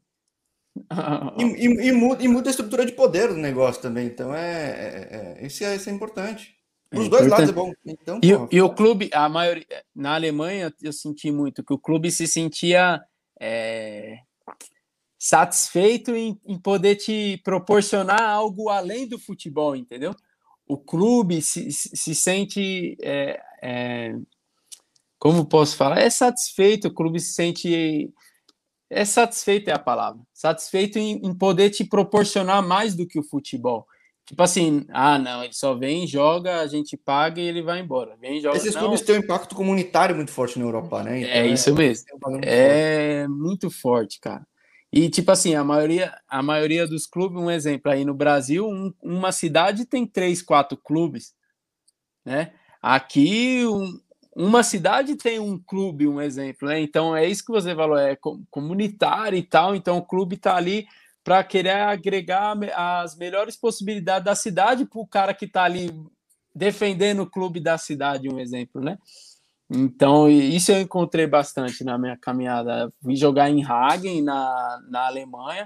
E, e, e, muda, e muda a estrutura de poder do negócio também. Então, é, é, é isso, é, isso é importante. Para É os dois lados é importante. bom. Então, E, porra, e o clube, a maioria, na Alemanha, eu senti muito que o clube se sentia é, satisfeito em, em poder te proporcionar algo além do futebol, entendeu? O clube se, se sente, é, é, como posso falar? É satisfeito, o clube se sente. É satisfeito é a palavra. Satisfeito em, em poder te proporcionar mais do que o futebol. Tipo assim, ah, não, ele só vem, joga, a gente paga e ele vai embora. Vem, joga. esses clubes Não, têm um impacto comunitário muito forte na Europa, né? é Então, é, isso mesmo. é um valor muito forte. É muito forte, cara. E tipo assim, a maioria, a maioria dos clubes, um exemplo aí no Brasil, um, uma cidade tem três, quatro clubes, né? Aqui, um, uma cidade tem um clube, um exemplo, né? Então é isso que você falou, é comunitário e tal. Então o clube tá ali para querer agregar as melhores possibilidades da cidade para o cara que tá ali defendendo o clube da cidade, um exemplo, né? Então, isso eu encontrei bastante na minha caminhada. Fui jogar em Hagen, na, na Alemanha,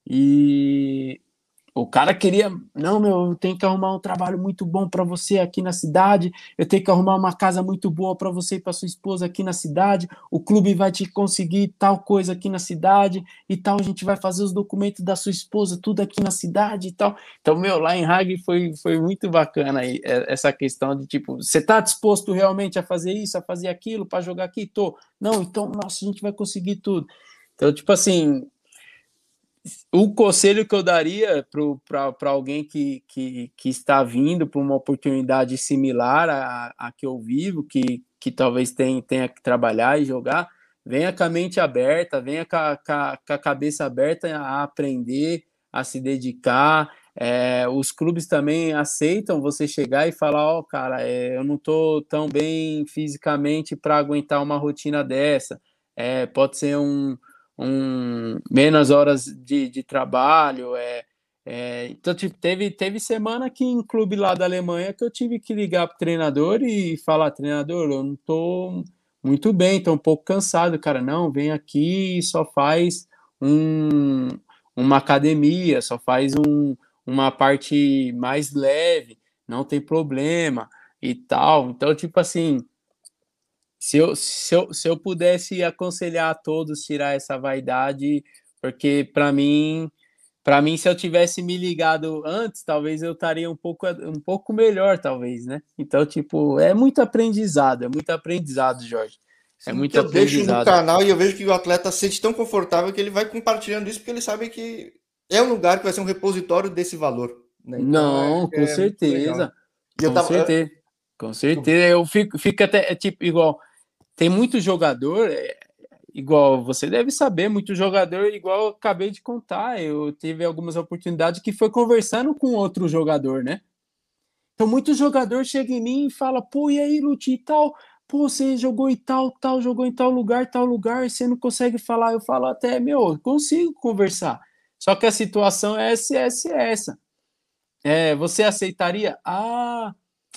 e o cara queria, não, meu, eu tenho que arrumar um trabalho muito bom para você aqui na cidade, eu tenho que arrumar uma casa muito boa para você e para sua esposa aqui na cidade, o clube vai te conseguir tal coisa aqui na cidade e tal, a gente vai fazer os documentos da sua esposa, tudo aqui na cidade e tal. Então, meu, lá em Hague foi, foi muito bacana aí, essa questão de, tipo, você tá disposto realmente a fazer isso, a fazer aquilo, para jogar aqui? Tô. Não, então, nossa, a gente vai conseguir tudo. Então, tipo assim, o conselho que eu daria para alguém que, que, que está vindo para uma oportunidade similar à, à que eu vivo, que, que talvez tenha, tenha que trabalhar e jogar, venha com a mente aberta, venha com a, com a, com a cabeça aberta a aprender, a se dedicar. É, os clubes também aceitam você chegar e falar, ó, oh, cara, é, eu não estou tão bem fisicamente para aguentar uma rotina dessa. É, pode ser um um, menos horas de, de trabalho. É, é, então, tipo, teve, teve semana aqui em clube lá da Alemanha que eu tive que ligar para o treinador e falar: treinador, eu não estou muito bem, estou um pouco cansado. Cara, não, vem aqui e só faz um, uma academia, só faz um, uma parte mais leve, não tem problema e tal. Então, tipo assim. Se eu, se, eu, se eu pudesse aconselhar a todos tirar essa vaidade, porque para mim, para mim, se eu tivesse me ligado antes, talvez eu estaria um pouco, um pouco melhor, talvez, né? Então, tipo, é muito aprendizado, é muito aprendizado, Jorge. É Sim, que muito eu deixo no aprendizado. canal e eu vejo que o atleta se sente tão confortável que ele vai compartilhando isso porque ele sabe que é um lugar que vai ser um repositório desse valor, né? Então é, Não, com é muito legal. certeza. E eu Com tava. certeza. Com certeza. Eu fico, fico até, é, tipo, igual. Tem muito jogador, é, igual você deve saber, muito jogador, igual eu acabei de contar. Eu tive algumas oportunidades que foi conversando com outro jogador, né? Então, muito jogador chega em mim e fala: pô, e aí, Lute, e tal? Pô, você jogou em tal, tal, jogou em tal lugar, tal lugar, e você não consegue falar. Eu falo até, meu, eu consigo conversar. Só que a situação é essa, essa, essa. É, você aceitaria? Ah,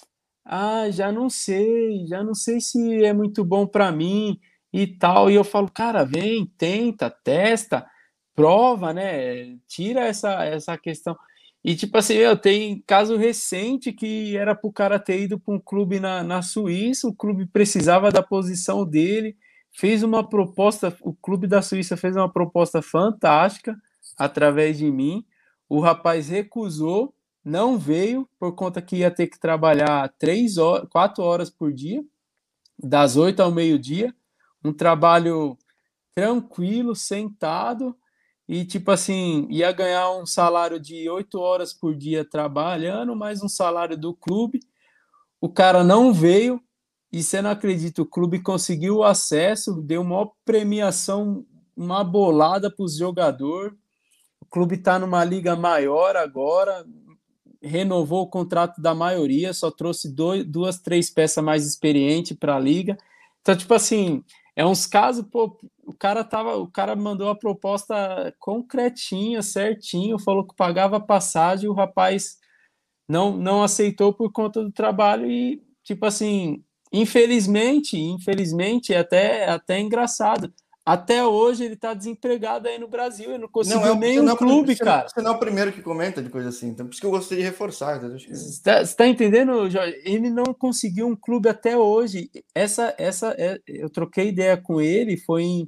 ah, já não sei, já não sei se é muito bom para mim e tal. E eu falo, cara, vem, tenta, testa, prova, né? Tira essa, essa questão. E tipo assim, eu tenho caso recente que era para o cara ter ido para um clube na, na Suíça, o clube precisava da posição dele, fez uma proposta, o clube da Suíça fez uma proposta fantástica através de mim. O rapaz recusou, não veio por conta que ia ter que trabalhar três horas, quatro horas por dia, das oito ao meio-dia, um trabalho tranquilo, sentado, e, tipo assim, ia ganhar um salário de oito horas por dia trabalhando, mais um salário do clube. O cara não veio, e você não acredita, o clube conseguiu o acesso, deu uma premiação, uma bolada para os jogadores. O clube está numa liga maior agora, renovou o contrato da maioria, só trouxe dois, duas, três peças mais experientes para a liga. Então, tipo assim, é uns casos, pô, o cara tava, o cara mandou a proposta concretinha, certinho, falou que pagava passagem, o rapaz não não aceitou por conta do trabalho e, tipo assim, infelizmente, infelizmente, é até, é até engraçado. Até hoje ele tá desempregado aí no Brasil, ele não Não, é, conseguiu o- você, nenhum não, é o prim- clube, você, não, cara. você não é o primeiro que comenta de coisa assim. Então, por isso que eu gostaria de reforçar. Entendeu? Acho que... Você tá, você tá entendendo, Jorge? Ele não conseguiu um clube até hoje. Essa, essa, é- eu troquei ideia com ele, foi em,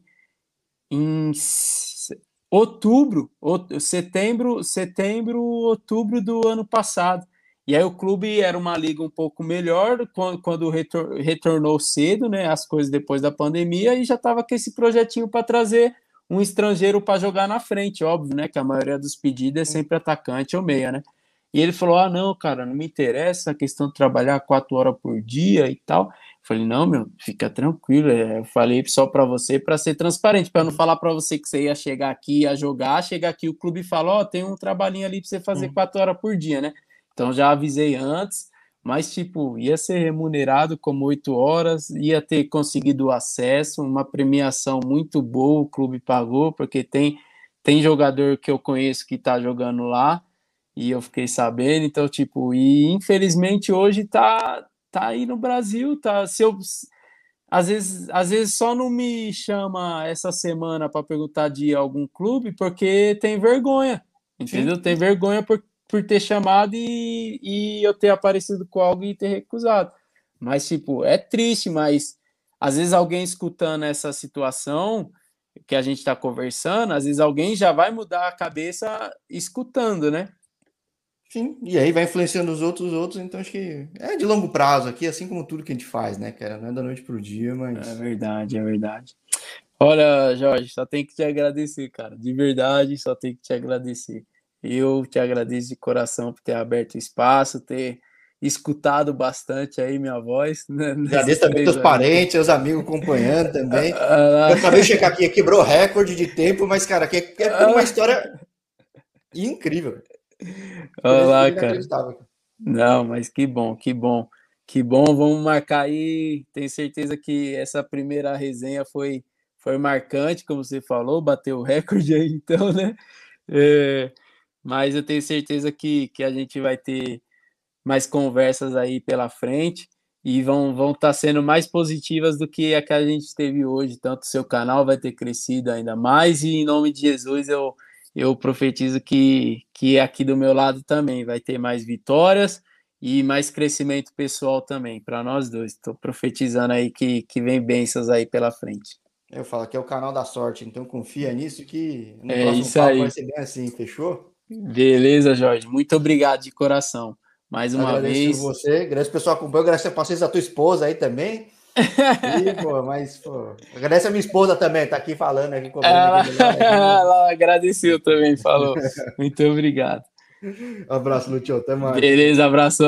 em s- outubro, out- setembro, setembro, outubro do ano passado. E aí o clube era uma liga um pouco melhor quando, quando retor- retornou cedo, né? As coisas depois da pandemia, e já estava com esse projetinho para trazer um estrangeiro para jogar na frente, óbvio, né? Que a maioria dos pedidos é sempre atacante ou meia, né? E ele falou: ah, não, cara, não me interessa a questão de trabalhar quatro horas por dia e tal. Eu falei: não, meu, fica tranquilo. é, Eu falei só para você, para ser transparente, para não falar para você que você ia chegar aqui, ia jogar, chegar aqui o clube e falar: ó, oh, tem um trabalhinho ali para você fazer Hum. quatro horas por dia, né? Então já avisei antes, mas tipo, ia ser remunerado como oito horas, ia ter conseguido acesso, uma premiação muito boa, o clube pagou, porque tem, tem jogador que eu conheço que tá jogando lá, e eu fiquei sabendo, então, tipo, e infelizmente hoje tá, tá aí no Brasil, tá, se eu, às vezes, às vezes só não me chama essa semana para perguntar de algum clube, porque tem vergonha, Sim. entendeu? Tem vergonha por, por ter chamado e, e eu ter aparecido com algo e ter recusado. Mas, tipo, é triste, mas às vezes alguém escutando essa situação que a gente está conversando, às vezes alguém já vai mudar a cabeça escutando, né? Sim, e aí vai influenciando os outros, os outros, então acho que é de longo prazo aqui, assim como tudo que a gente faz, né, cara? Não é da noite pro dia, É mas verdade, é verdade. Olha, Jorge, só tenho que te agradecer, cara. De verdade, só tenho que te agradecer. Eu te agradeço de coração por ter aberto espaço, ter escutado bastante aí minha voz, né, nesses agradeço também três teus horinhas. parentes, seus amigos acompanhando também. Ah, Eu acabei de checar aqui, quebrou recorde de tempo, mas, cara, que é, é por uma ah, história incrível. olha lá, cara. Inacreditável. Não, mas que bom, que bom. Que bom, vamos marcar aí. Tenho certeza que essa primeira resenha foi, foi marcante, como você falou, bateu o recorde aí, então, né? É, mas eu tenho certeza que, que a gente vai ter mais conversas aí pela frente e vão vão estar sendo mais positivas do que a que a gente teve hoje. Tanto o seu canal vai ter crescido ainda mais e em nome de Jesus eu eu profetizo que que aqui do meu lado também vai ter mais vitórias e mais crescimento pessoal também para nós dois. Estou profetizando aí que que vem bênçãos aí pela frente. Eu falo que é o canal da sorte, então confia nisso que no É próximo isso papo vai aí. ser bem assim, fechou? Beleza, Jorge. Muito obrigado de coração. Mais uma Agradeço vez. você, agradeço o pessoal que acompanhou, agradeço a paciência da tua esposa aí também. E, pô, mas, pô, agradece a minha esposa também, tá aqui falando, aqui cobrando aqui Ela, do lado aqui, mas... ela agradeceu também, falou. Muito obrigado. Um abraço, Lúcio, até mais. Beleza, abraço.